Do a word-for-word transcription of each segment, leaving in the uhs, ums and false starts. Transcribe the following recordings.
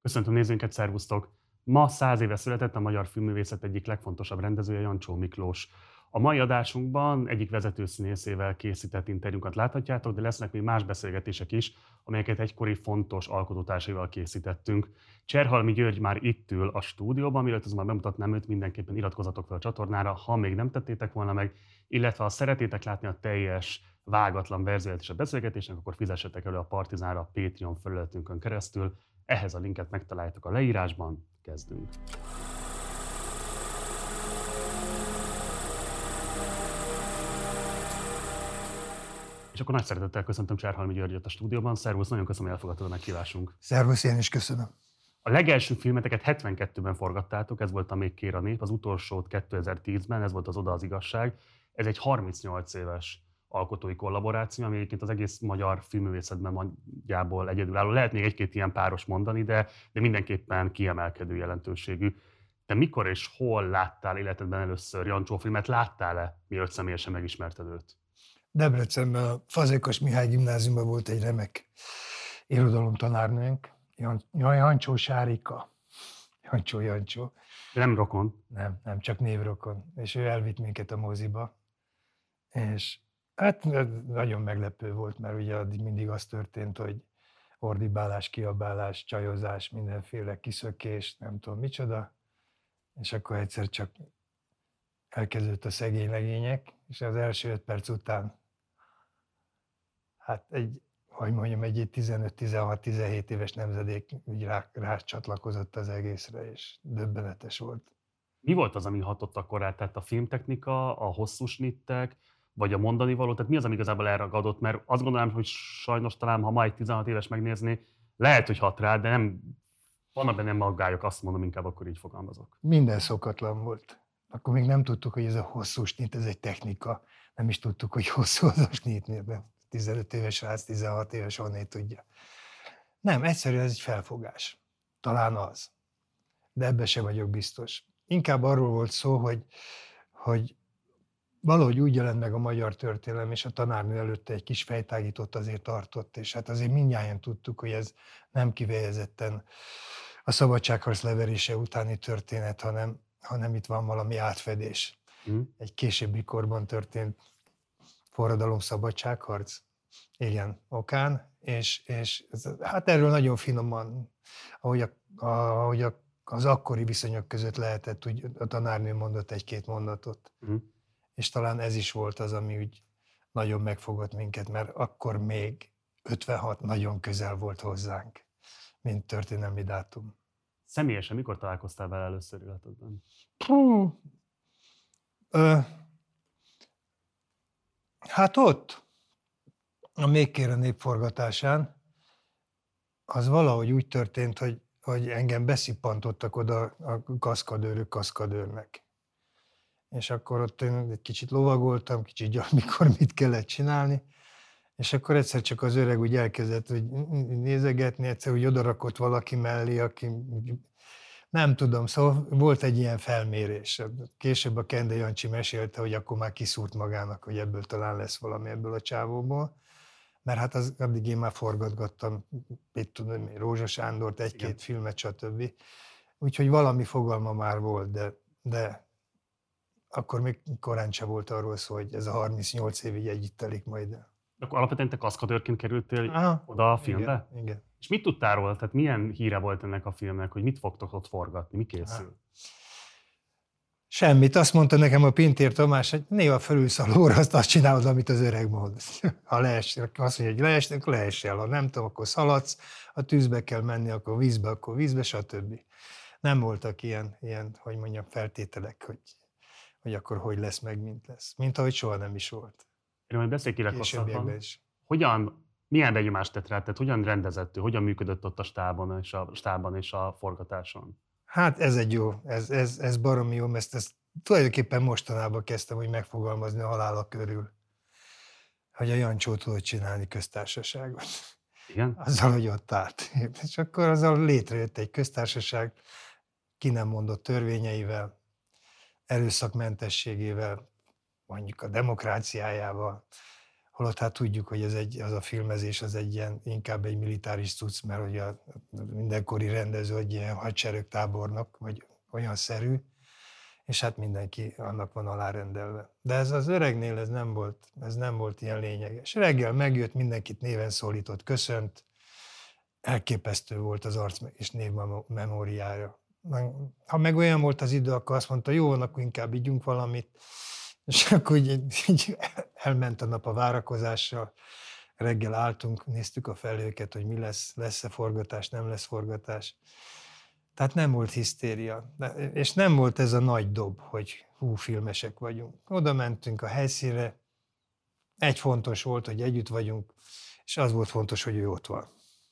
Köszöntöm nézőinket, szervusztok! Ma száz éve született a magyar filmművészet egyik legfontosabb rendezője, Jancsó Miklós. A mai adásunkban egyik vezető színészével készített interjúkat láthatjátok, de lesznek még más beszélgetések is, amelyeket egykori fontos alkotótársaival készítettünk. Cserhalmi György már itt ül a stúdióban, mielőtt azonban bemutatnám őt, mindenképpen iratkozzatok fel a csatornára, ha még nem tettétek volna meg, illetve ha szeretnétek látni a teljes vágatlan verzióját és a beszélgetésnek, akkor fizessetek elő a Partizánra a Patreon felületünkön keresztül. Ehhez a linket megtaláljátok a leírásban, kezdünk. És akkor nagy szeretettel köszöntöm Cserhalmi Györgyöt a stúdióban. Szervusz, nagyon köszönöm, hogy elfogadtad a meghívásunk. Szervusz, én is köszönöm. A legelső filmeteket hetvenkettőben forgattátok, ez volt a Még kér a nép, az utolsót kétezer-tízben, ez volt az Oda az igazság. Ez egy harmincnyolc éves alkotói kollaboráció, ami egyébként az egész magyar filmművészetben nagyjából egyedülálló. Lehet még egy-két ilyen páros mondani, de, de mindenképpen kiemelkedő jelentőségű. Te mikor és hol láttál életedben először Jancsó filmet? Láttál-e, mielőtt személyesen megismerted őt? Debrecenben a Fazekas Mihály gimnáziumban volt egy remek irodalomtanárnőnk, Jan, Jancsó Sárika. Jancsó Jancsó. De nem rokon? Nem, nem, csak névrokon. És ő elvitt minket a moziba. És hát nagyon meglepő volt, mert ugye addig mindig az történt, hogy ordibálás, kiabálás, csajozás, mindenféle kiszökés, nem tudom micsoda. És akkor egyszer csak elkezdődött a szegény legények, és az első öt perc után hát egy, hogy mondjam, egy tizenöt, tizenhat, tizenhét éves nemzedék úgy rá, rá csatlakozott az egészre, és döbbenetes volt. Mi volt az, ami hatott akkor rá? Tehát a filmtechnika, a hosszú snittek, vagy a mondani való? Tehát mi az, ami igazából elragadott? Mert azt gondolom, hogy sajnos talán, ha ma egy tizenhat éves megnézni, lehet, hogy hat rá, de nem, vannak benne maggályok, azt mondom, inkább akkor így fogalmazok. Minden szokatlan volt. Akkor még nem tudtuk, hogy ez a hosszú snit, ez egy technika. Nem is tudtuk, hogy hosszú az a snit. tizenöt éves srác, tizenhat éves, onné tudja. Nem, egyszerűen ez egy felfogás. Talán az. De ebben sem vagyok biztos. Inkább arról volt szó, hogy, hogy valahogy úgy jelent meg a magyar történelem, és a tanárnő előtte egy kis fejtágítót azért tartott, és hát azért mindnyájan tudtuk, hogy ez nem kifejezetten a szabadságharc leverése utáni történet, hanem, hanem itt van valami átfedés. Mm. Egy későbbi korban történt forradalom, szabadságharc, igen, okán, és, és ez, hát erről nagyon finoman, ahogy, a, ahogy a, az akkori viszonyok között lehetett, úgy a tanárnő mondott egy-két mondatot. Mm. És talán ez is volt az, ami úgy nagyon megfogott minket, mert akkor még ötvenhat nagyon közel volt hozzánk, mint történelmi dátum. Személyesen mikor találkoztál vele először életedben? Hú. Ö, hát ott, a Még kér a nép forgatásán, az valahogy úgy történt, hogy, hogy engem beszippantottak oda a kaszkadőrök kaszkadőrnek. És akkor ott én egy kicsit lovagoltam, kicsit mikor mit kellett csinálni, és akkor egyszer csak az öreg úgy elkezdett hogy nézegetni, egyszer úgy odarakott valaki mellé, aki nem tudom, szóval volt egy ilyen felmérés. Később a Kende Jancsi mesélte, hogy akkor már kiszúrt magának, hogy ebből talán lesz valami ebből a csávóból, mert hát az, addig én már forgatgattam, mit tudom, Rózsa Sándort, egy-két filmet, stb. Úgyhogy valami fogalma már volt, de, de akkor még korán sem volt arról szó, hogy ez a harmincnyolc évig együtt telik majd el. Akkor alapvetően te kaszkadőrként kerültél Aha, oda a filmbe? Igen, igen. És mit tudtál róla? Tehát milyen híre volt ennek a filmnek, hogy mit fogtok ott forgatni, mi készül? Aha. Semmit. Azt mondta nekem a Pintér Tamás, hogy néha fölülsz a lóra, azt, azt csinálod, amit az öreg mond. Ha lees, azt mondja, hogy lees, akkor leess el. Ha nem tudom, akkor szaladsz, ha tűzbe kell menni, akkor vízbe, akkor vízbe, stb. Nem voltak ilyen, ilyen hogy mondjam, feltételek, hogy, hogy akkor hogy lesz meg, mint lesz. Mint ahogy soha nem is volt. Én majd beszélkélek hosszabban. Hogyan, milyen benyomást tett rá, tehát hogyan rendezett ő, hogyan működött ott a stábon és a, stábban és a forgatáson? Hát ez egy jó, ez, ez, ez baromi jó, mert ezt tulajdonképpen mostanában kezdtem, hogy megfogalmazni a halála körül, hogy a Jancsó tudott csinálni köztársaságot. Igen? Azzal, hogy ott állt. És akkor azzal létrejött egy köztársaság, ki nem mondott törvényeivel, erőszakmentességével, mondjuk a demokráciájával, Holott hát tudjuk, hogy ez egy, az a filmezés az egy ilyen, inkább egy militáris cucc, mert hogy a mindenkori rendező egy ilyen hadseregtábornok, vagy olyan szerű, és hát mindenki annak van alárendelve. De ez az öregnél ez nem volt, ez nem volt ilyen lényeges. Reggel megjött, mindenkit néven szólított, köszönt, elképesztő volt az arc és név memóriája. Ha meg olyan volt az idő, akkor azt mondta, jó, akkor inkább ígyunk valamit, és akkor így, így elment a nap a várakozással, reggel álltunk, néztük a felhőket, hogy mi lesz, lesz-e forgatás, nem lesz forgatás. Tehát nem volt hisztéria, és nem volt ez a nagy dob, hogy hú, filmesek vagyunk. Oda mentünk a helyszínre, egy fontos volt, hogy együtt vagyunk, és az volt fontos, hogy ő ott van.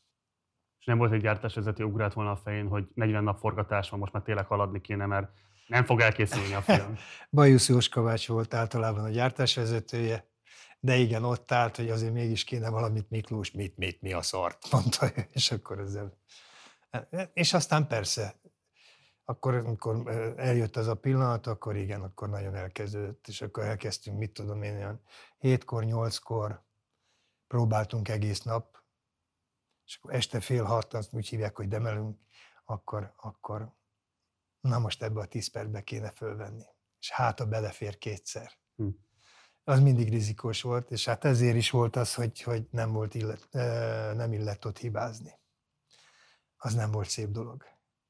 És nem volt egy gyártásvezető ugrált volna a fején, hogy negyven nap forgatás van, most már tényleg haladni kéne, mert nem fog elkészülni a film. Bajusz Jóskovács volt általában a gyártásvezetője, de igen, ott állt, hogy azért mégis kéne valamit, Miklós, mit, mit, mi a szart, mondta ő, és akkor ezzel... És aztán persze, akkor, amikor eljött az a pillanat, akkor igen, akkor nagyon elkezdődött, és akkor elkezdtünk, mit tudom én, olyan hétkor, nyolckor próbáltunk egész nap, és akkor este fél hat, azt úgy hívják, hogy demelünk, akkor, akkor na most ebbe a tíz percbe kéne fölvenni. És hát a belefér kétszer. Hm. Az mindig rizikós volt, és hát ezért is volt az, hogy, hogy nem, volt illet, nem illett ott hibázni. Az nem volt szép dolog.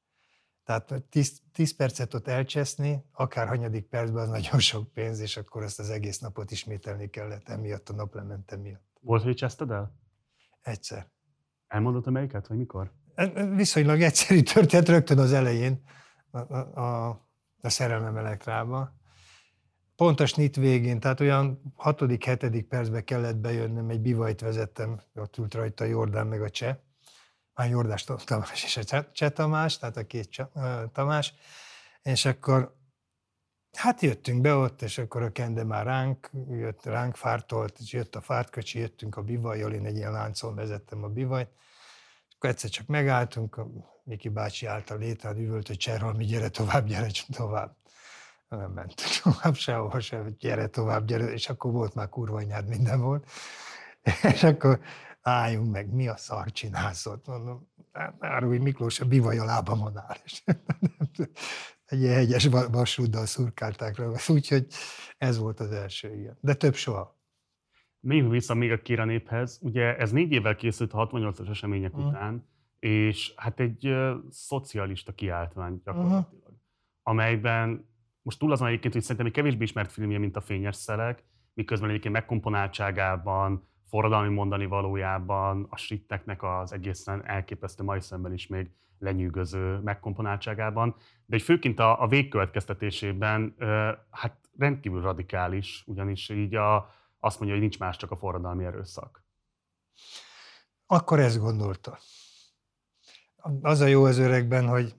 Tehát tíz, tíz percet ott elcseszni, akár hanyadik percben az nagyon sok pénz, és akkor ezt az egész napot ismételni kellett emiatt, a naplemente miatt. Volt, hogy cseszted el? Egyszer. Elmondod melyiket, vagy mikor? Viszonylag egyszerű történet rögtön az elején, a, a, a Szerelmem elektrába. Pont a snit végén, tehát olyan hatodik, hetedik percbe kellett bejönnöm, egy bivajt vezettem, ott ült rajta a Jordán meg a Cseh. Már Jordás Tamás és a Cseh Tamás, tehát a két Tamás. És akkor hát jöttünk be ott, és akkor a Kende már ránk, jött, ránk fártolt, és jött a fártkocsi, jöttünk a bivajjal, én egy ilyen láncon vezettem a bivajt. És akkor egyszer csak megálltunk, a Miki bácsi állt a létrán, üvölt, hogy Cserhalmi, gyere tovább, gyere tovább. Nem ment tovább sehova sem, gyere tovább, gyere, és akkor volt már kurva anyád, minden volt. És akkor álljunk meg, mi a szar csinálsz ott? Mondom, Árulj Miklós, a bivaj a lábamon áll. Egy ilyen hegyes vasútdal szurkálták rá, úgyhogy ez volt az első ilyen. De több soha. Menjünk vissza még a Kér a néphez. Ugye ez négy évvel készült a hatvannyolcas események uh-huh. után, és hát egy uh, szocialista kiáltvány gyakorlatilag, uh-huh. amelyben most túl azon egyébként, hogy szerintem egy kevésbé ismert filmje, mint a Fényes szelek, miközben egyébként megkomponáltságában, forradalmi mondani valójában, a sritteknek az egészen elképesztő, mai szemben is még lenyűgöző megkomponáltságában, de egy főként a, a végkövetkeztetésében hát rendkívül radikális, ugyanis így a, azt mondja, hogy nincs más, csak a forradalmi erőszak. Akkor ezt gondolta. Az a jó az öregben, hogy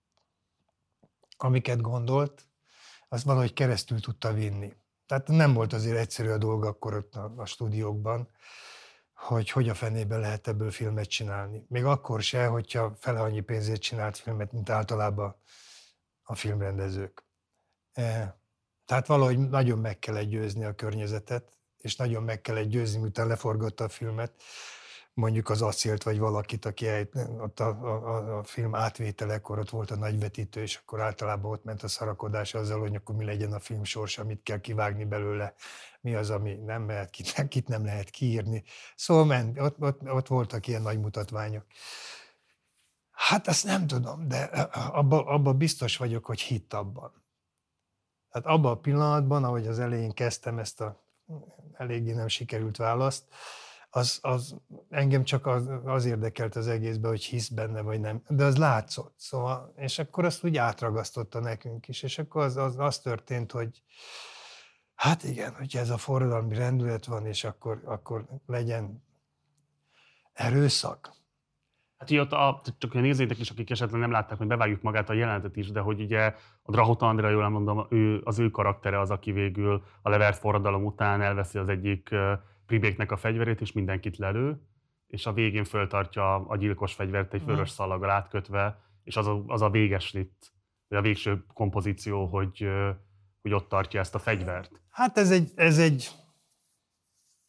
amiket gondolt, azt valahogy keresztül tudta vinni. Tehát nem volt azért egyszerű a dolga akkor ott a, a stúdiókban, hogy hogy a fenébe lehet ebből filmet csinálni. Még akkor se, hogyha fele annyi pénzért csinált filmet, mint általában a filmrendezők. E, tehát valahogy nagyon meg kellett győzni a környezetet, és nagyon meg kellett győzni, miután leforgatta a filmet, mondjuk az Acélt, vagy valakit, aki ott a, a, a film átvételekor ott volt a nagyvetítő, és akkor általában ott ment a szarakodás azzal, hogy akkor mi legyen a film sorsa, mit kell kivágni belőle, mi az, ami nem lehet, kit, kit nem lehet kiírni. Szóval ment, ott, ott, ott voltak ilyen nagy mutatványok. Hát azt nem tudom, de abban abba biztos vagyok, hogy hitt abban. Tehát abban a pillanatban, ahogy az elején kezdtem ezt a eléggé nem sikerült választ, Az, az engem csak az, az érdekelt az egészben, hogy hisz benne, vagy nem. De az látszott. Szóval, és akkor azt úgy átragasztotta nekünk is. És akkor az, az, az történt, hogy hát igen, hogyha ez a forradalmi rendület van, és akkor, akkor legyen erőszak. Hát így ott a, csak hogy nézzétek is, akik esetleg nem látták, hogy bevágjuk magát a jelenetet is, de hogy ugye a Drahota Andrea, jól mondom, ő, az ő karaktere az, aki végül a levert forradalom után elveszi az egyik Pribéknek a fegyverét, és mindenkit lelő, és a végén föltartja a gyilkos fegyvert egy vörös szalaggal átkötve, és az a, az a véges lit, vagy a végső kompozíció, hogy, hogy ott tartja ezt a fegyvert. Hát ez egy, ez egy,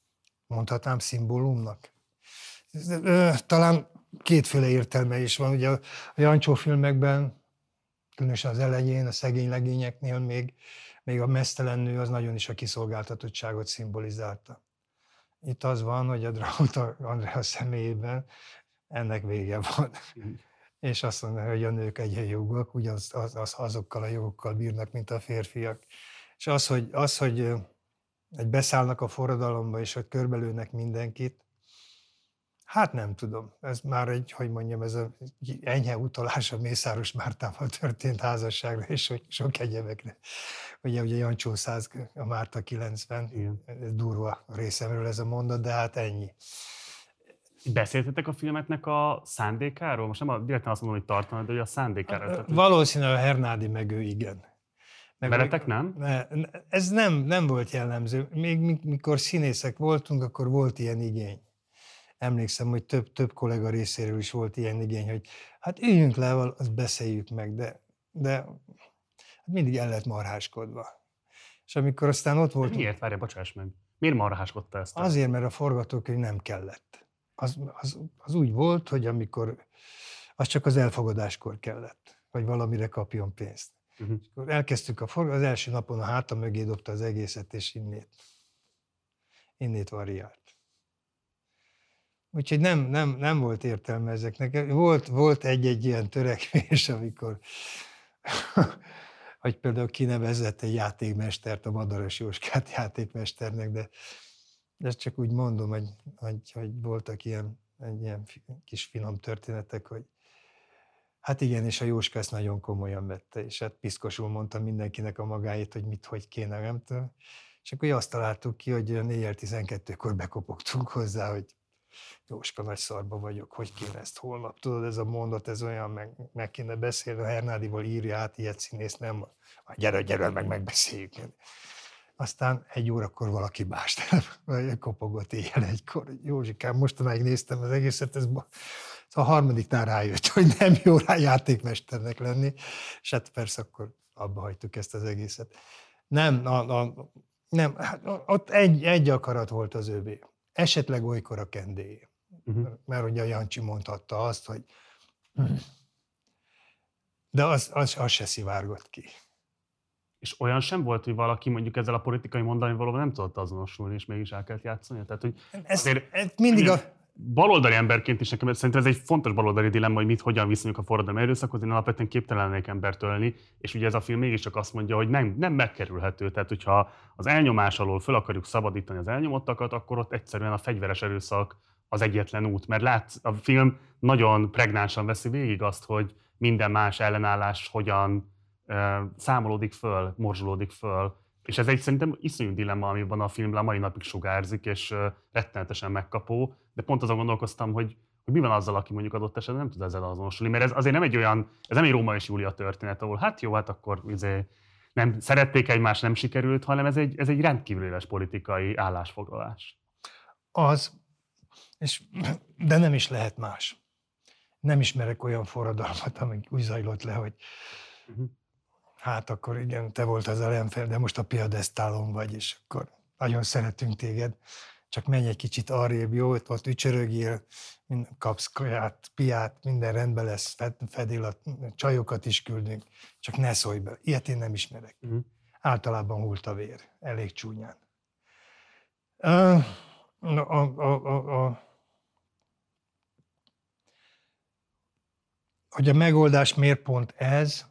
mondhatnám szimbólumnak. Talán kétféle értelme is van. Ugye a Jancsó filmekben, különösen az elején, a szegény legényeknél még, még a meztelen nő az nagyon is a kiszolgáltatottságot szimbolizálta. Itt az van, hogy a Drahota Andrea személyében ennek vége van. Mm. És azt mondja, hogy a nők egyenjogúak, ugyanaz az, az, azokkal a jogokkal bírnak, mint a férfiak. És az, hogy, az, hogy egy beszállnak a forradalomba, és hogy körbelőnek mindenkit, hát nem tudom. Ez már egy, hogy mondjam, ez a enyhe utalás a Mészáros Mártával történt házasságra, és hogy sok egyebekre. Ugye, ugye Jancsó száz, a Márta kilencven, igen. Ez durva részemről ez a mondat, de hát ennyi. Beszéltetek a filmetnek a szándékáról? Most nem a, direkt azt mondom, hogy tartalma, de hogy a szándékáról. Tehát, valószínűleg a Hernádi meg ő igen. Meg veletek nem? Ne, ez nem, nem volt jellemző. Még mikor színészek voltunk, akkor volt ilyen igény. Emlékszem, hogy több, több kollega részéről is volt ilyen igény, hogy hát üljünk le, azt beszéljük meg, de, de mindig el lett marháskodva. És amikor aztán ott voltunk... De miért? Várja, bocsáss meg. Miért marháskodta ezt? A... Azért, mert a forgatókönyv nem kellett. Az, az, az úgy volt, hogy amikor... Az csak az elfogadáskor kellett, hogy valamire kapjon pénzt. Uh-huh. És akkor elkezdtük a forgatást, az első napon a háta mögé dobta az egészet, és innét. Innét variált. Úgyhogy nem, nem, nem volt értelme ezeknek. Volt, volt egy-egy ilyen törekvés, amikor hogy például kinevezett egy játékmestert, a Madaras Jóskát játékmesternek, de ezt csak úgy mondom, hogy, hogy, hogy voltak ilyen, egy ilyen kis finom történetek, hogy hát igen, és a Jóska ezt nagyon komolyan vette, és hát piszkosul mondta mindenkinek a magáét, hogy mit, hogy kéne, nem tudom. És akkor azt találtuk ki, hogy négy tizenkettőkor bekopogtunk hozzá, hogy Jóska, nagy szarba vagyok, hogy kéne ezt holnap, tudod, ez a mondat, ez olyan, meg, meg kéne beszélni, a Hernádival írja át, ilyet színész, nem, gyere, gyere, meg megbeszéljük. Aztán egy órakor valaki más kopogott éjjel egykor, Józsikám, mostanáig néztem az egészet, ez a harmadiknál rájött, hogy nem jó rá játékmesternek lenni, és hát persze akkor abba hagytuk ezt az egészet. Nem, a, a, nem hát ott egy, egy akarat volt az övé. Esetleg olykor a kendélyé. Uh-huh. Mert ugye a Jancsi mondhatta azt, hogy de az, az, az se szivárgott ki. És olyan sem volt, hogy valaki mondjuk ezzel a politikai mondani valóban nem tudott azonosulni, és mégis el kellett játszani? Tehát, hogy ez, ez mindig a... Baloldali emberként is nekem szerintem ez egy fontos baloldali dilemma, hogy mit, hogyan viszonyunk a forradalmi erőszakhoz, én alapvetően képtelen lennék embert ölni, és ugye ez a film mégiscsak azt mondja, hogy nem, nem megkerülhető. Tehát, hogyha az elnyomás alól föl akarjuk szabadítani az elnyomottakat, akkor ott egyszerűen a fegyveres erőszak az egyetlen út. Mert lát, a film nagyon pregnánsan veszi végig azt, hogy minden más ellenállás hogyan e, számolódik föl, morzsolódik föl. És ez egy szerintem iszonyú dilemma, amiben a film a mai napig sugárzik, és rettenetesen megkapó. De pont azon gondolkoztam, hogy, hogy mi van azzal, aki mondjuk adott esetben nem tud ezzel azonosulni. Mert ez azért nem egy olyan, ez nem egy Róma és Júlia történet, ahol hát jó, hát akkor izé, nem szerették egymást, nem sikerült, hanem ez egy, ez egy rendkívül éles politikai állásfoglalás. Az, és, de nem is lehet más. Nem ismerek olyan forradalmat, ami úgy zajlott le, hogy uh-huh. hát akkor igen, te volt az ellenfél, de most a piadesztálon vagy, és akkor nagyon szeretünk téged, csak menj egy kicsit arrébb, jó, ott ücsörögjél, kapsz kaját, piát, minden rendben lesz, fedél, a csajokat is küldünk, csak ne szólj be. Ilyet én nem ismerek. Uh-huh. Általában hult a vér, elég csúnyán. Uh, a, a, a, a, hogy a megoldás miért pont ez,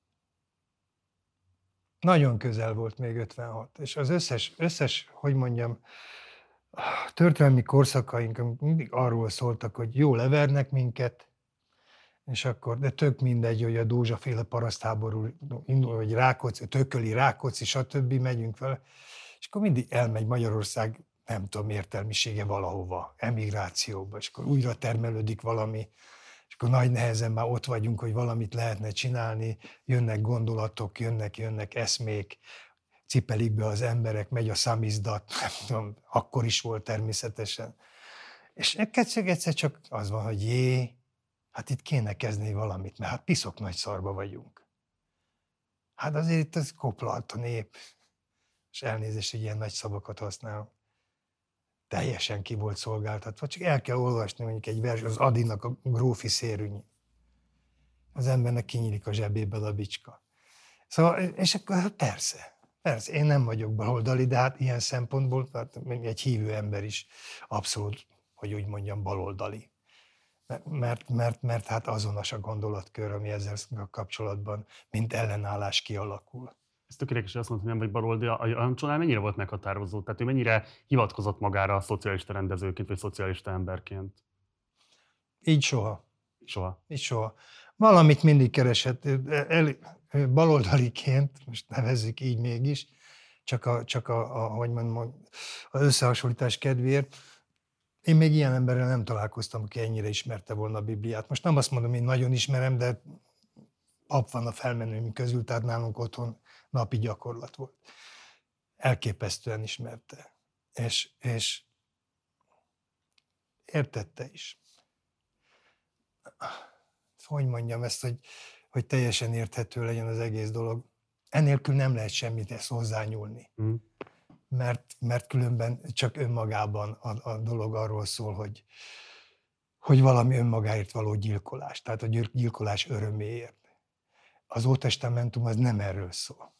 nagyon közel volt még ötvenhat, és az összes, összes, hogy mondjam, történelmi korszakaink mindig arról szóltak, hogy jó levernek minket, és akkor, de tök mindegy, hogy a Dózsa-féle parasztháború indul, vagy Rákóczi, Tököli, Rákóczi, stb. Megyünk fel, és akkor mindig elmegy Magyarország, nem tudom, értelmisége valahova, emigrációba, és akkor újra termelődik valami, és akkor nagy nehezen már ott vagyunk, hogy valamit lehetne csinálni, jönnek gondolatok, jönnek, jönnek eszmék, cipelik be az emberek, megy a szamizdat, nem tudom, akkor is volt természetesen. És egyszer-egyszer csak az van, hogy jé, hát itt kéne kezdeni valamit, mert hát piszok nagy szarba vagyunk. Hát azért itt az koplalt a nép, és elnézést, hogy ilyen nagy szavakat használok. teljesen ki volt szolgáltatva. Csak el kell olvasni mondjuk egy vers, az Adinak a Grófi szérűnyi. Az embernek kinyílik a zsebéből a bicska. Szóval, és akkor persze, persze, én nem vagyok baloldali, de hát ilyen szempontból hát egy hívő ember is abszolút, hogy úgy mondjam, baloldali. Mert, mert, mert hát azonos a gondolatkör, ami ezzel kapcsolatban, mint ellenállás kialakul. Ez tökéletes, hogy azt mondta, hogy nem vagy baloldali. A Jancsónál mennyire volt meghatározó? Tehát ő mennyire hivatkozott magára a szocialista rendezőként, vagy szocialista emberként? Így soha. Soha. Így soha. Valamit mindig keresett. El, baloldaliként, most nevezzük így mégis, csak, a, csak a, a, hogy mondjam, az összehasonlítás kedvéért, én még ilyen emberrel nem találkoztam, aki ennyire ismerte volna a Bibliát. Most nem azt mondom, hogy nagyon ismerem, de pap van a felmenőim közül, tehát nálunk otthon napi gyakorlat volt. Elképesztően ismerte. És, és értette is. Hogy mondjam ezt, hogy, hogy teljesen érthető legyen az egész dolog. Ennélkül nem lehet semmit ezt hozzányúlni. Mm. Mert, mert különben csak önmagában a, a dolog arról szól, hogy, hogy valami önmagáért való gyilkolás, tehát a gyilkolás öröméért. Az Ótestamentum az nem erről szól.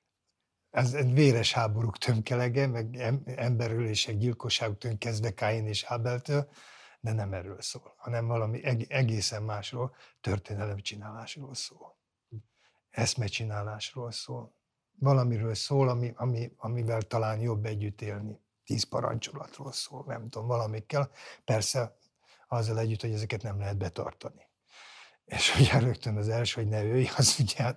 Ez egy véres háborúk tömkelege, meg emberölések, gyilkosságoktól kezdve Káin és Ábeltől, de nem erről szól, hanem valami egészen másról, történelemcsinálásról szól. Eszmecsinálásról szól. Valamiről szól, ami, ami, amivel talán jobb együtt élni. Tíz parancsolatról szól, nem tudom, valamikkel. Persze azzal együtt, hogy ezeket nem lehet betartani. És ugye rögtön az első, hogy ne ölj, az ugye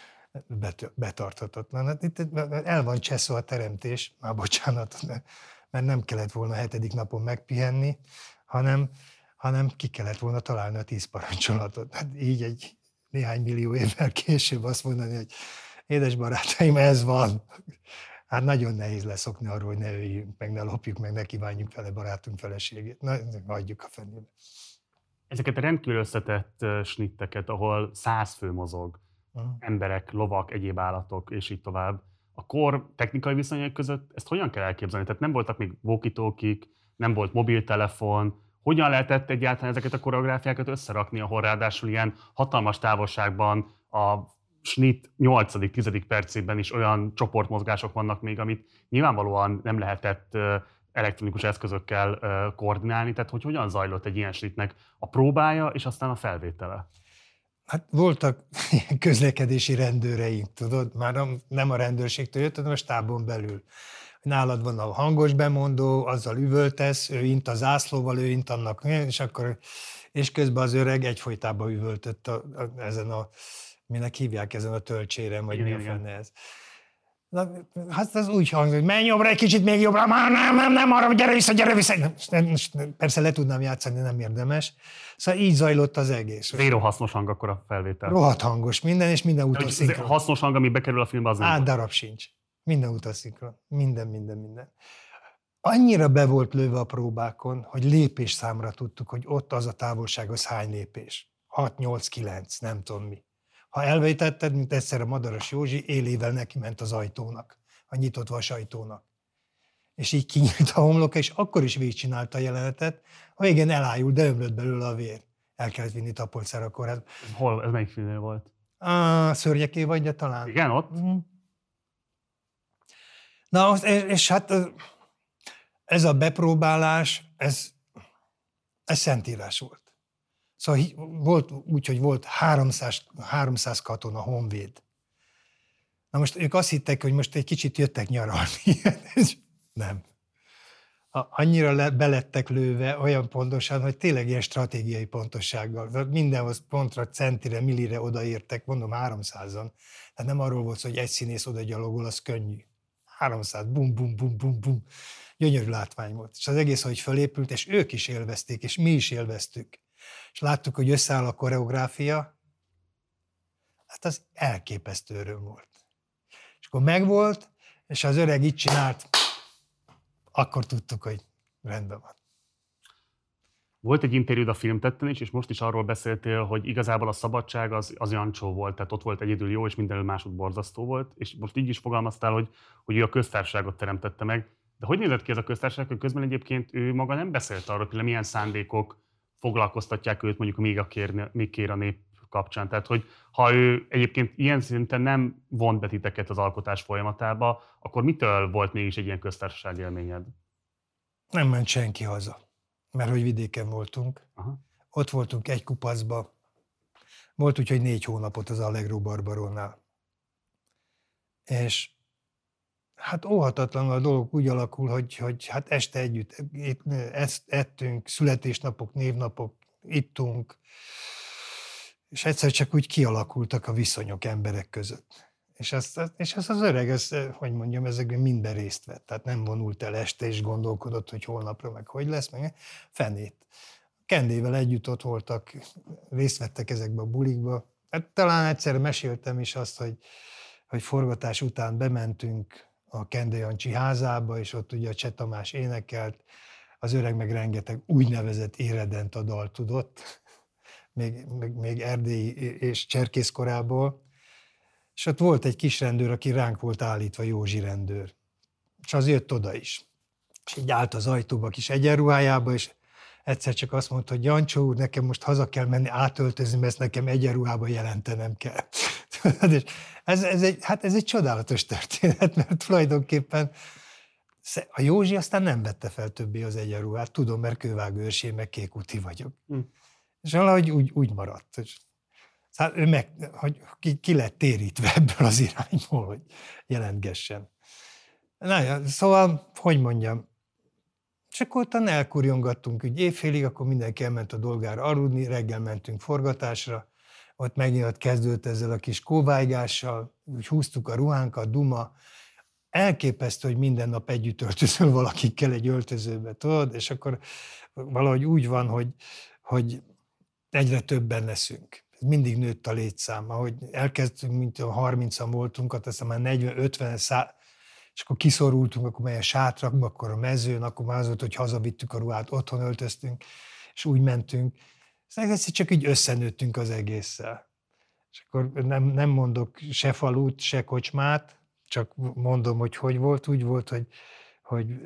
betarthatatlan. Hát itt el van cseszve a teremtés, már bocsánat, mert nem kellett volna a hetedik napon megpihenni, hanem, hanem ki kellett volna találni a tíz parancsolatot. Hát így egy néhány millió évvel később azt mondani, hogy édes barátaim, ez van. Hát nagyon nehéz leszokni arról, hogy ne öljünk, meg ne lopjuk, meg ne kívánjuk vele barátunk feleségét. Na, hagyjuk a fenébe. Ezeket a rendkívül összetett snitteket, ahol száz fő mozog, uh-huh. emberek, lovak, egyéb állatok, és így tovább. A kor technikai viszonyai között ezt hogyan kell elképzelni? Tehát nem voltak még walkie-talkiek, nem volt mobiltelefon. Hogyan lehetett egyáltalán ezeket a koreográfiákat összerakni, ahol ráadásul ilyen hatalmas távolságban a snit nyolcadik-tizedik percében is olyan csoportmozgások vannak még, amit nyilvánvalóan nem lehetett elektronikus eszközökkel koordinálni. Tehát hogy hogyan zajlott egy ilyen snitnek a próbája és aztán a felvétele? Hát voltak ilyen közlekedési rendőreink, tudod, már nem a rendőrségtől jött, hanem a stábon belül. Nálad van a hangos bemondó, azzal üvöltesz, ő int a zászlóval, ő int annak, és akkor, és közben az öreg egyfolytában üvöltött a, a, ezen a, minek hívják ezen a töltséren, vagy mi a fene ez. Na, hát az úgy hangzik, hogy menj jobbra, egy kicsit még jobbra, már nem, nem, nem, arra, gyere vissza, gyere vissza. Persze le tudnám játszani, nem érdemes. Szóval így zajlott az egész. Réró hasznos hang akkor a felvétel. Rohadt hangos minden, és minden utas szinkron. Hasznos hang, ami bekerül a filmbe, az nem. Át darab sincs. Minden utas szinkron. Minden, minden, minden. Annyira be volt lőve a próbákon, hogy lépésszámra tudtuk, hogy ott az a távolság, az hány lépés. hat, nyolc, kilenc, nem tudom mi. Ha elvejtetted, mint egyszer a Madaras Józsi, élével neki ment az ajtónak, a nyitott vasajtónak. És így kinyílt a homloka, és akkor is végigcsinálta a jelenetet. A végén elájult, de ömlött belőle a vér. El kellett vinni Tapolcára a kórházba. Hol? Ez melyik filmnél volt? A Szörnyeké vagy, de talán. Igen, ott? Mm. Na, és hát ez a bepróbálás, ez, ez szentírás volt. Szóval volt úgy, hogy volt háromszáz, háromszáz katona honvéd. Na most ők azt hittek, hogy most egy kicsit jöttek nyaralni. Nem. Annyira le, belettek lőve olyan pontosan, hogy tényleg ilyen stratégiai pontossággal. Mindenhoz pontra, centire, millire odaértek, mondom háromszázan. Tehát nem arról volt szó, hogy egy színész oda gyalogol, az könnyű. háromszáz, bum, bum, bum, bum, bum. Gyönyörű látvány volt. És az egész, hogy fölépült, és ők is élvezték, és mi is élveztük. És láttuk, hogy összeáll a koreográfia, hát az elképesztő öröm volt. És akkor megvolt, és az öreg így csinált, akkor tudtuk, hogy rendben van. Volt egy interjúd a Filmtetten is, és most is arról beszéltél, hogy igazából a szabadság az, az Jancsó volt, tehát ott volt egyedül jó, és mindenről másod borzasztó volt, és most így is fogalmaztál, hogy, hogy ő a köztársaságot teremtette meg, De hogy nézett ki ez a köztársaság, hogy közben egyébként ő maga nem beszélt arról, hogy milyen szándékok foglalkoztatják őt mondjuk még a kér, még kér a nép kapcsán. Tehát, hogy ha ő egyébként ilyen szinten nem vont be titeket az alkotás folyamatába, akkor mitől volt mégis egy ilyen köztársaság élményed? Nem ment senki haza, mert hogy vidéken voltunk. Aha. Ott voltunk egy kupacba. Volt úgy, hogy négy hónapot az Allegro Barbarónál. És hát óhatatlanul a dolog úgy alakul, hogy, hogy hát este együtt ezt ettünk, születésnapok, névnapok, ittunk, és egyszer csak úgy kialakultak a viszonyok emberek között. És ezt, és ezt az öreg, ezt, hogy mondjam, ezekben minden részt vett. Tehát nem vonult el este, és gondolkodott, hogy holnapra meg hogy lesz, meg fenét. Kendével együtt ott voltak, részt vettek ezekbe a bulikba. Hát talán egyszer meséltem is azt, hogy, hogy forgatás után bementünk a Kende Jancsi házába, és ott ugye a Cseh Tamás énekelt, az öreg meg rengeteg úgynevezett éredent a dal tudott, még, még, még erdélyi és cserkészkorából, és ott volt egy kis rendőr, aki ránk volt állítva, Józsi rendőr, és az jött oda is. És így állt az ajtóba kis egyenruhájába, és egyszer csak azt mondta, hogy Jancsó úr, nekem most haza kell menni átöltözni, mert ezt nekem egyenruhába jelentenem kell. ez, ez, egy, hát ez egy csodálatos történet, mert tulajdonképpen a Józsi aztán nem vette fel többé az egyenruhát, tudom, mert kővágó őrsé, meg kékúti vagyok. Hm. És valahogy úgy, úgy maradt. Szóval ő meg, hogy ki, ki lett térítve ebből az irányból, hogy jelentgessen. Na, szóval, hogy mondjam, és akkor ottan elkurjongattunk, úgy évfélig, akkor mindenki elment a dolgára aludni, reggel mentünk forgatásra, ott megint kezdődött ezzel a kis kóválygással, úgy húztuk a ruhánkat, duma, elképesztő, hogy minden nap együtt öltözöl valakikkel egy öltözőbe, tudod, és akkor valahogy úgy van, hogy, hogy egyre többen leszünk. Mindig nőtt a létszám, ahogy elkezdtünk, mint a harmincan voltunk, aztán már negyven, ötven, szá... és akkor kiszorultunk, akkor mely a sátrakba, akkor a mezőn, akkor már az volt, hogy hazavittük a ruhát, otthon öltöztünk, és úgy mentünk. Szóval csak így összenőttünk az egésszel. És akkor nem, nem mondok se falut, se kocsmát, csak mondom, hogy hogy volt. Úgy volt, hogy, hogy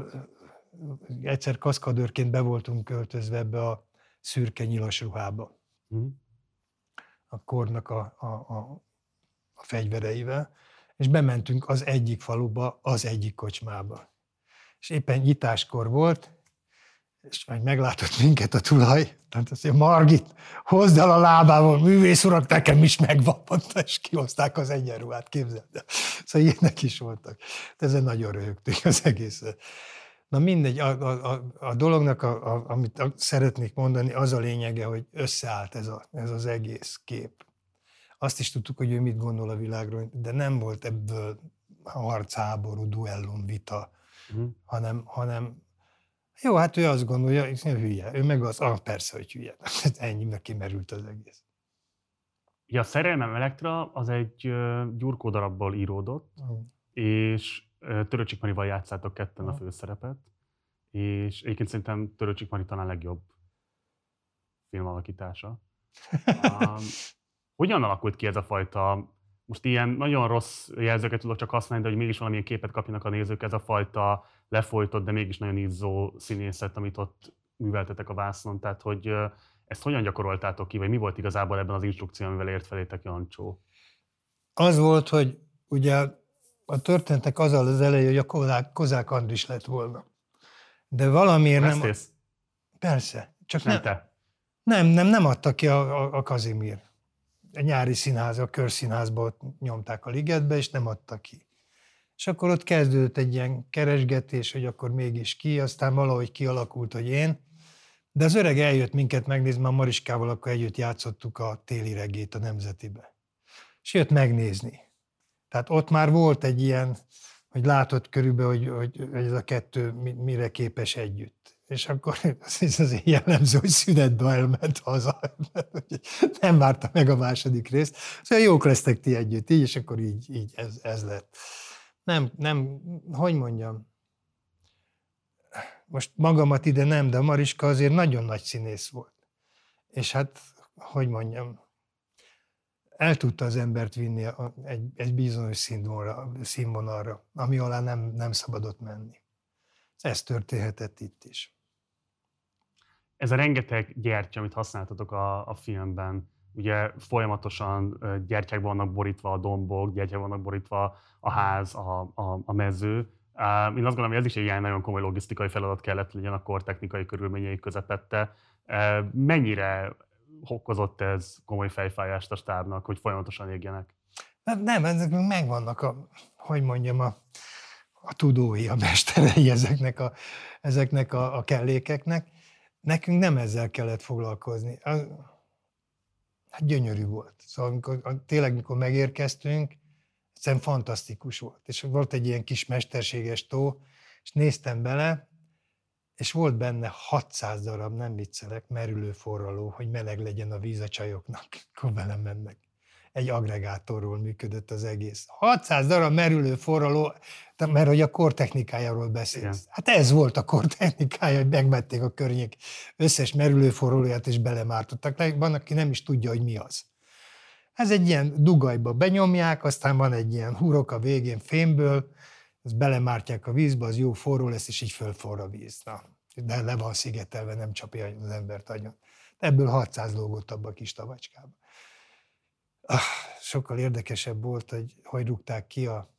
egyszer kaszkadőrként be voltunk költözve ebbe a szürke nyilas ruhába. Mm. A kornak a, a, a, a fegyvereivel, és bementünk az egyik faluba, az egyik kocsmába. És éppen nyitáskor volt, és majd meglátott minket a tulaj, tehát azt mondja, Margit, hozd el a lábával, művész urak, nekem is megvan, mondta, és kihozták az egyenruhát, képzeld el. Szóval ilyenek is voltak. De ezen nagyon röhögtünk az egészet. Na mindegy, a, a, a, a dolognak, a, a, amit szeretnék mondani, az a lényege, hogy összeállt ez, a, ez az egész kép. Azt is tudtuk, hogy ő mit gondol a világról, de nem volt ebből harc, háború, duellum, vita, uh-huh. hanem, hanem jó, hát ő azt gondolja, hogy hülye. Ő meg az, ah, persze, hogy hülye. Ennyinek kimerült az egész. Ja, a Szerelmem Elektra az egy Gyurkó darabból íródott, uh-huh. és Törőcsik Marival játszátok ketten uh-huh. a főszerepet, és egyébként szerintem Törőcsik Mari talán legjobb filmalakítása. um, Hogyan alakult ki ez a fajta, most ilyen nagyon rossz jelzőket tudok csak használni, de hogy mégis valamilyen képet kapjanak a nézők, ez a fajta lefolytott, de mégis nagyon izzó színészet, amit ott műveltetek a vásznon. Tehát, hogy ezt hogyan gyakoroltátok ki, vagy mi volt igazából ebben az instrukció, amivel ért felétek Jancsó? Az volt, hogy ugye a történetnek az az eleje, hogy a Kozák, Kozák Andris lett volna. De valamiért nem... Vesztész? Persze. Csak nem, nem, te? nem, nem, nem adta ki a, a, a Kazimír. A nyári színház, a körszínházba nyomták a Ligetbe, és nem adta ki. És akkor ott kezdődött egy ilyen keresgetés, hogy akkor mégis ki, aztán valahogy kialakult, hogy én. De az öreg eljött minket megnézni, mert Mariskával akkor együtt játszottuk a Téli Regét a Nemzetibe. És jött megnézni. Tehát ott már volt egy ilyen, hogy látott körülbelül, hogy, hogy ez a kettő mire képes együtt. És akkor az azért jellemző, hogy szünetbe elment haza. Nem várta meg a második részt. Szóval jók lesztek ti együtt, így, és akkor így, így ez, ez lett. Nem, nem, hogy mondjam, most magamat ide nem, de a Mariska azért nagyon nagy színész volt. És hát, hogy mondjam, el tudta az embert vinni egy, egy bizonyos színvonalra, színvonalra, ami alá nem, nem szabadott menni. Ez történhetett itt is. Ez a rengeteg gyertya, amit használtatok a, a filmben, ugye folyamatosan gyertyákban vannak borítva a dombok, gyertyákban vannak borítva a ház, a, a, a mező. Én azt gondolom, hogy ez is egy ilyen nagyon komoly logisztikai feladat kellett legyen a kor technikai körülményei közepette. Mennyire okozott ez komoly fejfájást a stábnak, hogy folyamatosan égjenek? Nem, nem, ezek megvannak a, hogy mondjam, a, a tudói, a mesterei ezeknek a, ezeknek a, a kellékeknek. Nekünk nem ezzel kellett foglalkozni. Hát gyönyörű volt. Szóval amikor, tényleg, mikor megérkeztünk, egyszerűen fantasztikus volt. És volt egy ilyen kis mesterséges tó, és néztem bele, és volt benne hatszáz darab, nem viccelek, merülő forraló, hogy meleg legyen a víz a csajoknak, akkor vele mennek. Egy agregátorról működött az egész. hatszáz darab merülő forraló, mert hogy a kortechnikájáról beszélsz. Hát ez volt a kortechnikája, hogy megvették a környék összes merülő forralóját, és belemártottak. Van, aki nem is tudja, hogy mi az. Ez egy ilyen dugajba benyomják, aztán van egy ilyen hurok a végén fémből, azt belemártják a vízbe, az jó forró lesz, és így fölforr a víz. Na, de le van szigetelve, nem csapja az embert agyon. Ebből hatszáz lógott abba a kis tavacskába. Ah, sokkal érdekesebb volt, hogy hogy rúgták ki a,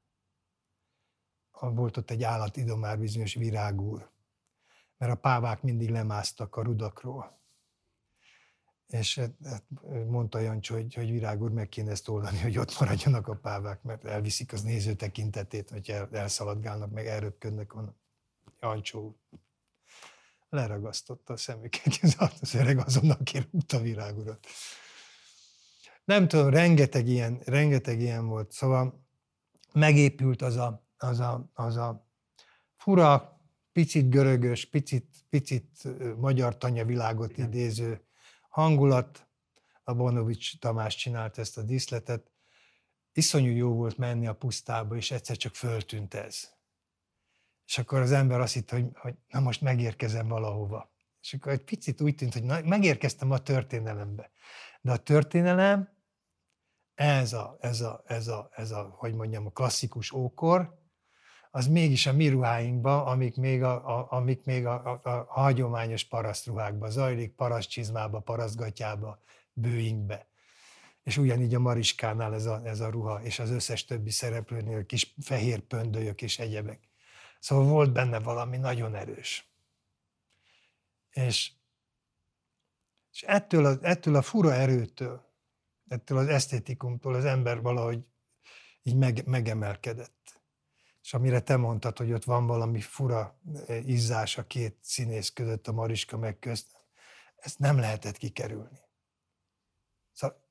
a volt ott egy állatidomár bizonyos Virágúr, mert a pávák mindig lemásztak a rudakról. És mondta Jancsó, hogy, hogy Virágúr meg kéne ezt oldani, hogy ott maradjanak a pávák, mert elviszik az néző tekintetét, hogy el, elszaladgálnak, meg elröpködnek onnan. Jancsó leragasztotta a szemüket, az öreg azonnal kirúgta Virágurat. Nem tudom, rengeteg ilyen, rengeteg ilyen volt. Szóval megépült az a, az a, az a fura, picit görögös, picit, picit magyar tanyavilágot igen, idéző hangulat. A Bonovics Tamás csinált ezt a díszletet. Iszonyú jó volt menni a pusztába, és egyszer csak föltűnt ez. És akkor az ember azt hitt, hogy, hogy na most megérkezem valahova. És akkor egy picit úgy tűnt, hogy na, megérkeztem a történelembe. De a történelem, ez a, ez a, ez a, ez a, hogy mondjam, a klasszikus ókor, az mégis a mi ruháinkban, amik még a, a, amik még a, a, a hagyományos parasztruhákban zajlik, parasztcsizmába, parasztgatyába, bőinkbe. És ugyanígy a Mariskánál ez a, ez a ruha, és az összes többi szereplőnél kis fehér pöndölyök és egyebek. Szóval volt benne valami nagyon erős. És, és ettől, a, ettől a fura erőtől, ettől az esztétikumtól az ember valahogy így meg, megemelkedett. És amire te mondtad, hogy ott van valami fura izzás a két színész között, a Mariska meg közt, ezt nem lehetett kikerülni. Szóval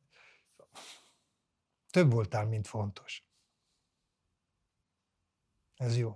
több voltál, mint fontos. Ez jó.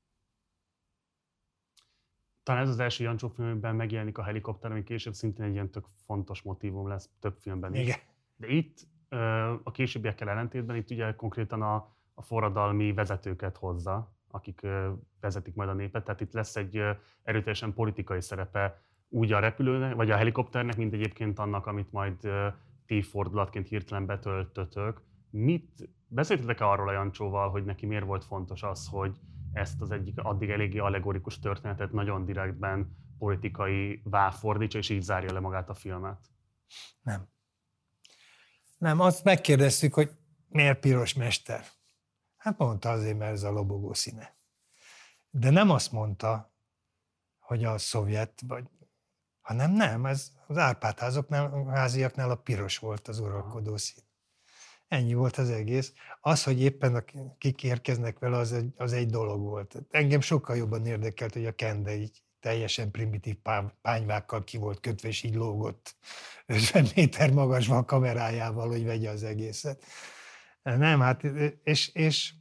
Talán ez az első Jancsó filmben megjelenik a helikopter, ami később szintén egy ilyen tök fontos motívum lesz több filmben is. Igen. De itt a későbbiekkel ellentétben itt ugye konkrétan a, a forradalmi vezetőket hozza, akik vezetik majd a népet. Tehát itt lesz egy erőteljesen politikai szerepe úgy a repülőnek, vagy a helikopternek, mint egyébként annak, amit majd ti fordulatként hirtelen betöltötök. Mit beszéltetek arról a Jancsóval, hogy neki miért volt fontos az, hogy ezt az egyik addig eléggé allegorikus történetet nagyon direktben politikai fordítsa, és így zárja le magát a filmet? Nem. Nem, azt megkérdeztük, hogy miért piros mester? Hát mondta azért, mert ez a lobogó színe. De nem azt mondta, hogy a szovjet, vagy, hanem nem, ez az Árpád-házoknál, a háziaknál a piros volt az uralkodó szín. Ennyi volt az egész. Az, hogy éppen kik érkeznek vele, az egy, az egy dolog volt. Engem sokkal jobban érdekelt, hogy a Kende így teljesen primitív pányvákkal ki volt kötve, és így lógott ötven méter magasban a kamerájával, hogy vegye az egészet. Nem, hát, és, és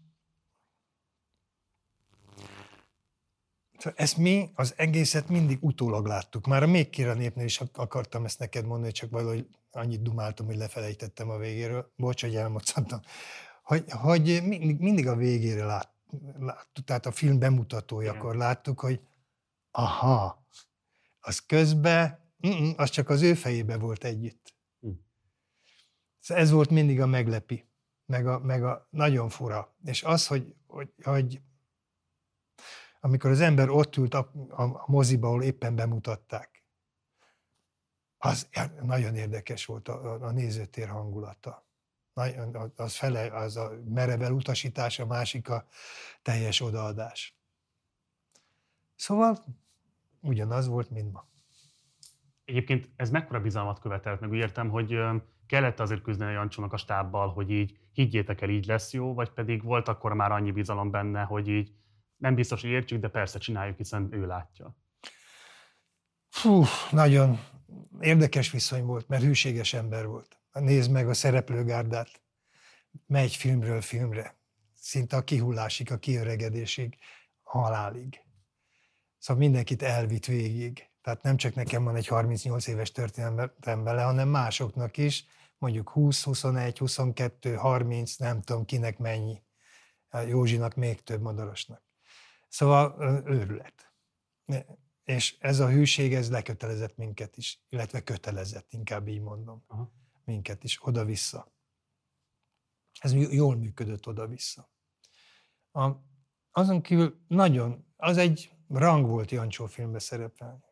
ezt mi az egészet mindig utólag láttuk. Már a Még Kér a népnél is akartam ezt neked mondani, csak valahogy annyit dumáltam, hogy lefelejtettem a végéről. Bocs, hogy elmoccantam. Hogy, hogy mindig, mindig a végére lát, láttuk, tehát a film bemutatójakor láttuk, hogy aha, az közben, az csak az ő fejébe volt együtt. Hm. Ez volt mindig a meglepi, meg a, meg a nagyon fura. És az, hogy, hogy, hogy amikor az ember ott ült a, a, a moziba, ahol éppen bemutatták, az nagyon érdekes volt a, a, a nézőtér hangulata. Az fele, az a merev elutasítás, a másik a teljes odaadás. Szóval ugyanaz volt, mint ma. Egyébként ez mekkora bizalmat követelt meg? Úgy értem, hogy kellett azért küzdeni a Jancsónak a stábbal, hogy így higgyétek el, így lesz jó, vagy pedig volt akkor már annyi bizalom benne, hogy így nem biztos, hogy értjük, de persze csináljuk, hiszen ő látja. Fú, nagyon érdekes viszony volt, mert hűséges ember volt. Nézd meg a szereplőgárdát, megy filmről filmre, szinte a kihullásig, a kiöregedésig, a halálig. Szóval mindenkit elvitt végig. Tehát nem csak nekem van egy harmincnyolc éves történetem vele, hanem másoknak is, mondjuk húsz, huszonegy, huszonkettő, harminc, nem tudom kinek mennyi. Józsinak még több, Madarosnak. Szóval őrület. És ez a hűség, ez lekötelezett minket is, illetve kötelezett, inkább így mondom. Aha. Minket is, oda-vissza. Ez jól működött oda-vissza. A, azon kívül nagyon, az egy rang volt Jancsó filmbe szerepelni.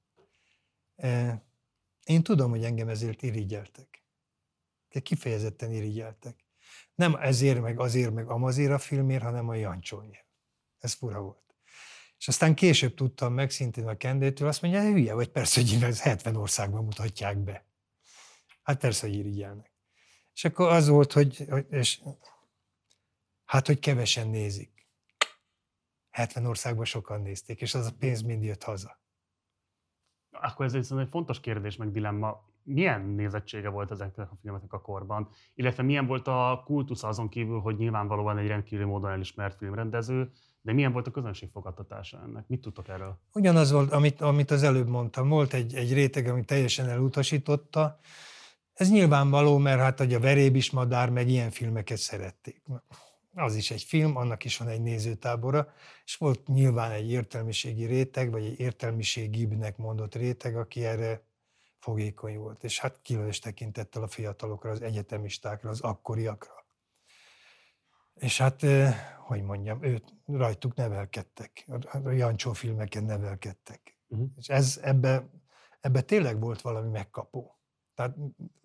Én tudom, hogy engem ezért irigyeltek. Kifejezetten irigyeltek. Nem ezért, meg azért, meg amazért a filmért, hanem a Jancsóért. Ez fura volt. És aztán később tudtam meg, szintén a Kendétől, azt mondja, hülye vagy, persze, hogy ez hetven országban mutatják be. Hát persze, hogy irigyelnek. És akkor az volt, hogy, és, hát, hogy kevesen nézik. hetven országban sokan nézték, és az a pénz mind jött haza. Akkor ez egy fontos kérdés, meg dilemma. Milyen nézettsége volt ezeknek a filmeknek a korban? Illetve milyen volt a kultusz azon kívül, hogy nyilvánvalóan egy rendkívül módon elismert filmrendező, de milyen volt a közönség fogadtatása ennek? Mit tudtok erről? Ugyanaz volt, amit, amit az előbb mondtam. Volt egy, egy réteg, ami teljesen elutasította. Ez nyilvánvaló, mert hát hogy a Verébis madár, meg ilyen filmeket szerették. Az is egy film, annak is van egy nézőtábora, és volt nyilván egy értelmiségi réteg, vagy egy értelmiségibbnek mondott réteg, aki erre fogékony volt, és hát különös tekintettel a fiatalokra, az egyetemistákra, az akkoriakra. És hát, hogy mondjam, őt rajtuk nevelkedtek, a Jancsó filmeken nevelkedtek. Uh-huh. És ez, ebbe, ebbe tényleg volt valami megkapó. Tehát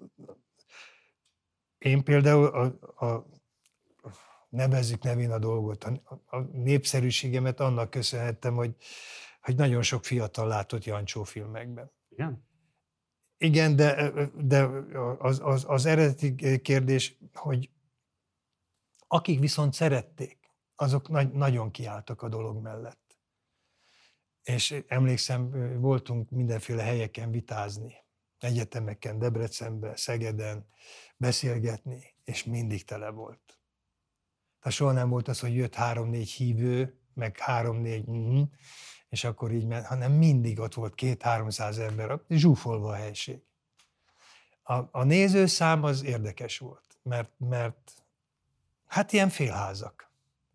én például a, a nevezzük nevén a dolgot, a, a népszerűségemet annak köszönhettem, hogy, hogy nagyon sok fiatal látott Jancsó filmekben. Igen? Igen, de, de az, az, az eredeti kérdés, hogy akik viszont szerették, azok nagy, nagyon kiálltak a dolog mellett. És emlékszem, voltunk mindenféle helyeken vitázni, egyetemeken, Debrecenben, Szegeden beszélgetni, és mindig tele volt. Tehát soha nem volt az, hogy jött három-négy hívő, meg három-négy, mm, és akkor így ment, hanem mindig ott volt két-háromszáz ember, zsúfolva a helység. A, a nézőszám az érdekes volt, mert, mert hát ilyen félházak.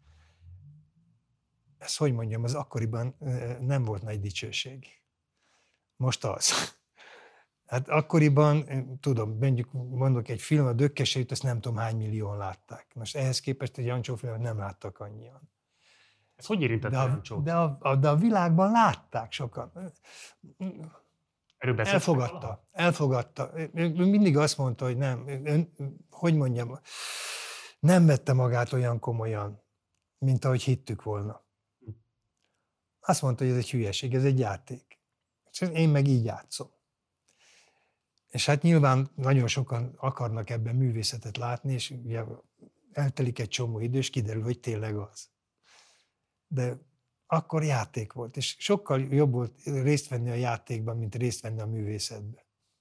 Ezt hogy mondjam, az akkoriban nem volt nagy dicsőség. Most az. Hát akkoriban, tudom, mondjuk mondok egy film, a Dökkeseit, azt nem tudom hány millióan látták. Most ehhez képest egy Jancsó filmet nem láttak annyian. Ez hogy érintette a Jancsót? De a, a, de a világban látták sokan. Erről elfogadta, elfogadta. Mindig azt mondta, hogy nem, ön, hogy mondjam, nem vette magát olyan komolyan, mint ahogy hittük volna. Azt mondta, hogy ez egy hülyeség, ez egy játék. Én meg így játszom. És hát nyilván nagyon sokan akarnak ebben művészetet látni, és ugye eltelik egy csomó idő, és kiderül, hogy tényleg az. De akkor játék volt, és sokkal jobb volt részt venni a játékban, mint részt venni a művészetben.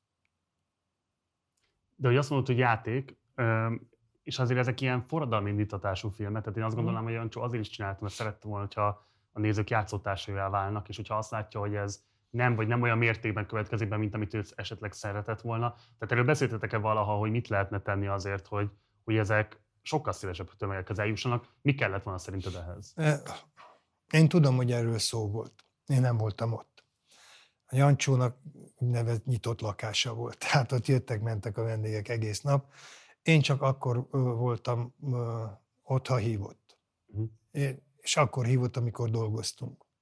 De hogy azt mondod, hogy játék, és azért ezek ilyen forradalmi indítatású filmek, tehát én azt gondolom, hogy Jancsó azért is csináltam, mert szerettem volna, hogyha a nézők játszótársaival válnak, és hogyha azt látja, hogy ez nem, vagy nem olyan mértékben következik be, mint amit ő esetleg szeretett volna. Tehát erről beszéltetek-e valaha, hogy mit lehetne tenni azért, hogy, hogy ezek sokkal szélesebb tömegekhez eljussanak? Mi kellett volna szerinted ehhez? Én tudom, hogy erről szó volt. Én nem voltam ott. A Jancsónak úgynevezett nyitott lakása volt. Tehát ott jöttek, mentek a vendégek egész nap. Én csak akkor voltam ott, ha hívott. Uh-huh. És akkor hívott, amikor dolgoztunk.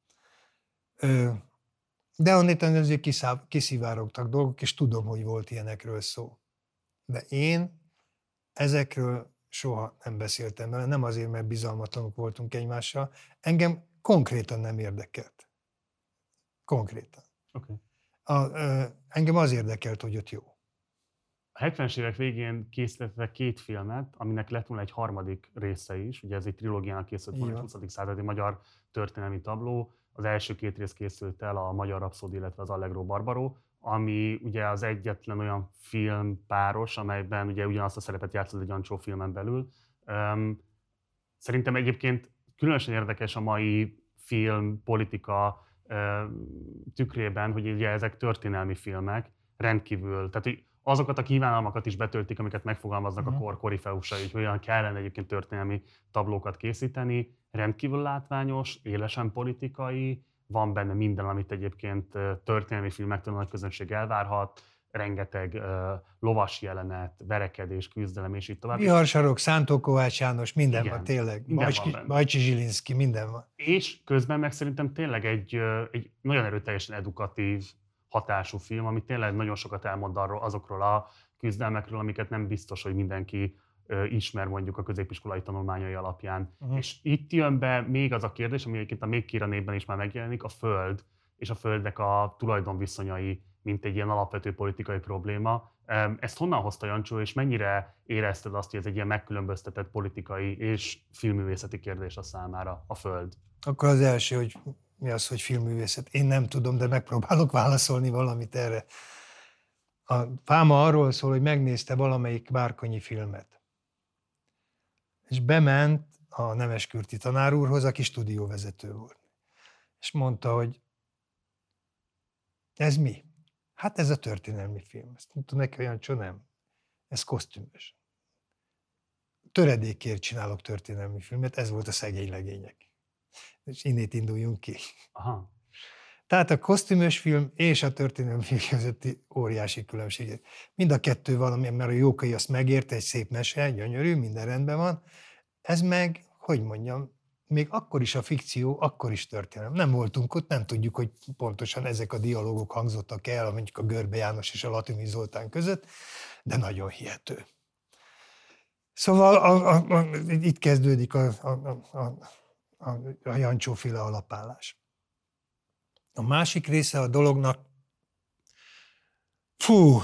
De onnétan azért kiszivárogtak dolgok, és tudom, hogy volt ilyenekről szó. De én ezekről soha nem beszéltem vele, nem azért, mert bizalmatlanok voltunk egymással, engem konkrétan nem érdekelt. Konkrétan. Okay. A, ö, engem az érdekelt, hogy ott jó. A hetvenes évek végén készítettek két filmet, aminek lett volna egy harmadik része is, ugye ez egy trilógiának készült volna, egy huszadik századi magyar történelmi tabló. Az első két rész készült el, a Magyar Rapszódi, illetve az Allegro Barbaro, ami ugye az egyetlen olyan filmpáros, amelyben ugye ugyanazt a szerepet játszott egy Jancsó filmen belül. Um, szerintem egyébként különösen érdekes a mai film, politika um, tükrében, hogy ugye ezek történelmi filmek, rendkívül, tehát hogy azokat a kívánalmakat is betöltik, amiket megfogalmaznak uh-huh. a kor korifeusai, hogy olyan kellene egyébként történelmi tablókat készíteni. Rendkívül látványos, élesen politikai, van benne minden, amit egyébként történelmi filmektől a nagy közönség elvárhat, rengeteg uh, lovas jelenet, verekedés, küzdelem, és így tovább. Viharsarok, Szántó Kovács János, minden igen, van tényleg. Minden Bajcsi, van Bajcsi Zsilinszki, minden van. És közben meg szerintem tényleg egy, egy nagyon erőteljesen edukatív hatású film, ami tényleg nagyon sokat elmond arról, azokról a küzdelmekről, amiket nem biztos, hogy mindenki ö, ismer mondjuk a középiskolai tanulmányai alapján. Uh-huh. És itt jön be még az a kérdés, ami egyébként a Még Kira névben is már megjelenik, a föld és a földnek a tulajdonviszonyai, mint egy ilyen alapvető politikai probléma. Ezt honnan hozta Jancsó, és mennyire érezted azt, hogy ez egy ilyen megkülönböztetett politikai és filmművészeti kérdés a számára, a föld? Akkor az első, hogy mi az, hogy filmművészet? Én nem tudom, de megpróbálok válaszolni valamit erre. A Fáma arról szól, hogy megnézte valamelyik Várkonyi filmet. És bement a Nemeskürti tanár úrhoz, aki stúdióvezető volt. És mondta, hogy ez mi? Hát ez a történelmi film. Ezt mondta neki, olyan csó, nem. Ez kosztümös. Töredékért csinálok történelmi filmet, ez volt a Szegény legények. És innét induljunk ki. Aha. Tehát a kosztümös film és a történelmi film közötti óriási különbség. Mind a kettő valami, mert a Jókai azt megérte, egy szép mese, gyönyörű, minden rendben van. Ez meg, hogy mondjam, még akkor is a fikció, akkor is történelem. Nem voltunk ott, nem tudjuk, hogy pontosan ezek a dialógok hangzottak el, mondjuk a Görbe János és a Latini Zoltán között, de nagyon hihető. Szóval a, a, a, itt kezdődik a, a, a, a, a Jancsó-féle alapállás. A másik része a dolognak, fú,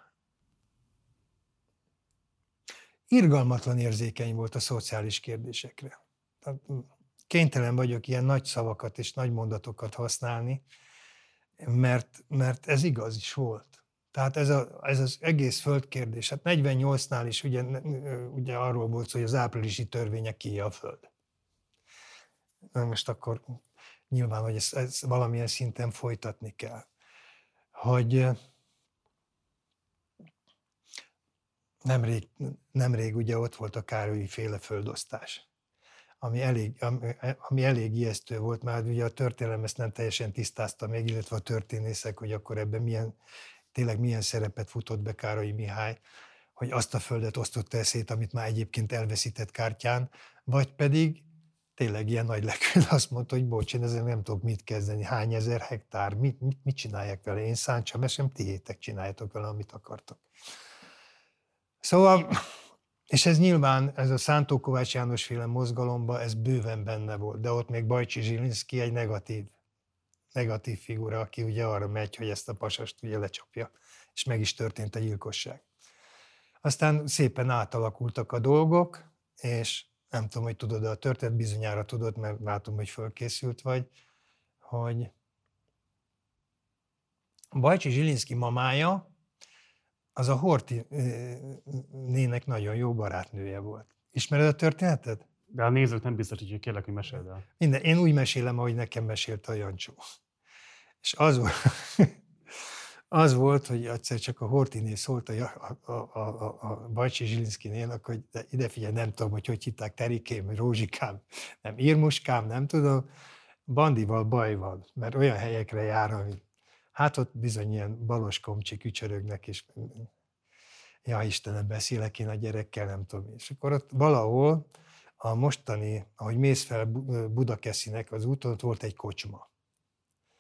irgalmatlan érzékeny volt a szociális kérdésekre. Kénytelen vagyok ilyen nagy szavakat és nagy mondatokat használni, mert, mert ez igaz is volt. Tehát ez, a, ez az egész földkérdés, hát negyvennyolcnál is ugye, ugye arról volt szó, hogy az áprilisi törvények kié a föld. Na most akkor nyilván, hogy ezt, ezt valamilyen szinten folytatni kell. Hogy nemrég, nemrég ugye ott volt a Károlyi féle földosztás, ami elég, ami, ami elég ijesztő volt, mert ugye a történelem ezt nem teljesen tisztázta még, illetve a történészek, hogy akkor ebben milyen, tényleg milyen szerepet futott be Károlyi Mihály, hogy azt a földet osztotta szét, amit már egyébként elveszített kártyán, vagy pedig tényleg ilyen nagy lekül azt mondta, hogy bocs, én ezzel nem tudok mit kezdeni, hány ezer hektár, mit, mit, mit csinálják vele, én szántsam, ezt sem tiétek, csináljátok vele, amit akartok. Szóval, és ez nyilván, ez a Szántó Kovács János féle mozgalomban, ez bőven benne volt, de ott még Bajcsi Zsilinszki egy negatív, negatív figura, aki ugye arra megy, hogy ezt a pasast ugye lecsapja, és meg is történt a gyilkosság. Aztán szépen átalakultak a dolgok, és nem tudom, hogy tudod, de a történet bizonyára tudod, mert látom, hogy fölkészült vagy, hogy Bajcsi Zsilinszki mamája, az a Horthy nének nagyon jó barátnője volt. Ismered a történetet? De a nézők nem biztos, hogy kérlek, hogy meséld el. Minden. Én úgy mesélem, ahogy nekem mesélte a Jancsó. És az volt, az volt, hogy egyszer csak a Horthyné szólt a, a, a, a, a Bajcsi Zsilinszkinének, hogy de ide figyelj, nem tudom, hogy hogy hitták, Terikém, Rózsikám, nem Irmuskám, nem tudom, Bandival baj van, mert olyan helyekre jár, ami hát ott bizony ilyen balos komcsik ücsörögnek, és ja Istenem, beszélek én a gyerekkel, nem tudom. És akkor ott valahol a mostani, ahogy mész fel Budakeszinek az úton, ott volt egy kocsma.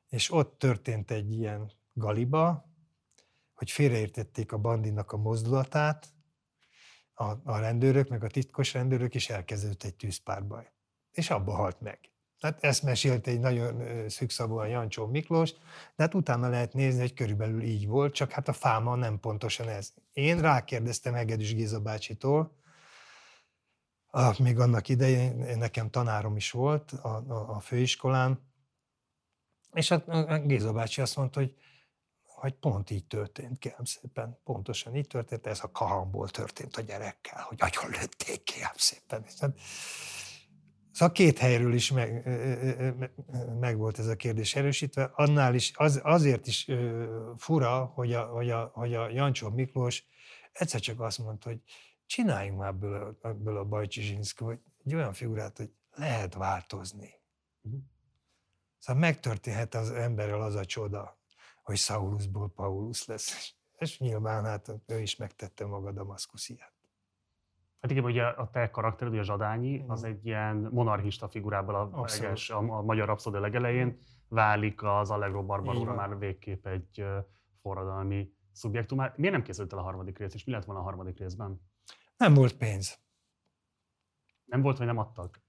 és ott történt egy ilyen galiba, hogy félreértették a bandinak a mozdulatát, a, a rendőrök, meg a titkos rendőrök, és elkezdődött egy tűzpárbaj. És abba halt meg. Hát ezt mesélte egy nagyon szűkszavúan Jancsó Miklós, de hát utána lehet nézni, hogy körülbelül így volt, csak hát a fáma nem pontosan ez. Én rákérdeztem Hegedűs Géza bácsitól, a, még annak idején nekem tanárom is volt a, a, a főiskolán, és a, a Géza bácsi azt mondta, hogy, hogy pont így történt, kérem szépen, pontosan így történt, ez a kahamból történt a gyerekkel, hogy agyon lőtték, kérem szépen. Szóval két helyről is meg, meg volt ez a kérdés erősítve, annál is, az, azért is fura, hogy a, hogy, a, hogy a Jancsó Miklós egyszer csak azt mondta, hogy csináljunk már ebből a, ebből a Bajcsi Zsinszkó, egy olyan figurát, hogy lehet változni. Uh-huh. Szóval megtörténhet az emberrel az a csoda, hogy Saulusból Paulus lesz. És nyilván hát ő is megtette maga Damaszkusziját. Hát igen, ugye a te karaktered, ugye a Zsadányi, az egy ilyen monarchista figurából a, leges, a, a magyar rapszódia legelején válik az Allegro Barbaróra már végképp egy forradalmi szubjektum. Miért nem készült el a harmadik rész, és mi lett volna a harmadik részben? Nem volt pénz. Nem volt, vagy nem adtak?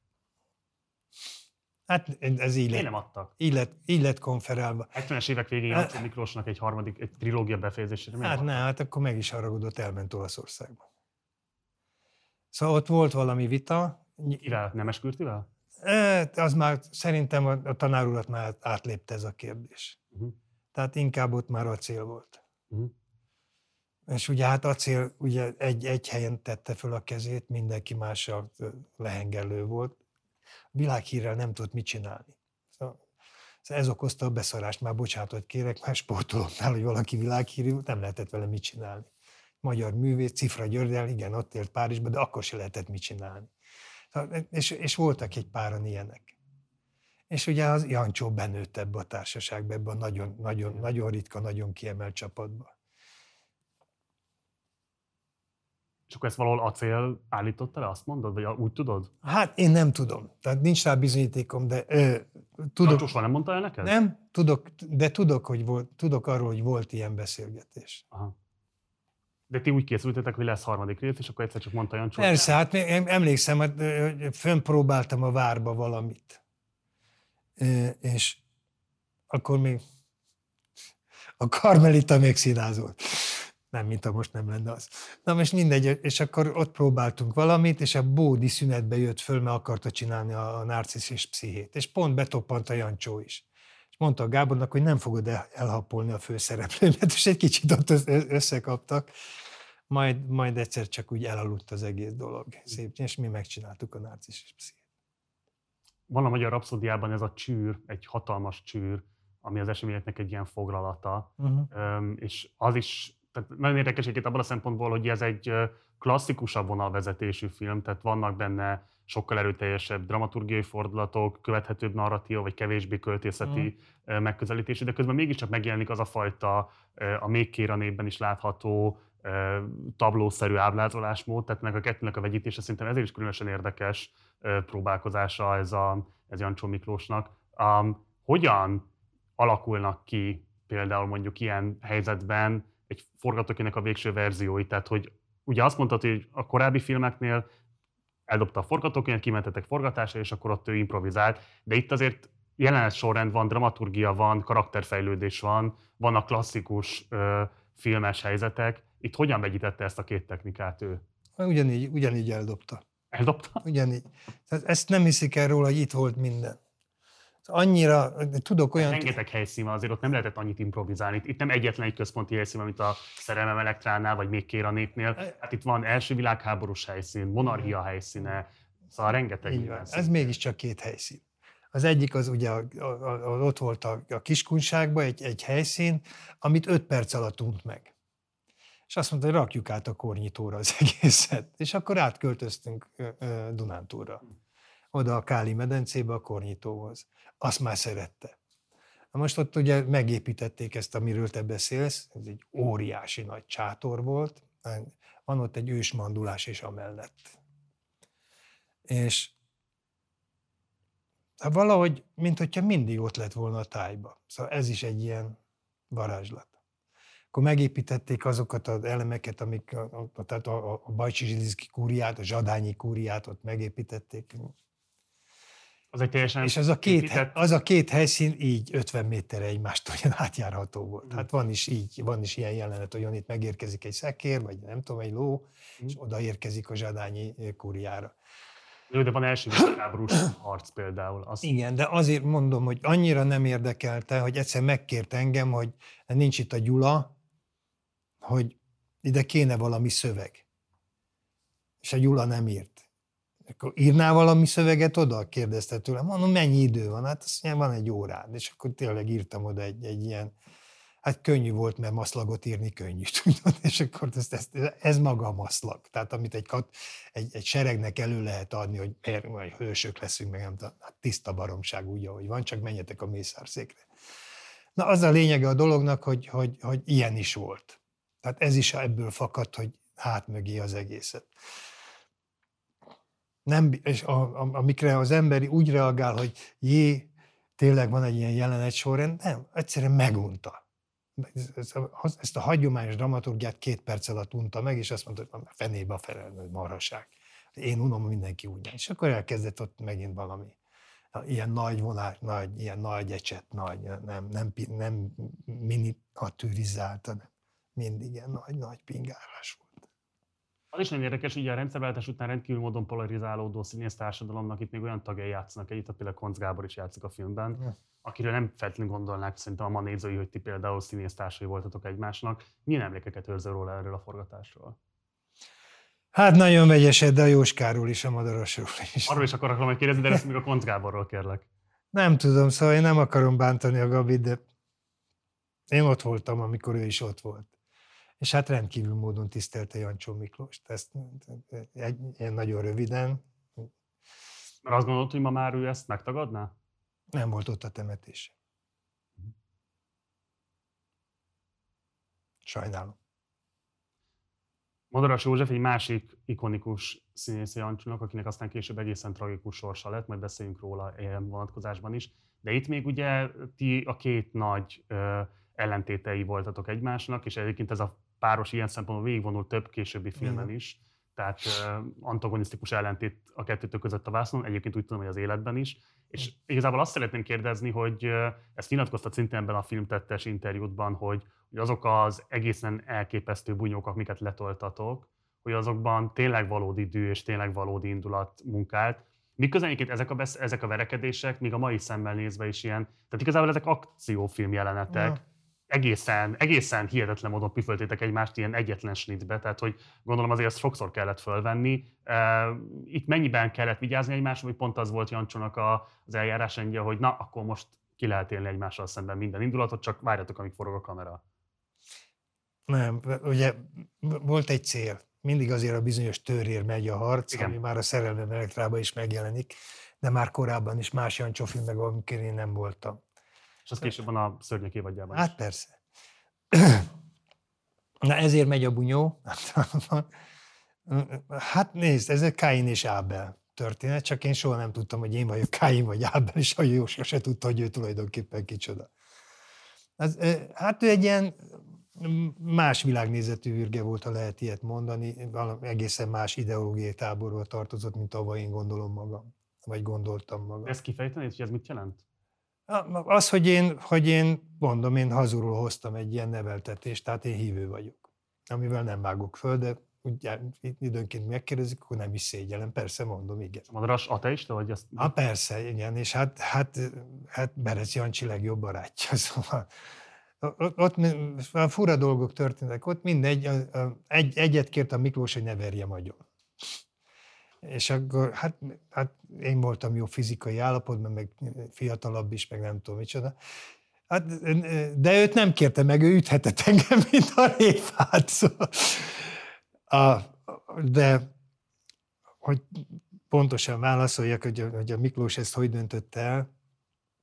Hát ez így lett. nem adtak? Így lett, így lett konferálva. hetvenes évek végén Jancsó Miklósnak egy harmadik, egy trilógia befejezésére. Hát ne, hát akkor meg is haragudott, elment Olaszországba. Szóval ott volt valami vita. Kivel? Nemes Kürtivel? Az már szerintem a, a tanár urat már átlépte ez a kérdés. Uh-huh. Tehát inkább ott már acél volt. Uh-huh. És ugye hát acél ugye egy, egy helyen tette föl a kezét, mindenki mással lehengerlő volt. Világhírrel nem tudott mit csinálni. Szóval ez okozta a beszarást, már bocsánatot kérek, már sportolóknál, hogy valaki világhírű, nem lehetett vele mit csinálni. Magyar művész, Cifra Györgyel, igen, ott élt Párizsban, de akkor se lehetett mit csinálni. És, és voltak egy páran ilyenek. És ugye az Jancsó benőtt ebbe a társaságba, ebbe a nagyon, nagyon, nagyon ritka, nagyon kiemelt csapatba. És akkor ezt valahol acél állította le, azt mondod, vagy úgy tudod? Hát én nem tudom. Tehát nincs rá bizonyítékom, de ö, tudok. Jancsósval nem mondta el neked? Nem, tudok, de tudok, hogy volt, tudok arról, hogy volt ilyen beszélgetés. Aha. De ti úgy készültetek, hogy lesz harmadik rész, és akkor egyszer csak mondta Jancsó. Persze, hát emlékszem, hogy fönnpróbáltam a várba valamit. És akkor még a Karmelita még színázolt. Nem, mint ha most nem lenne az. Na most mindegy, és akkor ott próbáltunk valamit, és a Bódi szünetbe jött föl, mert akarta csinálni a Narcisz és Pszichét. És pont betoppant a Jancsó is. És mondta a Gábornak, hogy nem fogod elhappolni a főszereplőmet, és egy kicsit ott összekaptak. Majd, majd egyszer csak úgy elaludt az egész dolog. Szép, és mi megcsináltuk a Narcisz és Pszichét. Van a magyar rapszódiában ez a csűr, egy hatalmas csűr, ami az eseményeknek egy ilyen foglalata. Uh-huh. És az is, tehát nagyon érdekes egyébként abban a szempontból, hogy ez egy klasszikusabb vonalvezetésű film, tehát vannak benne sokkal erőteljesebb dramaturgiai fordulatok, követhetőbb narratíva, vagy kevésbé költészeti uh-huh. megközelítés, de közben mégiscsak megjelenik az a fajta, a Még Kér a népben is látható tablószerű ábrázolásmód, tehát meg a kettőnek a vegyítése szerintem ezért is különösen érdekes próbálkozása ez, a, ez Jancsó Miklósnak. Um, hogyan alakulnak ki például mondjuk ilyen helyzetben egy forgatókönyvnek a végső verziói? Tehát, hogy ugye azt mondtad, hogy a korábbi filmeknél eldobta a forgatókönyvet, kimentetek forgatásra, és akkor ott ő improvizált, de itt azért jelenet sorrend van, dramaturgia van, karakterfejlődés van, vannak klasszikus ö, filmes helyzetek. Itt hogyan vegyítette ezt a két technikát ő? Ugyanígy, ugyanígy eldobta. Eldobta? Ugyanígy. Tehát ezt nem hiszik el róla, hogy itt volt minden. Annyira, tudok olyan... Rengeteg helyszín van, azért ott nem lehetett annyit improvizálni. Itt nem egyetlen egy központi helyszín, mint a Szerelmem Elektránál, vagy Még Kér a népnél. Hát itt van első világháborús helyszín, monarchia helyszíne, szóval rengeteg minden. Ez mégiscsak két helyszín. Az egyik az ugye a, a, a, ott volt a, a Kiskunságban egy, egy helyszín, amit öt perc alatt unt meg. És azt mondta, hogy rakjuk át a Kornyitóra az egészet. És akkor átköltöztünk Dunántúlra. Oda a Káli medencébe, a Kornyitóhoz. Azt már szerette. Na most ott ugye megépítették ezt, amiről te beszélsz, ez egy óriási nagy csátor volt, van ott egy ősmandulás is amellett. És Hát valahogy, mint hogyha mindig ott lett volna a tájba. Szóval ez is egy ilyen varázslat. Akkor megépítették azokat az elemeket, amik a, a, tehát a, a Bajcsy-Zsilinszky kúriát, a Zsadányi kúriát ott megépítették. Az egy teljesen és az a, két, épített... az a két helyszín így ötven méterre egymástól ilyen átjárható volt. Hát van is így, van is ilyen jelenet, hogy itt megérkezik egy szekér, vagy nem tudom, egy ló, mm. és odaérkezik a Zsadányi kúriára. Jó, de van első háborús harc például. Az... Igen, de azért mondom, hogy annyira nem érdekelte, hogy egyszer megkért engem, hogy nincs itt a Gyula, hogy ide kéne valami szöveg. És a Gyula nem írt. Akkor írnál valami szöveget oda? Kérdezte tőlem. Mondom, mennyi idő van? Hát azt mondja, van egy órád. És akkor tényleg írtam oda egy, egy ilyen, hát könnyű volt, mert maszlagot írni könnyű. Tudod? És akkor ezt, ezt, ez maga a maszlag. Tehát amit egy, kat, egy, egy seregnek elő lehet adni, hogy mert hősök leszünk, meg nem tudom, hát tiszta baromság úgy, ahogy van, csak menjetek a mészárszékre. Na az a lényege a dolognak, hogy, hogy, hogy ilyen is volt. Tehát ez is ebből fakadt, hogy hát mögé az egészet. Nem, és a, a, amikre az ember úgy reagál, hogy jé, tényleg van egy ilyen jelenet sorrend, nem, egyszerűen megunta. Ezt a hagyományos dramaturgiát két perc alatt unta meg, és azt mondta, hogy fenébe a felelő, marhaság. Én unom, mindenki úgy. És akkor elkezdett ott megint valami. Ilyen nagy vonás, nagy, ilyen nagy ecset, nagy, nem, nem, nem miniatűrizált, hanem mindig ilyen nagy-nagy pingálás volt. Az is nagyon érdekes, hogy a rendszerváltás után rendkívül módon polarizálódó színész társadalomnak itt még olyan tagjai játszanak együtt, például Koncz Gábor is játszik a filmben, ja. akiről nem feltétlenül gondolnák szerintem a ma nézői, hogy ti például színésztársai voltatok egymásnak. Milyen emlékeket őrzel róla erről a forgatásról? Hát nagyon vegyesed, de a Jóskáról is, a Madarasról is. Arról is akarok majd kérdezni, de ezt még a Koncz Gáborról kérlek. Nem tudom, szóval én nem akarom bántani a Gabit, de én ott voltam, amikor ő is ott volt. És hát rendkívül módon tisztelte Jancsó Miklóst. Ezt egy, ilyen nagyon röviden. Mert azt gondolod, hogy ma már ő ezt megtagadná? Nem volt ott a temetés. Sajnálom. Madaras József egy másik ikonikus színész Jancsónak, akinek aztán később egészen tragikus sorsa lett, majd beszéljünk róla ilyen vonatkozásban is. De itt még ugye ti a két nagy ö, ellentétei voltatok egymásnak, és egyébként ez a páros ilyen szempontból végigvonul több későbbi filmen mm. is, tehát uh, antagonisztikus ellentét a kettőtök között a vásznon, egyébként úgy tudom, hogy az életben is. És igazából azt szeretném kérdezni, hogy uh, ezt nyilatkoztat szintén ebben a filmtettes interjútban, hogy, hogy azok az egészen elképesztő bunyók, amiket letoltatok, hogy azokban tényleg valódi dű és tényleg valódi indulat munkált. Miközben egyébként ezek a, besz- ezek a verekedések, még a mai szemmel nézve is ilyen, tehát igazából ezek akciófilm jelenetek, ja. Egészen, egészen hihetetlen módon püföltétek egymást ilyen egyetlen snitbe, tehát hogy gondolom azért ezt sokszor kellett fölvenni. Itt mennyiben kellett vigyázni egymásra, vagy pont az volt Jancsónak az eljárásrendje, hogy na, akkor most ki lehet élni egymással szemben minden indulatot, csak várjatok, amíg forog a kamera. Nem, ugye volt egy cél. Mindig azért a bizonyos törért megy a harc, igen. Ami már a Szerelmem elektrában is megjelenik, de már korábban is más Jancsó filmben, amikor én nem voltam. És az később van a Szörnyek évadjában is. Hát persze. Na ezért megy a bunyó. Hát nézd, ez egy Káin és Ábel történet, csak én soha nem tudtam, hogy én vagyok Káin vagy Ábel, és a Jóska se tudta, hogy ő tulajdonképpen kicsoda. Az, hát ő egy ilyen más világnézetű űrge volt, ha lehet ilyet mondani, valami egészen más ideológiai táborból tartozott, mint ahova én gondolom magam, vagy gondoltam magam. Ezt kifejtenéd, hogy ez mit jelent? Az, hogy én, hogy én mondom, én hazulról hoztam egy ilyen neveltetést, tehát én hívő vagyok, amivel nem vágok föl, de ugye időnként megkérdezik, akkor nem is szégyellem, persze mondom, igen. Madaras ateista vagy? Azt... Ha persze, igen, és hát, hát, hát Berec Jancsi legjobb barátja, szóval ott, ott fura dolgok történtek, ott mindegy, egy, egyet kért a Miklós, hogy ne verjem agyon. És akkor, hát, hát én voltam jó fizikai állapotban, meg fiatalabb is, meg nem tudom micsoda. Hát, de őt nem kérte meg, ő üthetett engem, mint a réfát. Szóval. A, de hogy pontosan válaszoljak, hogy a, hogy a Miklós ezt hogy döntött el,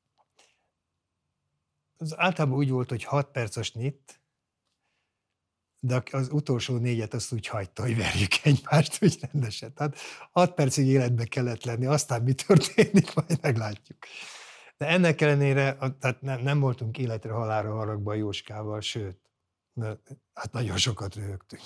az általában úgy volt, hogy hat perc a snit, de az utolsó négyet azt úgy hagyta, hogy verjük egymást, úgy rendesen. Tehát hat percig életbe kellett lenni, aztán mi történik, majd meglátjuk. De ennek ellenére, tehát nem, nem voltunk életre halálra haragban Jóskával, sőt, hát nagyon sokat röhögtünk.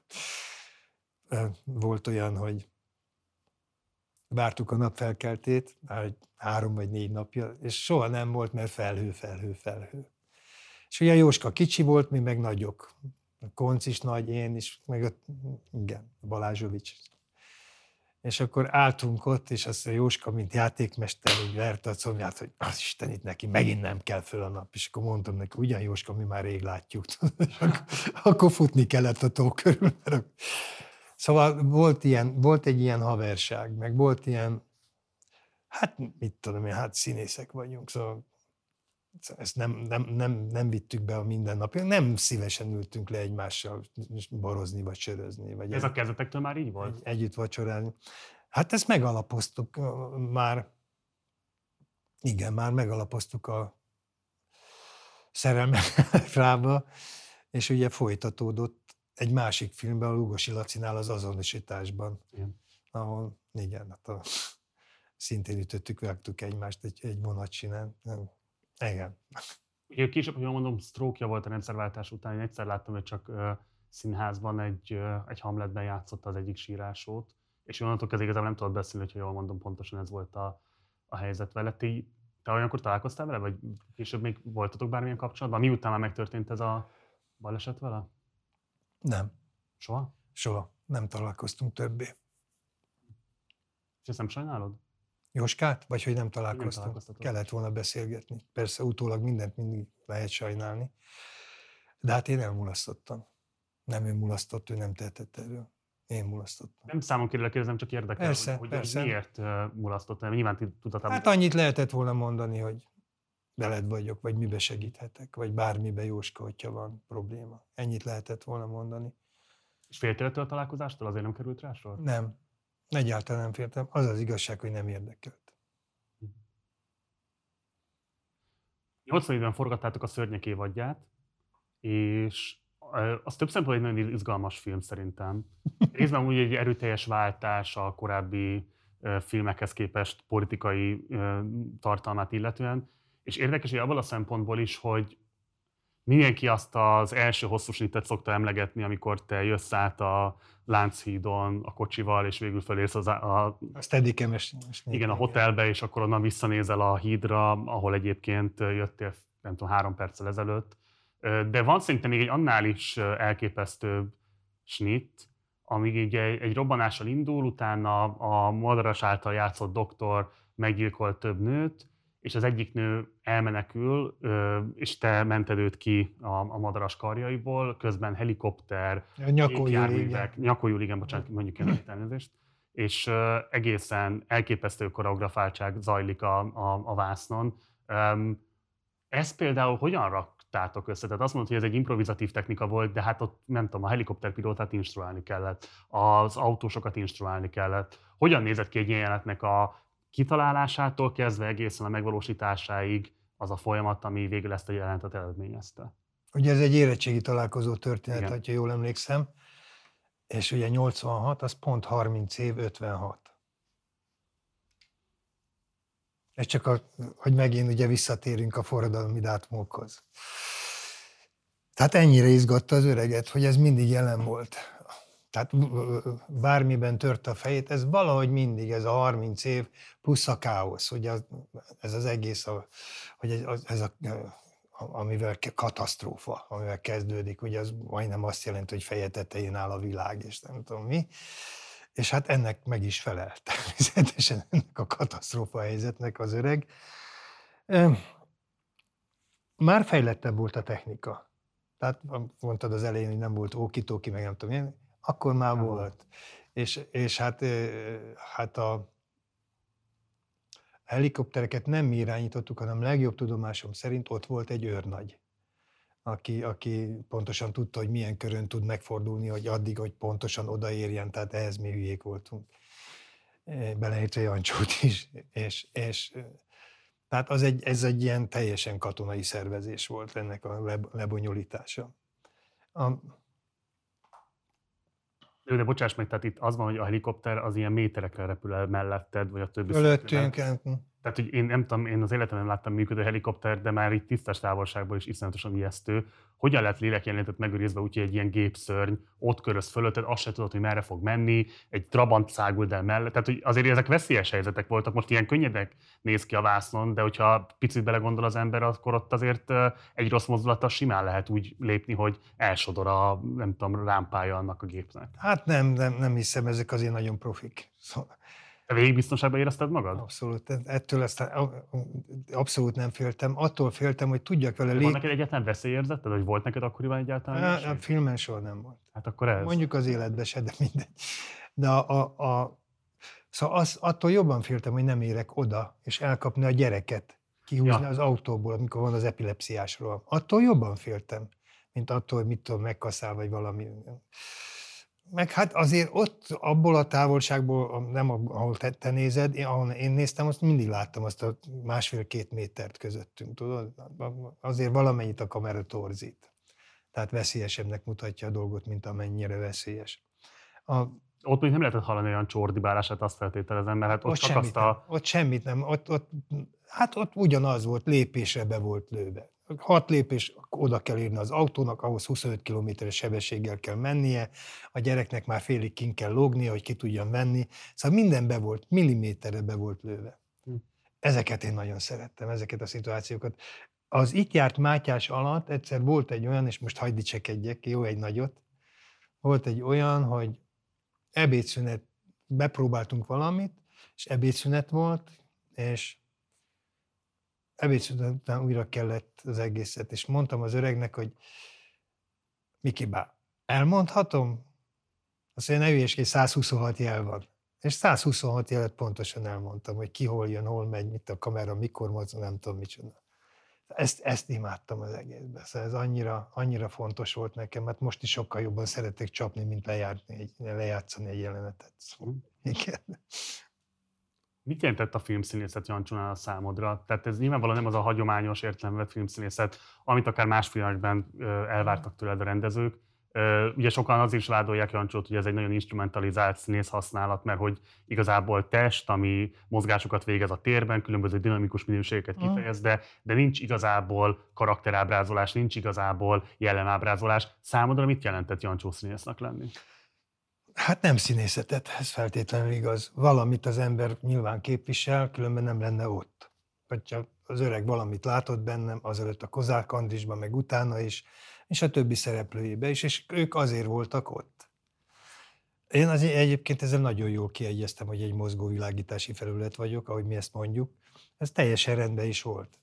Volt olyan, hogy vártuk a napfelkeltét, már három vagy négy napja, és soha nem volt, mert felhő, felhő, felhő. És ugye Jóska kicsi volt, mi meg nagyok. A Konc is nagy, én is, meg a, igen, a Balázsovics. És akkor álltunk ott, és azt a Jóska, mint játékmester, úgy verte a combját, hogy az Isten, itt neki megint nem kell föl a nap. És akkor mondtam neki, ugyan Jóska, mi már rég látjuk. akkor, akkor futni kellett a tó körül. Szóval volt, ilyen, volt egy ilyen haverság, meg volt ilyen, hát mit tudom én, hát színészek vagyunk, szóval ezt nem, nem, nem, nem vittük be a mindennapja, nem szívesen ültünk le egymással borozni, vagy sörözni. Vagy Ez egy, a kezdetektől már így volt? Egy, együtt vacsorálni. Hát ezt megalapoztuk már, igen, már megalapoztuk a szerelmet rába, és ugye folytatódott egy másik filmben, a Lugosi Lacinál, az Azonosításban, igen. Ahol igen, hát a, szintén ütöttük, vágtuk egymást egy, egy vonatsinán. Igen. Én később, hogy jól mondom, stroke-ja volt a rendszerváltás után. Én egyszer láttam, hogy csak uh, színházban egy, uh, egy Hamletben játszotta az egyik sírásót, és onnantól kezdve igazából nem tudott beszélni, hogy jól mondom, pontosan ez volt a, a helyzet vele. Ti, te olyankor találkoztál vele, vagy később még voltatok bármilyen kapcsolatban? Miután már megtörtént ez a baleset vele? Nem. Soha? Soha. Nem találkoztunk többé. És ezt nem sajnálod? Jóskát? Vagy hogy nem találkoztunk? Nem Kellett volna beszélgetni. Persze utólag mindent mindig lehet sajnálni. De hát én elmulasztottam. Nem ő mulasztott, ő nem tehetett erről. Én mulasztottam. Nem számon kérlek kérdezem, csak érdekel, persze, hogy, hogy persze. miért mulasztottam. Nyilván tudatában. Hát annyit lehetett volna mondani, hogy veled vagyok, vagy mibe segíthetek, vagy bármibe, Jóska, hogyha van probléma. Ennyit lehetett volna mondani. És féltél ettől a találkozástól? Azért nem került rá sor? Nem. Egyáltalán nem féltem. Az az igazság, hogy nem érdekelt. nyolcvannégyben forgattátok a Szörnyek évadját, és az több szempontból egy nagyon izgalmas film szerintem. Részben úgy egy erőteljes váltás a korábbi filmekhez képest politikai tartalmát illetően, és érdekes, hogy abban a szempontból is, hogy mindenki azt az első hosszú snittet szokta emlegetni, amikor te jössz át a Lánchídon a kocsival, és végül felérsz az a, a, a Steadicam-es igen, a hotelbe, és akkor onnan visszanézel a hídra, ahol egyébként jöttél, nem tudom, három perccel ezelőtt. De van szerintem még egy annál is elképesztőbb snitt, amíg egy, egy robbanással indul, utána a madaras által játszott doktor meggyilkol több nőt, és az egyik nő elmenekül, és te mented őt ki a, a madaras karjaiból, közben helikopter, nyakójúlig, nyakójúlig, bocsánat, mondjuk el elnézést, és egészen elképesztő koreografáltság zajlik a, a, a vásznon. Ez például hogyan raktátok össze? Tehát azt mondod, hogy ez egy improvizatív technika volt, de hát ott nem tudom, a helikopterpilótát instruálni kellett, az autósokat instruálni kellett. Hogyan nézett ki egy ilyen jelenetnek a kitalálásától kezdve egészen a megvalósításáig az a folyamat, ami végül ezt a jelentet eredményezte? Ugye ez egy érettségi találkozó történet, igen. ha jól emlékszem, és ugye nyolcvanhat, az pont harminc év, ötvenhat. Ez csak, a, hogy megint ugye visszatérünk a forradalmi dátumokhoz. Tehát ennyire izgatta az öreget, hogy ez mindig jelen volt. Tehát bármiben tört a fejét, ez valahogy mindig, ez a harminc év plusz a káosz, ugye ez az egész, a, hogy ez, ez a, amivel katasztrófa, amivel kezdődik, ugye az majdnem azt jelenti, hogy feje tetején áll a világ, és nem tudom mi. És hát ennek meg is felelt, természetesen ennek a katasztrófa helyzetnek az öreg. Már fejlettebb volt a technika. Tehát mondtad az elején, hogy nem volt ókitóki, meg nem tudom én, akkor már nem volt. volt. És, és hát, hát a helikoptereket nem mi irányítottuk, hanem legjobb tudomásom szerint ott volt egy őrnagy, aki, aki pontosan tudta, hogy milyen körön tud megfordulni, hogy addig, hogy pontosan odaérjen, tehát ehhez mi hülyék voltunk. Beleértve Jancsót is. És, és, tehát az egy, ez egy ilyen teljesen katonai szervezés volt ennek a lebonyolítása. A, Jó, de bocsáss meg, tehát itt az van, hogy a helikopter az ilyen méterekre repül el melletted, vagy a többi Fölöttünk. Tehát, hogy én nem tudom, én az életemben nem láttam működő helikopter, de már itt tisztes távolságból is iszonyatosan ijesztő. Hogyan lehet lélekjelenetet megőrizve úgy, hogy egy ilyen gépszörny ott köröz fölötted, azt se tudod, hogy merre fog menni, egy trabant száguld el mellett. Tehát, hogy azért ezek veszélyes helyzetek voltak, most ilyen könnyedek néz ki a vásznon, de hogyha picit belegondol az ember, akkor ott azért egy rossz mozdulattal simán lehet úgy lépni, hogy elsodor a, nem tudom, rámpája annak a gépnek. Hát nem, nem, nem hiszem, ezek azért nagyon profik. Szóval Te végig biztonságban érezted magad? abszolút, ettől aztán abszolút nem féltem. Attól féltem, hogy tudjak vele lépni. Van lépni. neked egyáltalán veszélyérzeted, vagy volt neked akkoriban egyáltalán? A, a filmen soha nem volt. Hát akkor ez. Mondjuk az életben se, de mindegy. De a, a, a, szóval az, attól jobban féltem, hogy nem érek oda, és elkapni a gyereket, kihúzni ja. az autóból, amikor van az epilepsziásról. Attól jobban féltem, mint attól, hogy mit tudom, megkaszál, vagy valami. Meg hát azért ott, abból a távolságból, nem ahol te, te nézed, én, ahol én néztem, azt mindig láttam azt a másfél-két métert közöttünk, tudod? Azért valamennyit a kamera torzít. Tehát veszélyesebbnek mutatja a dolgot, mint amennyire veszélyes. A, ott még nem lehetett hallani olyan csordibálását, azt feltételezem, mert hát ott, ott csak semmit azt a... nem, ott semmit nem, ott, ott, hát ott ugyanaz volt, lépésre be volt lőve. Hat lépés, oda kell érni az autónak, ahhoz huszonöt kilométeres sebességgel kell mennie, a gyereknek már félig kint kell lógnia, hogy ki tudjon menni. Szóval minden be volt, milliméterre be volt lőve. Hm. Ezeket én nagyon szerettem, ezeket a szituációkat. Az itt járt Mátyás alatt egyszer volt egy olyan, és most hagyd dicsekedjek, jó egy nagyot, volt egy olyan, hogy ebédszünet, bepróbáltunk valamit, és ebédszünet volt, és ebédszünet után újra kellett az egészet, és mondtam az öregnek, hogy Miki bá, elmondhatom? Azt mondja, ne hülyeskedj, száz huszonhat jel van. És száz huszonhat jelet pontosan elmondtam, hogy ki hol jön, hol megy, mit a kamera, mikor mozdul, nem tudom micsoda. Ezt, ezt imádtam az egészben. Szóval ez annyira, annyira fontos volt nekem, mert most is sokkal jobban szeretek csapni, mint lejátszani egy, lejátszani egy jelenetet. Szóval, igen. Mit jelentett a filmszínészet Jancsónál a számodra? Tehát ez nyilvánvalóan nem az a hagyományos értelemben színszínészet, amit akár más filmekben elvártak tőled a rendezők. Ugye sokan azért is vádolják Jancsót, hogy ez egy nagyon instrumentalizált színész használat, mert hogy igazából test, ami mozgásokat végez a térben, különböző dinamikus minőségeket kifejez, de, de nincs igazából karakterábrázolás, nincs igazából jellemábrázolás. Számodra mit jelentett Jancsó színésznek lenni? Hát nem színészetet, ez feltétlenül igaz. Valamit az ember nyilván képvisel, különben nem lenne ott. Hogyha az öreg valamit látott bennem, azelőtt a Kozák Andrisban, meg utána is, és a többi szereplőjébe is, és ők azért voltak ott. Én azért egyébként ezzel nagyon jól kiegyeztem, hogy egy mozgóvilágítási felület vagyok, ahogy mi ezt mondjuk. Ez teljesen rendben is volt.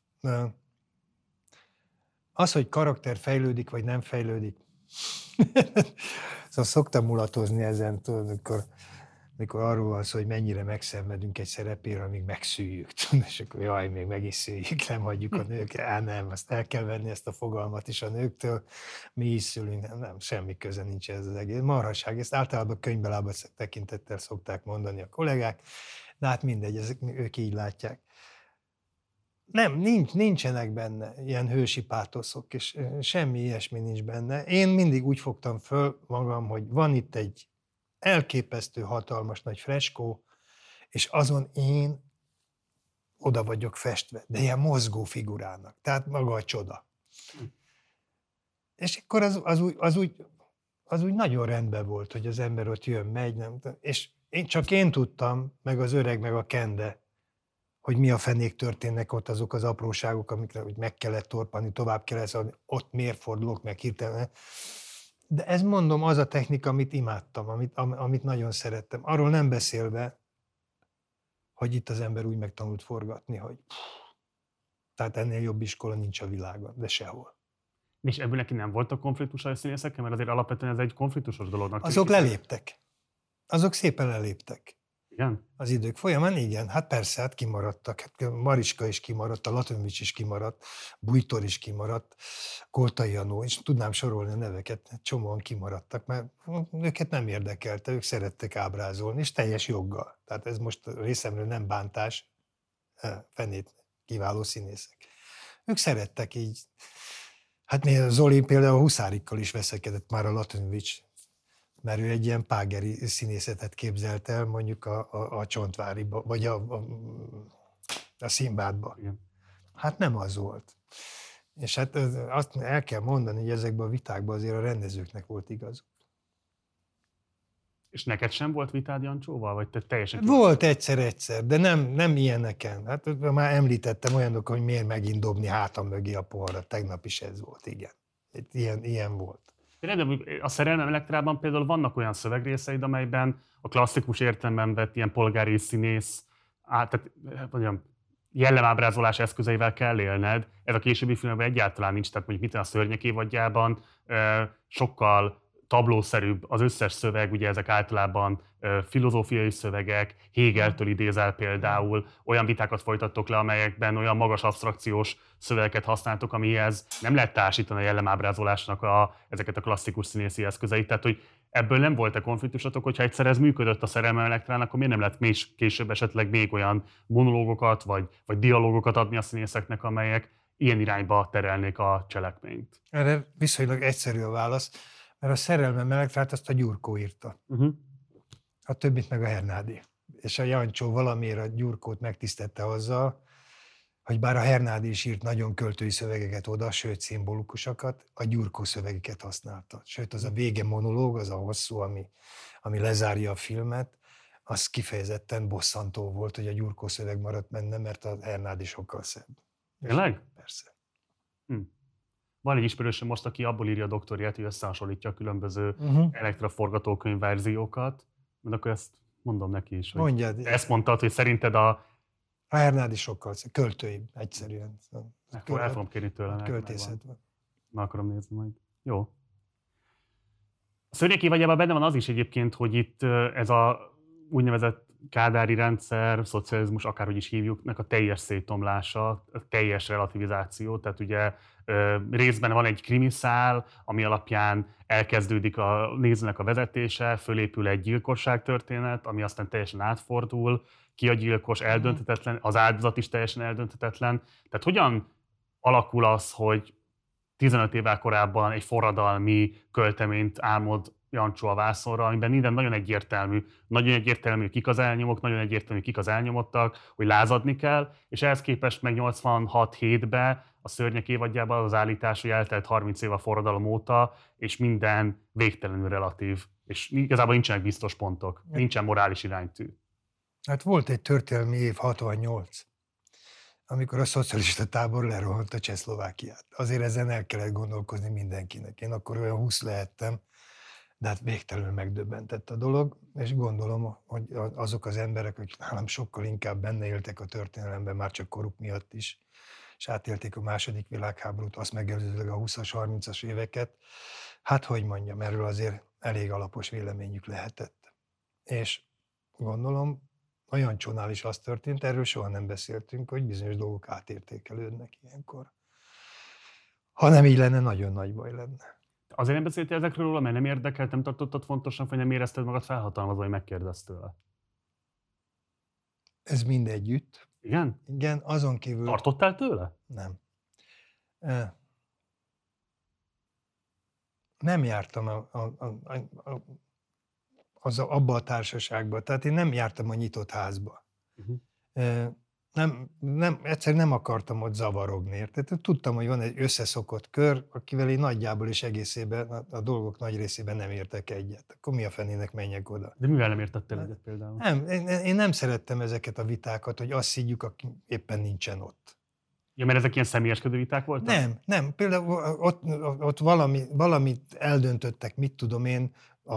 Az, hogy karakter fejlődik, vagy nem fejlődik, szóval szoktam mulatozni ezen, tudod, amikor, amikor arról van szó, hogy mennyire megszenvedünk egy szerepére, amíg megszűjjük, tudod, és akkor jaj, még meg is szűjjük, nem hagyjuk a nőket, á nem, azt el kell venni ezt a fogalmat is a nőktől, mi is szülünk, nem, nem semmi köze nincs ez az egész. Marhaság, ezt általában könyvbelába tekintettel szokták mondani a kollégák, de hát mindegy, ezek, ők így látják. Nem, nincs, nincsenek benne ilyen hősi pátoszok, és semmi ilyesmi nincs benne. Én mindig úgy fogtam föl magam, hogy van itt egy elképesztő, hatalmas nagy freskó, és azon én oda vagyok festve, de ilyen mozgó figurának, tehát maga a csoda. Hm. És akkor az, az, úgy, az, úgy, az úgy nagyon rendben volt, hogy az ember ott jön, megy, nem, és én, csak én tudtam, meg az öreg, meg a Kende, hogy mi a fenék történnek ott, azok az apróságok, amikre hogy meg kellett torpani, tovább kellett szólni, ott miért fordulok meg hirtelen. De ez mondom az a technika, amit imádtam, amit, amit nagyon szerettem. Arról nem beszélve, hogy itt az ember úgy megtanult forgatni, hogy tehát ennél jobb iskola nincs a világon, de sehol. És ebből neki nem voltak konfliktusai színészekkel, mert azért alapvetően ez egy konfliktusos dolognak. Azok leléptek. Azok szépen leléptek. Igen? Az idők folyamán, igen, hát persze, hát kimaradtak. Hát Mariska is kimaradt, a Latonvics is kimaradt, Bújtor is kimaradt, Koltai Janó, és tudnám sorolni a neveket, csomóan kimaradtak, mert őket nem érdekelte, ők szerettek ábrázolni, és teljes joggal. Tehát ez most részemről nem bántás, fenét kiváló színészek. Ők szerettek így. Hát Zoli például a Huszárikkal is veszekedett már a Latonvics. mert ő egy ilyen págeri színészetet képzelt el mondjuk a, a, a Csontváriba, vagy a, a, a Szimbádba. Igen. Hát nem az volt. És hát azt el kell mondani, hogy ezekben a vitákban azért a rendezőknek volt igazuk. És neked sem volt vitád Jancsóval? Vagy te teljesen... Volt egyszer-egyszer, de nem, nem ilyeneken. Hát már említettem olyanok, hogy miért megint dobni hátam mögé a poharat. Tegnap is ez volt, igen. Ilyen, ilyen volt. A Szerelmem Elektrában például vannak olyan szövegrészeid, amelyben a klasszikus értelemben vett ilyen polgári színész, át, tehát, mondjam, jellemábrázolás eszközeivel kell élned. Ez a későbbi filmben egyáltalán nincs, tehát mondjuk mit a Szörnyek évadjában sokkal tablószerűbb az összes szöveg, ugye ezek általában filozófiai szövegek, Hegeltől idézel például, olyan vitákat folytattok le, amelyekben olyan magas absztrakciós szövegeket használtok, amihez nem lehet társítani a jellemábrázolásnak a, ezeket a klasszikus színészi eszközeit. Tehát, hogy ebből nem volt-e konfliktusotok, hogyha egyszer ez működött a Szerelmem Elektrán, akkor miért nem lehet még később esetleg még olyan monológokat, vagy, vagy dialógokat adni a színészeknek, amelyek ilyen irányba terelnék a cselekményt? Erre viszonylag egyszerű a válasz. Mert a Szerelmem Elektrát azt a Gyurkó írta. Uh-huh. A többit meg a Hernádi. És a Jancsó valamiért a Gyurkót megtisztette azzal, hogy bár a Hernádi is írt nagyon költői szövegeket oda, sőt szimbolikusokat, a Gyurkó szövegeket használta. Sőt, az a vége monológ, az a hosszú, ami, ami lezárja a filmet, az kifejezetten bosszantó volt, hogy a Gyurkó szöveg maradt benne, mert a Hernádi sokkal szebb. Tényleg? Persze. Hm. Van egy ismerősöm most, aki abból írja a doktoriát, hogy összehasonlítja a különböző uh-huh. elektraforgatókönyv verziókat, mert akkor ezt mondom neki is. Hogy Mondjad. Ezt mondtad, hogy szerinted a... A Hernádi sokkal költői, egyszerűen. Akkor el fogom kérni tőle. Költészet van. Na, akarom nézni majd. Jó. A Szörnyek évadjában benne van az is egyébként, hogy itt ez a úgynevezett kádári rendszer, szocializmus, akárhogy is hívjuk, nek a teljes szétomlása, a teljes relativizáció. Tehát ugye részben van egy krimiszál, ami alapján elkezdődik a nézőnek a vezetése, fölépül egy gyilkosság történet, ami aztán teljesen átfordul, ki a gyilkos, eldönthetetlen, az áldozat is teljesen eldönthetetlen. Tehát hogyan alakul az, hogy tizenöt évvel korábban egy forradalmi költeményt álmod Jancsó a vászonra, amiben minden nagyon egyértelmű, nagyon egyértelmű, kik az elnyomok, nagyon egyértelmű, kik az elnyomottak, hogy lázadni kell, és ehhez képest meg nyolcvanhat hétben a Szörnyek évadjában az állítás, hogy eltelt harminc év a forradalom óta, és minden végtelenül relatív, és igazából nincsenek biztos pontok, nincsen morális iránytű. Hát volt egy történelmi év, hatvannyolc, amikor a szocialista tábor lerohant a Csehszlovákiát. Azért ezen el kellett gondolkozni mindenkinek. Én akkor olyan húsz lehettem, de hát végtelenül megdöbbentett a dolog, és gondolom, hogy azok az emberek, akik nálam sokkal inkább benne éltek a történelemben, már csak koruk miatt is, és átélték a második világháborút, azt megelőzőleg a húszas, harmincas éveket, hát hogy mondjam, erről azért elég alapos véleményük lehetett. És gondolom, a Jancsónál is az történt, erről soha nem beszéltünk, hogy bizonyos dolgok átértékelődnek ilyenkor. Ha nem így lenne, nagyon nagy baj lenne. Azért nem beszéltél ezekről róla, mert nem érdekelt, nem tartottad fontosan, vagy nem érezted magad felhatalmazva, hogy megkérdezz tőle? Ez mind együtt. Igen? Igen, azon kívül... Tartottál tőle? Nem. Nem jártam a, a, a, a, az a, abba a társaságba, tehát én nem jártam a nyitott házba. Uh-huh. Nem, nem, egyszerűen nem akartam ott zavarogni. Tehát tudtam, hogy van egy összeszokott kör, akivel én nagyjából és egészében, a, a dolgok nagy részében nem értek egyet. Akkor mi a fenének menjek oda? De mivel nem értettél egyet például? Nem, én, én nem szerettem ezeket a vitákat, hogy azt higgyük, aki éppen nincsen ott. Ja, mert ezek ilyen személyeskedő viták voltak? Nem, nem. Például ott, ott valami, valamit eldöntöttek, mit tudom én, a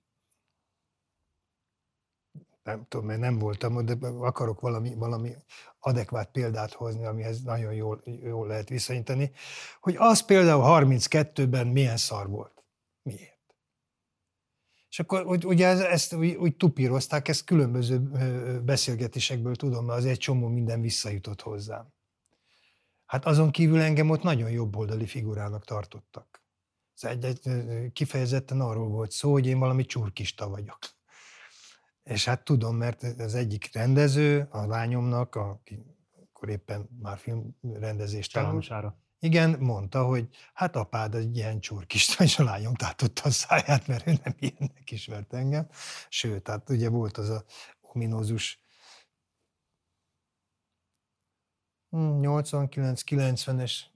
nem tudom, mert nem voltam, de akarok valami, valami adekvát példát hozni, amihez nagyon jól, jól lehet viszonyítani, hogy az például harminckettőben milyen szar volt. Miért? És akkor ugye ezt úgy, úgy tupírozták, ezt különböző beszélgetésekből tudom, mert azért egy csomó minden visszajutott hozzám. Hát azon kívül engem ott nagyon jobboldali figurának tartottak. Egy, egy, kifejezetten arról volt szó, hogy én valami csurkista vagyok. És hát tudom, mert az egyik rendező, a lányomnak, aki akkor éppen már filmrendezést tanult, igen, mondta, hogy hát apád egy ilyen csurkista, és a lányom tátotta a száját, mert ő nem ilyennek mindegyik ismert engem. Sőt, hát ugye volt az a ominózus nyolcvankilenc-kilencvenes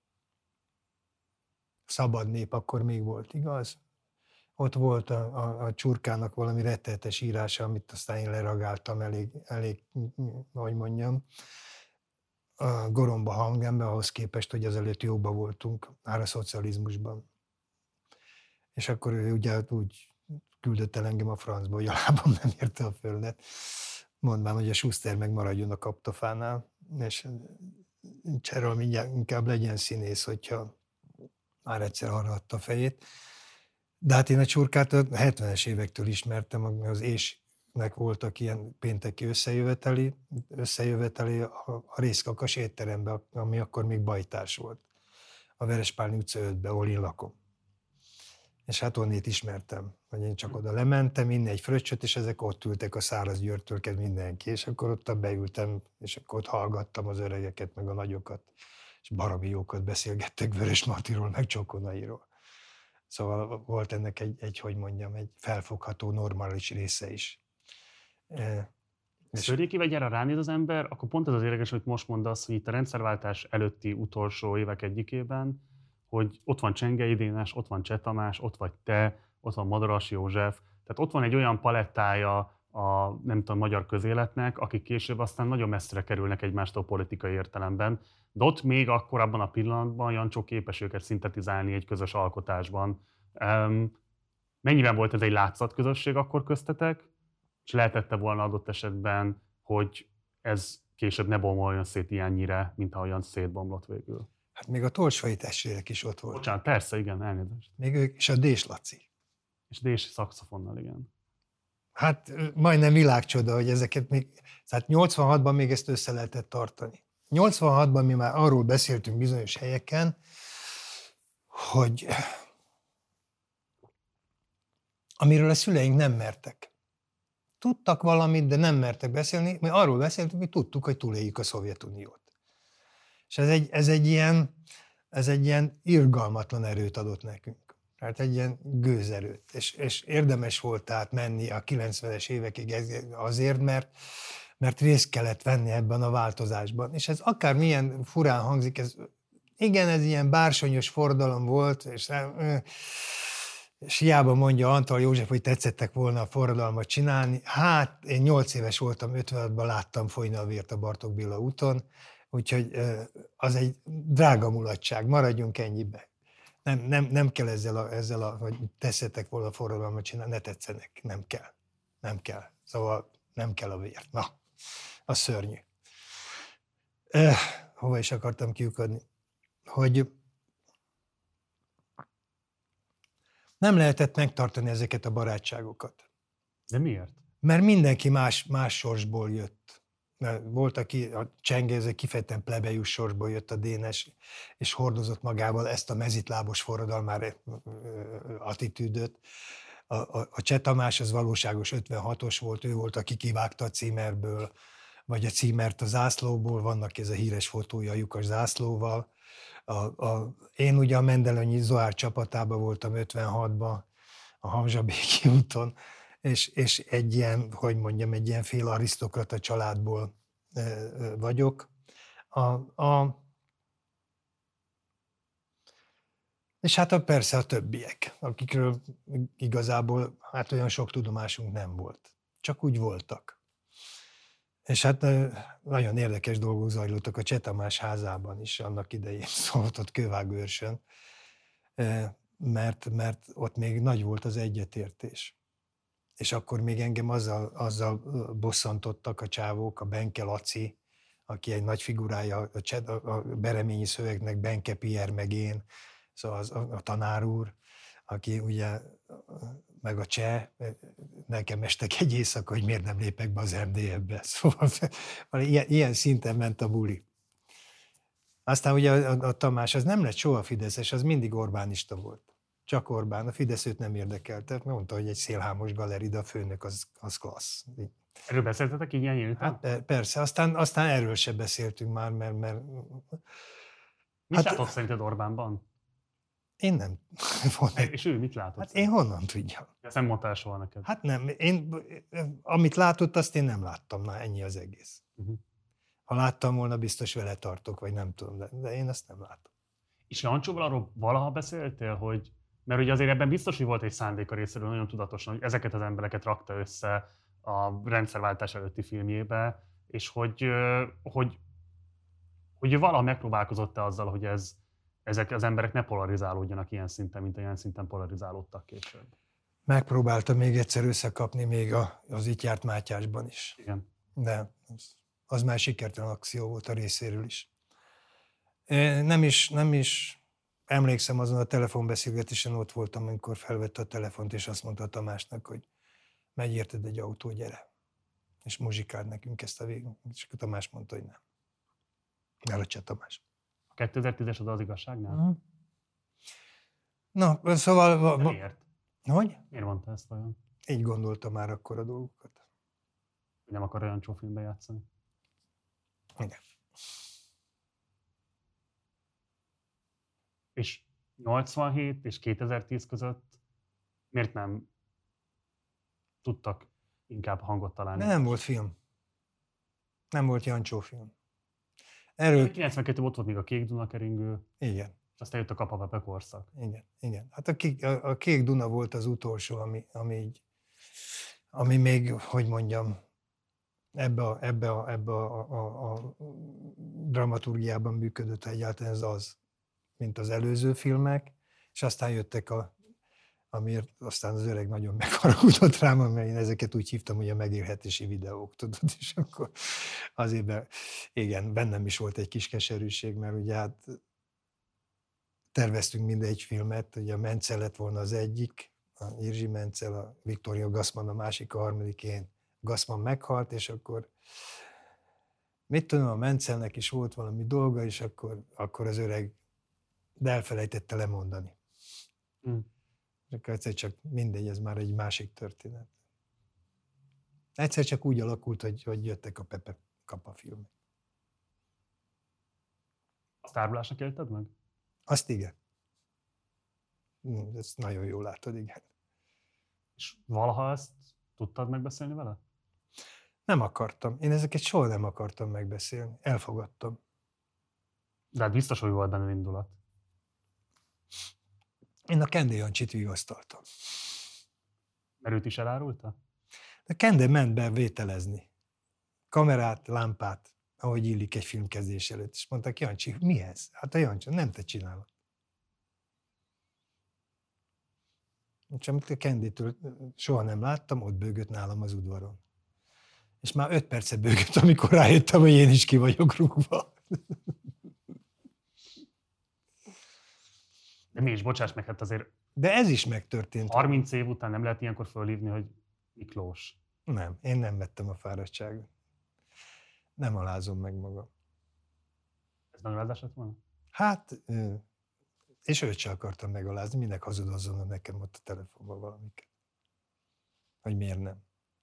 Szabad Nép, akkor még volt, igaz? Ott volt a, a, a Csurkának valami rettenetes írása, amit aztán én leragáltam elég, elég, hogy mondjam, a goromba hangembe, ahhoz képest, hogy azelőtt jóban voltunk, már a szocializmusban. És akkor ő ugye úgy küldött el engem a francba, hogy a lábam nem érte a földet. Mondván, hogy a Schuster meg maradjon a kaptafánál, és Cserről mindjárt inkább legyen színész, hogyha már egyszer arra adta a fejét. De hát én a Csurkát a hetvenes évektől ismertem, az Ésnek voltak ilyen pénteki összejöveteli, összejöveteli a Részkakas étteremben, ami akkor még bajtás volt. A Verespálni utca ötben, ahol én lakom. És hát onnét ismertem, hogy én csak oda lementem, inni egy fröccsöt, és ezek ott ültek a Száraz Györgytől kezdve mindenki, és akkor ott beültem, és akkor ott hallgattam az öregeket, meg a nagyokat, és baromi jókat beszélgettek Vörös Martiról, meg Csokonairól. Szóval volt ennek egy, egy, hogy mondjam, egy felfogható, normális része is. Szörnyékével gyere ránéz az ember, akkor pont ez az érdekes, hogy most mondasz, hogy itt a rendszerváltás előtti utolsó évek egyikében, hogy ott van Csengei Dénes, ott van Cseh Tamás, ott vagy te, ott van Madaras József, tehát ott van egy olyan palettája a, nem tudom, magyar közéletnek, akik később aztán nagyon messzire kerülnek egymástól politikai értelemben, de ott még akkor abban a pillanatban Jancsó képes őket szintetizálni egy közös alkotásban. Um, mennyiben volt ez egy látszatközösség akkor köztetek, és lehetette volna adott esetben, hogy ez később ne bomoljon szét ilyennyire, mint ahogyan szétbomlott végül? Hát még a Tolsvai testvérek is ott voltak. Bocsánat, persze, igen, elnézést. Még ők, és a Dés Laci. És Dés szaxofonnal, igen. Hát majdnem világcsoda, hogy ezeket még, tehát nyolcvanhatban még ezt össze lehetett tartani. nyolcvanhatban mi már arról beszéltünk bizonyos helyeken, hogy amiről a szüleink nem mertek. Tudtak valamit, de nem mertek beszélni. Mi arról beszéltünk, hogy tudtuk, hogy túléljük a Szovjetuniót. És ez egy, ez egy, ilyen, ez egy ilyen irgalmatlan erőt adott nekünk. Tehát egy ilyen gőzerőt. És, és érdemes volt tehát menni a kilencvenes évekig azért, mert, mert részt kellett venni ebben a változásban. És ez akármilyen furán hangzik, ez, igen, ez ilyen bársonyos forradalom volt, és, és hiába mondja Antal József, hogy tetszettek volna a forradalmat csinálni. Hát én nyolc éves voltam, ötvenhatban láttam folyni a vért a Bartók Béla úton, úgyhogy az egy drága mulatság, maradjunk ennyibe. Nem, nem, nem kell ezzel, a, ezzel a, hogy tetszettek volna a forradalmat csinálni, ne tetszenek, nem kell. Nem kell. Szóval nem kell a vér. Na, az szörnyű. Eh, hova is akartam kiukadni? Hogy nem lehetett megtartani ezeket a barátságokat. De miért? Mert mindenki más, más sorsból jött. Volt, aki a Csenge, ez egy kifejezetten plebejus sorsból jött, a Dénes, és hordozott magával ezt a mezitlábos forradalmár attitűdöt. A, a, a Cseh Tamás az valóságos ötvenhatos volt, ő volt, aki kivágta a címerből, vagy a címert a zászlóból, vannak ez a híres fotója a lyukas zászlóval. A, a, én ugye a Mendelőnyi Zoár csapatában voltam ötvenhatban, a Hamzsa-Béki úton, És, és egy ilyen, hogy mondjam, egy ilyen fél arisztokrata családból vagyok. A, a, és hát a, persze a többiek, akikről igazából hát olyan sok tudomásunk nem volt. Csak úgy voltak. És hát nagyon érdekes dolgok zajlottak a Cseh Tamás házában is annak idején, szóval ott Kővágőrsön, mert, mert ott még nagy volt az egyetértés. És akkor még engem azzal, azzal bosszantottak a csávók, a Benke Laci, aki egy nagy figurája a, Csed, a Bereményi szövegnek, Benke Pierre meg én, szóval az, a, a tanár úr, aki ugye, meg a cseh, nekem estek egy éjszaka, hogy miért nem lépek be az em dé ef-be. Szóval ilyen, ilyen szinten ment a buli. Aztán ugye a, a Tamás, az nem lett soha fideszes, az mindig Orbánista volt. Csak Orbán, a Fidesz őt nem érdekelte, mondta, hogy egy szélhámos galerida főnök az, az klassz. Erről beszéltetek így ilyen nyíltan? Hát persze, aztán, aztán erről se beszéltünk már, mert... mert Mit hát, látok szerinted Orbánban? Én nem. És ő mit látott? Hát én honnan tudjam? Ezt nem mondtál soha neked. Hát nem, én, amit látott, azt én nem láttam, na ennyi az egész. Uh-huh. Ha láttam volna, biztos vele tartok, vagy nem tudom, de, de én ezt nem látom. És Jancsóval arról valaha beszéltél, hogy, mert ugye azért ebben biztos, hogy volt egy szándék a részéről, nagyon tudatosan, hogy ezeket az embereket rakta össze a rendszerváltás előtti filmjébe, és hogy, hogy, hogy valaha megpróbálkozott-e azzal, hogy ez, ezek az emberek ne polarizálódjanak ilyen szinten, mint ilyen szinten polarizálódtak később. Megpróbáltam még egyszer összekapni még a, az Itt járt Mátyásban is. Igen. De az, az már sikertelen akció volt a részéről is. Nem is, nem is emlékszem, azon a telefonbeszélgetésen ott voltam, amikor felvette a telefont, és azt mondta a Tamásnak, hogy megy érted egy autó, gyere. És muzsikáld nekünk ezt a végén. És a Tamás mondta, hogy nem. Elhagyja Tamás. A kétezer-tízes az az igazságnál? Uh-huh. Na, szóval... De miért? Hogy? Miért mondta ezt olyan? Így gondolta már akkor a dolgokat. Nem akar olyan csófilmbe játszani? Igen. És nyolcvanhét és kétezer-tíz között miért nem tudtak inkább hangot találni? De nem volt film. Nem volt Jancsó film. Erről... kilencvenkettőben ott volt még a Kék Duna keringő. Igen. Aztán jött a Kapa-Pepe korszak. Igen, igen. Hát a Kék, a, a Kék Duna volt az utolsó, ami, ami, így, ami még, hogy mondjam, ebbe a, ebbe a, ebbe a, a, a dramaturgiában működött egyáltalán ez az, mint az előző filmek, és aztán jöttek a, amiért aztán az öreg nagyon megharagudott rám, mert én ezeket úgy hívtam, hogy a megélhetési videók, tudod, és akkor azért, be, igen, bennem is volt egy kis keserűség, mert ugye hát terveztünk mindegy filmet, ugye a Menccel lett volna az egyik, a Jirzsi Menccel, a Viktória Gassman a másik, a harmadik én. Gassman meghalt, és akkor mit tudom, a Mencelnek is volt valami dolga, és akkor, akkor az öreg de elfelejtette lemondani. Mm. És akkor egyszer csak mindegy, ez már egy másik történet. Egyszer csak úgy alakult, hogy, hogy jöttek a Pepe Kapa filmek. A sztárulásnak élted meg? Azt igen. Ezt nagyon jól látod, igen. És valaha ezt tudtad megbeszélni vele? Nem akartam. Én ezeket soha nem akartam megbeszélni. Elfogadtam. De hát biztos, hogy volt benne indulat. Én a Kende Jancsit vigasztaltam. Mert őt is elárulta? De Kende ment be vételezni. Kamerát, lámpát, ahogy illik egy filmkezdés előtt. És mondták, Jancsi, mi ez? Hát a Jancsi, nem te csinálod. És amit a Kendétől soha nem láttam, ott bőgött nálam az udvaron. És már öt percet bőgött, amikor rájöttem, hogy én is ki vagyok rúgva. De mi is, bocsáss meg, hát azért... De ez is megtörtént. harminc év után nem lehet ilyenkor fölhívni, hogy Miklós. Nem, én nem vettem a fáradtságot. Nem alázom meg magam. Ez megalázás lett volna? Hát, és őt sem akartam megalázni, minek hazudozzon nekem ott a telefonban valamiket. Hogy miért nem.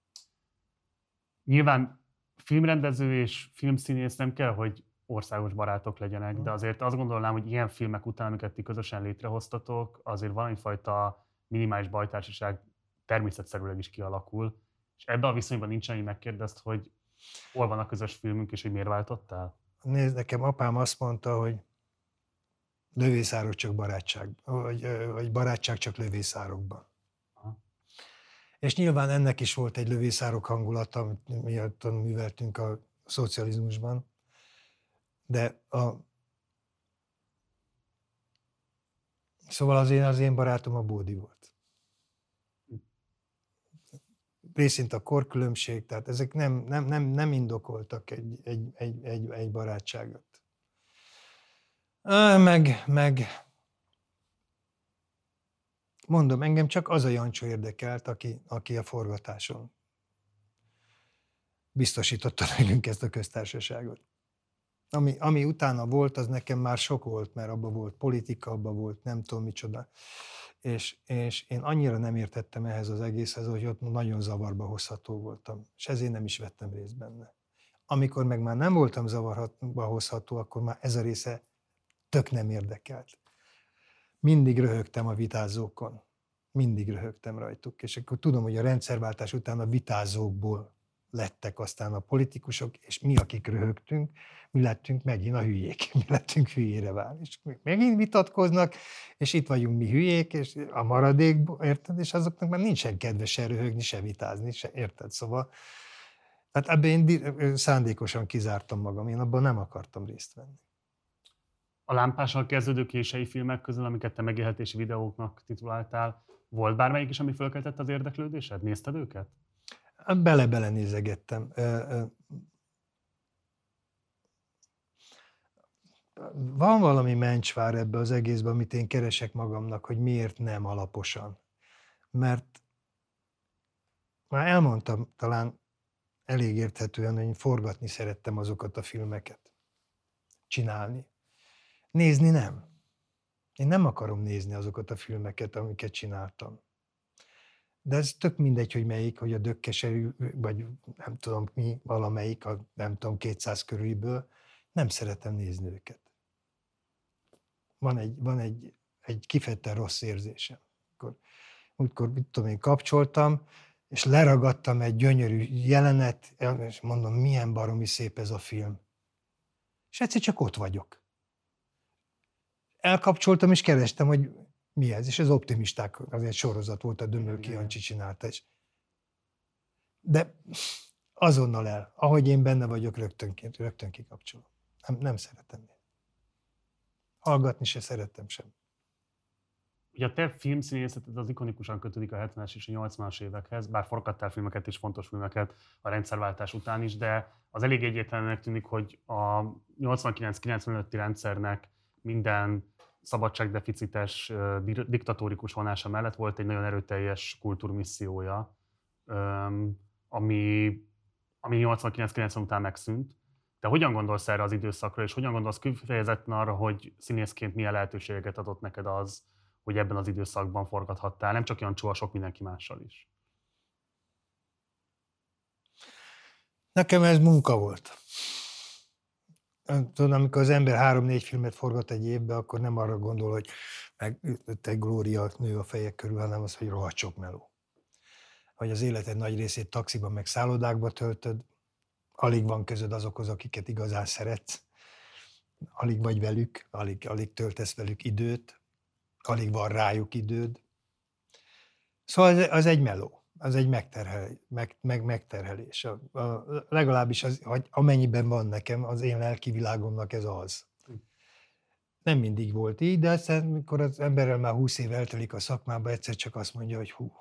Nyilván filmrendező és filmszínész nem kell, hogy országos barátok legyenek, de azért azt gondolnám, hogy ilyen filmek után, amiket ti közösen létrehoztatok, azért valamifajta minimális bajtársaság természetszerűleg is kialakul. És ebben a viszonyban nincs, ami megkérdezt, hogy hol van a közös filmünk, és hogy miért váltottál? Nézd, nekem apám azt mondta, hogy lövészárok csak barátság, vagy, vagy barátság csak lövészárokban. Aha. És nyilván ennek is volt egy lövészárok hangulata, amit miatt műveltünk a szocializmusban, de a... Szóval az én, az én barátom a Bódi volt. Részint a korkülönbség, tehát ezek nem, nem, nem, nem indokoltak egy, egy, egy, egy, egy barátságot. Meg, meg mondom, engem csak az a Jancsó érdekelt, aki, aki a forgatáson biztosította nekünk ezt a köztársaságot. Ami, ami utána volt, az nekem már sok volt, mert abban volt politika, abban volt nem tudom micsoda. És, és én annyira nem értettem ehhez az egészhez, hogy ott nagyon zavarba hozható voltam, és ezért nem is vettem részt benne. Amikor meg már nem voltam zavarba hozható, akkor már ez a része tök nem érdekelt. mindig röhögtem a vitázókon. Mindig röhögtem rajtuk. És akkor tudom, hogy a rendszerváltás után a vitázókból lettek aztán a politikusok, és mi, akik röhögtünk, mi lettünk megint a hülyék. Mi lettünk hülyére válni. És megint vitatkoznak, és itt vagyunk mi hülyék, és a maradékból, érted? És azoknak már nincsen kedve se röhögni, se vitázni, se, érted? Szóval, hát ebben én szándékosan kizártam magam, én abban nem akartam részt venni. A lámpással kezdődő késői filmek közül, amiket te megélhetési videóknak tituláltál, volt bármelyik is, ami fölkeltett az érdeklődésed? Nézted őket? Bele-bele nézegettem. Van valami mencsvár ebbe az egészben, amit én keresek magamnak, hogy miért nem alaposan. Mert már elmondtam talán elég érthetően, hogy én forgatni szerettem azokat a filmeket. Csinálni. Nézni nem. Én nem akarom nézni azokat a filmeket, amiket csináltam. De ez tök mindegy, hogy melyik, hogy a Dökkeserű, vagy nem tudom mi, valamelyik, a nem tudom, kétszáz körülbelül, nem szeretem nézni őket. Van egy, van egy, egy kifejezetten rossz érzésem. Akkor, amikor, mit tudom én, kapcsoltam, és leragadtam egy gyönyörű jelenet, és mondom, milyen baromi szép ez a film. És egyszer csak ott vagyok. Elkapcsoltam, és kerestem, hogy mi ez, és az Optimisták, az egy sorozat volt, a Dömölki Jancsi csinálta is. De azonnal el, ahogy én benne vagyok, rögtön, rögtön kikapcsolom. Nem, nem szeretem. Hallgatni se szerettem sem. Ugye a te filmszínészeted az ikonikusan kötődik a hetvenes és a nyolcvanas évekhez, bár forgattál filmeket és fontos filmeket a rendszerváltás után is, de az elég egyértelműnek tűnik, hogy a nyolcvankilenc-kilencvenöt rendszernek minden szabadságdeficites, diktatórikus vonása mellett volt egy nagyon erőteljes kultúrmissziója, ami, ami nyolcvankilenc-kilencven után megszűnt. De hogyan gondolsz erre az időszakra, és hogyan gondolsz kifejezetten arra, hogy színészként milyen lehetőségeket adott neked az, hogy ebben az időszakban forgathattál, nem csak Jancsóval, sok mindenki mással is? Nekem ez munka volt. Tudom, amikor az ember három-négy filmet forgat egy évben, akkor nem arra gondol, hogy megütött egy glória nő a fejek körül, hanem az, hogy rohadt sok meló. Hogy az életed nagy részét taxiban meg szállodákba töltöd, alig van közöd azokhoz, akiket igazán szeretsz, alig vagy velük, alig, alig töltesz velük időt, alig van rájuk időd. Szóval az, az egy meló. Az egy megterhel, meg, meg, megterhelés. A, a, legalábbis az, hogy amennyiben van nekem, az én lelki világomnak ez az. Nem mindig volt így, de aztán, amikor az emberrel már húsz év eltelik a szakmába, egyszer csak azt mondja, hogy hú,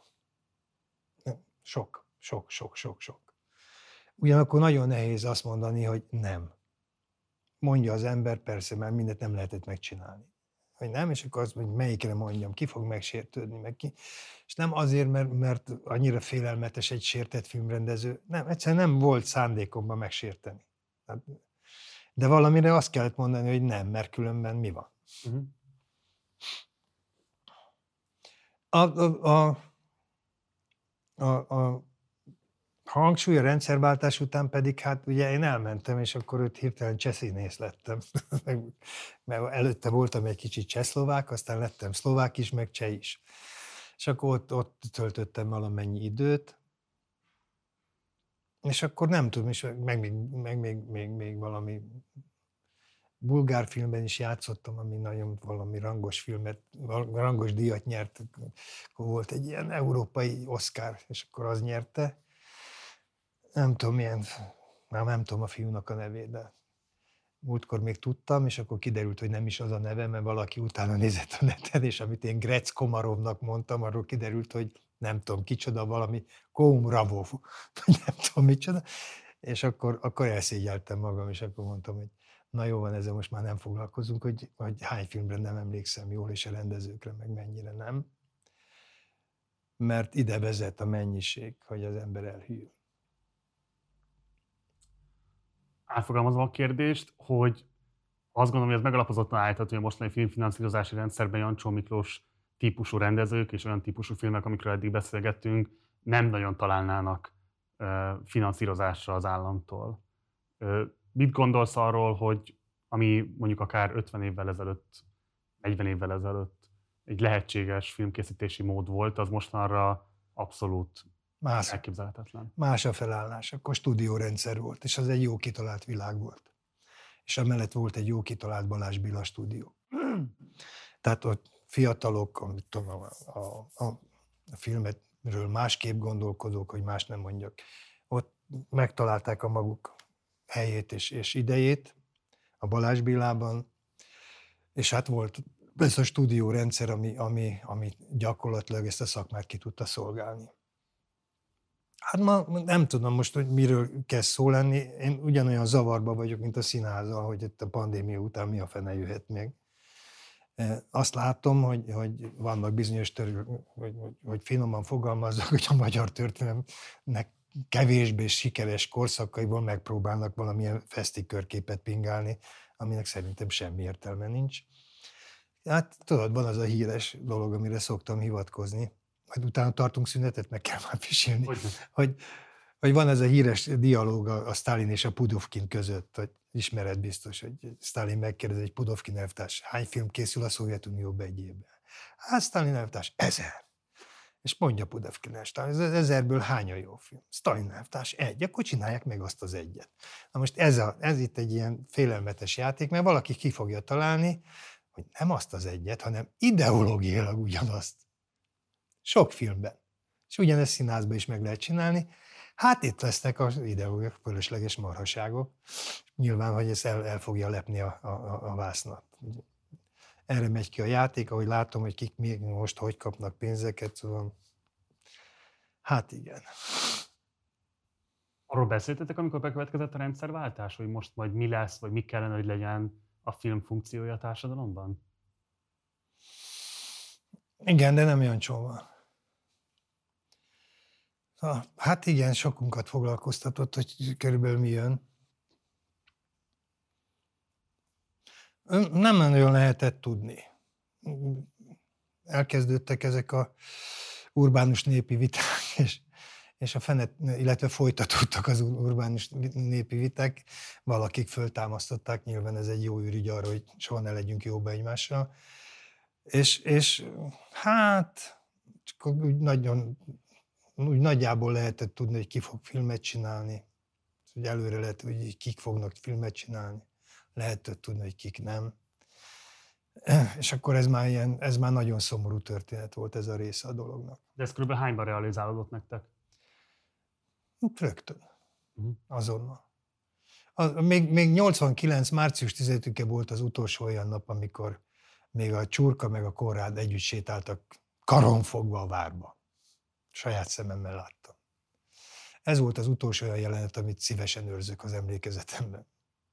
sok, sok, sok, sok, sok. Ugyanakkor nagyon nehéz azt mondani, hogy nem. Mondja az ember, persze, mert mindent nem lehetett megcsinálni. Hogy nem, és akkor azt mondja, melyikre mondjam, ki fog megsértődni, meg ki. És nem azért, mert, mert annyira félelmetes egy sértett filmrendező, nem, egyszerűen nem volt szándékomban megsérteni. De valamire azt kellett mondani, hogy nem, mert különben mi van. Uh-huh. A, a, a, a, a hangsúly a rendszerváltás után pedig, hát ugye én elmentem, és akkor ott hirtelen csehszínész lettem. Mert előtte voltam egy kicsit csehszlovák, aztán lettem szlovák is, meg cseh is. És akkor ott, ott töltöttem valamennyi időt, és akkor nem tudom, és meg még, meg még, még, még valami bulgár filmben is játszottam, ami nagyon valami rangos filmet, rangos díjat nyert. Akkor volt egy ilyen európai Oscar, és akkor az nyerte. Nem tudom milyen, már nem tudom a fiúnak a nevét, de múltkor még tudtam, és akkor kiderült, hogy nem is az a neve, mert valaki utána nézett a neten, és amit én Grec Komarovnak mondtam, arról kiderült, hogy nem tudom kicsoda, valami Koumravov, vagy nem tudom micsoda, és akkor, akkor elszégyeltem magam, és akkor mondtam, hogy na jó van, ezzel most már nem foglalkozunk, hogy, hogy hány filmre nem emlékszem jól, és a rendezőkre meg mennyire nem, mert ide vezet a mennyiség, hogy az ember elhűl. Átfogalmazom a kérdést, hogy azt gondolom, hogy ez megalapozottan állítható, hogy a mostani filmfinanszírozási rendszerben Jancsó Miklós típusú rendezők és olyan típusú filmek, amikről eddig beszélgettünk, nem nagyon találnának finanszírozásra az államtól. Mit gondolsz arról, hogy ami mondjuk akár ötven évvel ezelőtt, negyven évvel ezelőtt egy lehetséges filmkészítési mód volt, az mostanra abszolút más, elképzelhetetlen. Más a felállás. Akkor stúdiórendszer volt, és az egy jó kitalált világ volt. És amellett volt egy jó kitalált Balázs Béla stúdió. Tehát ott fiatalok, amit tudom, a, a, a, a filmetről másképp gondolkodók, hogy más nem mondjak, ott megtalálták a maguk helyét és, és idejét a Balázs Bélában, és hát volt ez a stúdiórendszer, ami, ami, ami gyakorlatilag ezt a szakmát ki tudta szolgálni. Hát ma nem tudom most, hogy miről kezd szó lenni. Én ugyanolyan zavarba vagyok, mint a színházzal, hogy itt a pandémia után mi a fene jöhet még. Azt látom, hogy, hogy vannak bizonyos török, hogy, hogy, hogy finoman fogalmazzak, hogy a magyar történelemnek kevésbé sikeres korszakaiból megpróbálnak valamilyen fesztikörképet pingálni, aminek szerintem semmi értelme nincs. Hát tudod, van az a híres dolog, amire szoktam hivatkozni, majd utána tartunk szünetet, meg kell már pisélni, hogy, hogy van ez a híres dialóg a Sztálin és a Pudovkin között, hogy ismered biztos, hogy Sztálin megkérdezi egy Pudovkin elvtárs, hány film készül a Szovjetunióban egy évben? Hát Sztálin elvtárs, ezer. És mondja Pudovkin elvtárs, az ezerből hány a jó film? Sztálin elvtárs, egy, akkor csinálják meg azt az egyet. Na most ez, a, ez itt egy ilyen félelmetes játék, mert valaki ki fogja találni, hogy nem azt az egyet, hanem ideológiailag ugyanazt. Sok filmben. És ugyanezt színházban is meg lehet csinálni. Hát itt lesznek az ideológiai fölösleges marhaságok. Nyilván, hogy ez el, el fogja lepni a, a, a vásznat. Erre megy ki a játék, ahogy látom, hogy kik még most hogy kapnak pénzeket. Szóval hát igen. Arról beszéltetek, amikor bekövetkezett a rendszerváltás, hogy most majd mi lesz, vagy mi kellene, hogy legyen a film funkciója a társadalomban? Igen, de nem Jancsóval. Hát igen, sokunkat foglalkoztatott, hogy körülbelül mi jön. Nem nagyon lehetett tudni. Elkezdődtek ezek a urbánus népi viták, és, és a fenet, illetve folytatódtak az urbánus népi viták. Valakik föltámasztották, nyilván ez egy jó ürügy arra, hogy soha ne legyünk jóba egymással. És, és hát csak úgy, nagyon, úgy nagyjából lehetett tudni, hogy ki fog filmet csinálni. Hogy előre lehet, hogy kik fognak filmet csinálni. Lehetett tudni, hogy kik nem. És akkor ez már, ilyen, ez már nagyon szomorú történet volt, ez a része a dolognak. De ez kb. Hányban realizálódott nektek? Rögtön. Uh-huh. Azonnal. A, még, még nyolcvankilenc. március tizenötödike volt az utolsó olyan nap, amikor még a Csurka meg a Konrád együtt sétáltak karonfogva a várba. Saját szememmel láttam. Ez volt az utolsó olyan jelenet, amit szívesen őrzök az emlékezetemben.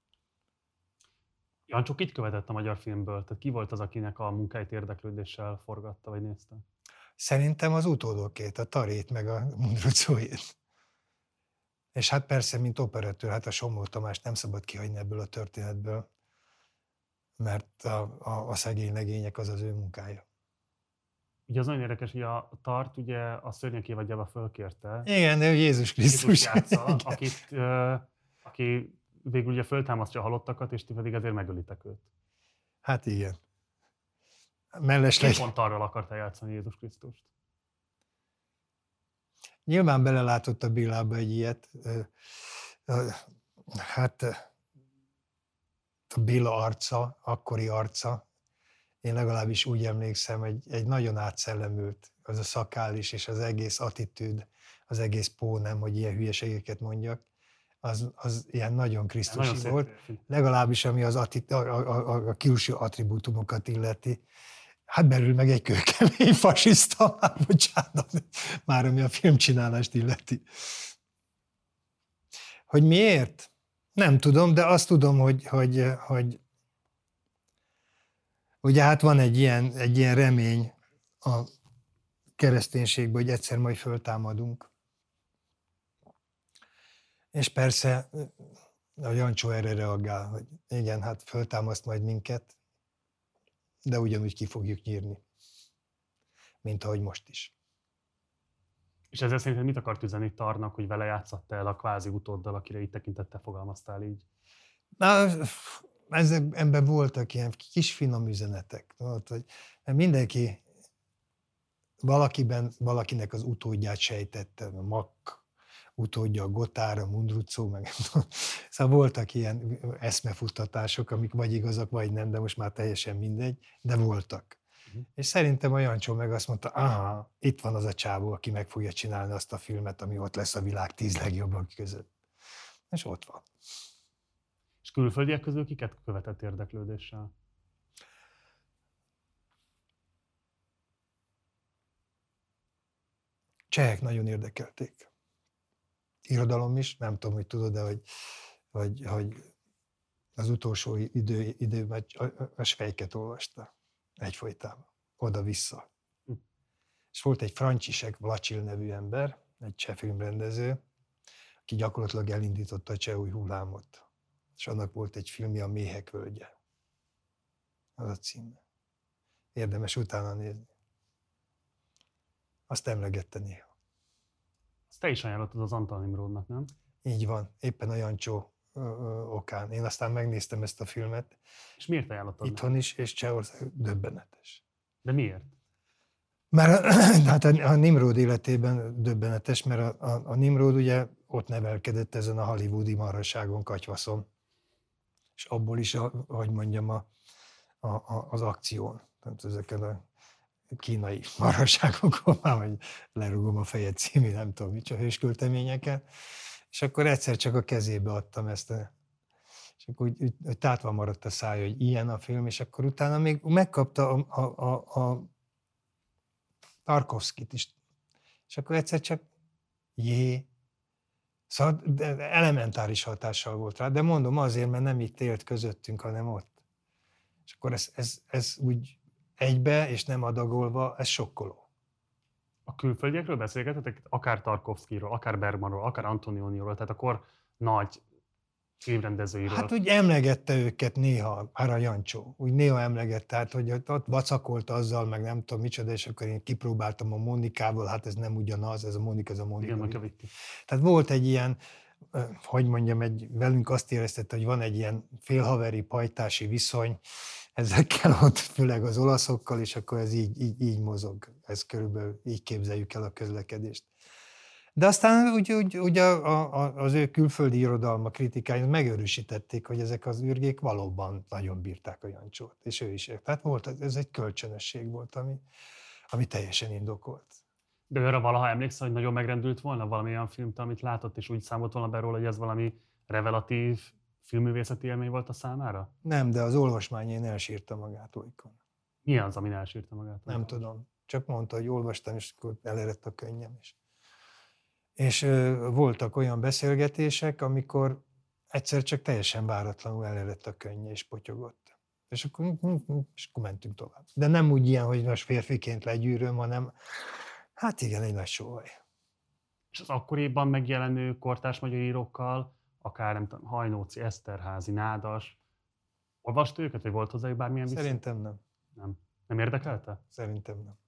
Jancsó kit követett a magyar filmből? Tehát ki volt az, akinek a munkáit érdeklődéssel forgatta, vagy nézte? Szerintem az utódokét, a Tarét meg a Mundrucójét. És hát persze, mint operatőr, hát a Somló Tamást nem szabad kihagyni ebből a történetből, mert a, a, a szegény legények az az ő munkája. Ugye az nagyon érdekes, hogy a Tart ugye a Szörnyek évadjába fölkérte. Igen, de Jézus Krisztus. Jézus játsza, akit, uh, aki végül ugye föltámasztja a halottakat, és ti pedig ezért megölitek őt. Hát igen. Mellesleg... Ki pont arról akarta játszani Jézus Krisztust? Nyilván belelátott a Billába egy ilyet. Hát a Béla arca, akkori arca, én legalábbis úgy emlékszem, egy, egy nagyon átszellemült, az a szakál is, és az egész attitűd, az egész pónem, hogy ilyen hülyeségeket mondjak, az, az ilyen nagyon krisztusi nagyon volt. Szép. Legalábbis ami az atti, a, a, a, a külső attribútumokat illeti. Hát belül meg egy kőkemény fasiszta, már bocsánat, már ami a filmcsinálást illeti. Hogy miért? Nem tudom, de azt tudom, hogy, hogy, hogy ugye hát van egy ilyen, egy ilyen remény a kereszténységben, hogy egyszer majd föltámadunk. És persze a Jancsó erre reagál, hogy igen, hát föltámaszt majd minket, de ugyanúgy ki fogjuk nyírni, mint ahogy most is. És ezzel szerinted mit akart üzenni Tarnak, hogy vele játszatta el a kvázi utóddal, akire így tekintettel fogalmaztál így? Na, ez, ebben voltak ilyen kis finom üzenetek. Tudod, hogy mindenki valakiben, valakinek az utódját sejtettem, a Mack utódja, a Gotár, a Mundruczó, meg szóval voltak ilyen eszmefuttatások, amik vagy igazak, vagy nem, de most már teljesen mindegy, de voltak. Uh-huh. És szerintem a Jancsó meg azt mondta, aha, itt van az a csávó, aki meg fogja csinálni azt a filmet, ami ott lesz a világ tíz legjobbak között. És ott van. És külföldiek közül kiket követett érdeklődéssel? Csehek nagyon érdekelték. Irodalom is, nem tudom, hogy tudod, de hogy, hogy, hogy az utolsó idő, időben a, a Svejket olvasta egyfolytában, oda-vissza. Hm. És volt egy František Vlačil nevű ember, egy cseh filmrendező, aki gyakorlatilag elindította a cseh új hullámot. És annak volt egy filmje, a Méhek völgye. Az a címe. Érdemes utána nézni. Azt emlegette néha. Azt te is ajánlottad az Antal Nimrodnak, nem? Így van, éppen a Jancsó ö, ö, okán. Én aztán megnéztem ezt a filmet. És miért ajánlottad? Itthon is, és Csehország döbbenetes. De miért? Mert a, hát a Nimrod életében döbbenetes, mert a, a, a Nimrod ugye ott nevelkedett ezen a hollywoodi marhaságon, katyvaszon. És abból is, a, hogy mondjam, a, a, a, az akción. Tehát ezeken a kínai marhaságokon, már hogy lerugom a fejed című, nem tudom micsoda hőskölteményeket, és akkor egyszer csak a kezébe adtam ezt, a, és akkor úgy, úgy, úgy tátva maradt a szája, hogy ilyen a film, és akkor utána még megkapta a, a, a, a Tarkovszkit is, és akkor egyszer csak jé, szóval elementáris hatással volt rá, de mondom azért, mert nem itt élt közöttünk, hanem ott. És akkor ez, ez, ez úgy egybe, és nem adagolva, ez sokkoló. A külföldiekről beszélgetetek? Akár Tarkovszkiról, akár Bergmanról, akár Antonioniról, tehát akkor nagy filmrendezőiről. Hát úgy emlegette őket néha, már a Jancsó, úgy néha emlegette, tehát hogy ott vacakolt azzal, meg nem tudom micsoda, és akkor én kipróbáltam a Monikával, hát ez nem ugyanaz, ez a Monika, ez a Monika. Igen, tehát volt egy ilyen, hogy mondjam, egy, velünk azt éreztette, hogy van egy ilyen félhaveri, pajtási viszony, ezekkel ott, főleg az olaszokkal, és akkor ez így, így, így mozog. Ez körülbelül így képzeljük el a közlekedést. De aztán úgy, úgy, úgy a, a, az ő külföldi irodalma kritikáin megerősítették, hogy ezek az űrgék valóban nagyon bírták a Jancsót, és ő is. Tehát volt, ez egy kölcsönösség volt, ami, ami teljesen indokolt. De őre valaha emlékszel, hogy nagyon megrendült volna valamilyen filmt, amit látott, és úgy számolt volna be róla, hogy ez valami revelatív filmművészeti élmény volt a számára? Nem, de az olvasmányén elsírta magát olykor. Mi az, amin elsírta magát? Nem tudom. Csak mondta, hogy olvastam, és akkor elerett a könnyem is. És ö, voltak olyan beszélgetések, amikor egyszer csak teljesen váratlanul elerett a könnye, és potyogott. És akkor, és akkor mentünk tovább. De nem úgy ilyen, hogy most férfiként legyűröm, hanem hát igen, egy nagy sóhaj. És az akkoriban megjelenő kortárs magyar írókkal, akár nem tudom, Hajnóci, Eszterházy, Nádas, olvast őket, vagy volt hozzájuk bármilyen viszont? Szerintem nem. Nem. Nem érdekelte? Szerintem nem.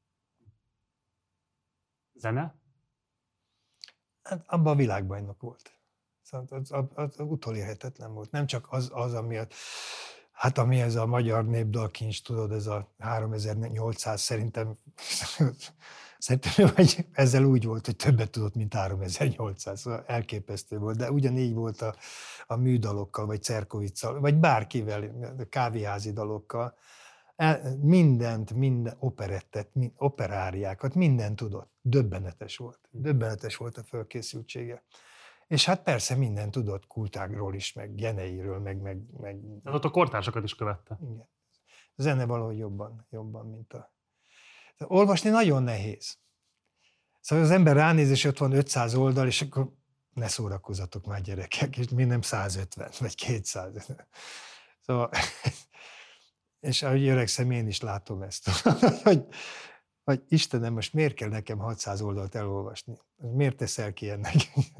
Zene? Hát abban a világbajnok volt. Szóval az, az, az utolérhetetlen volt. Nem csak az, az ami, a, hát ami ez a magyar népdalkincs, tudod, ez a háromezer-nyolcszáz szerintem, szerintem vagy ezzel úgy volt, hogy többet tudott, mint háromezer-nyolcszáz. Szóval elképesztő volt, de ugyanígy volt a, a műdalokkal, vagy Cerkovicccal, vagy bárkivel, a kávéházi dalokkal. El, mindent, minden operettet, mind, operáriákat, mindent tudott. Döbbenetes volt. Döbbenetes volt a fölkészültsége. És hát persze mindent tudott Kultágról is, meg Geneiről, meg... meg, meg... Tehát ott a kortársakat is követte. Igen. A zene valahogy jobban, jobban, mint a... Olvasni nagyon nehéz. Szóval az ember ránéz, és ott van ötszáz oldal, és akkor ne szórakozatok már gyerekek, és mi nem százötven, vagy kétszáz. Szóval... És ahogy öregszem, én is látom ezt, hogy, hogy Istenem, most miért kell nekem hatszáz oldalt elolvasni? Miért teszel ki ennek?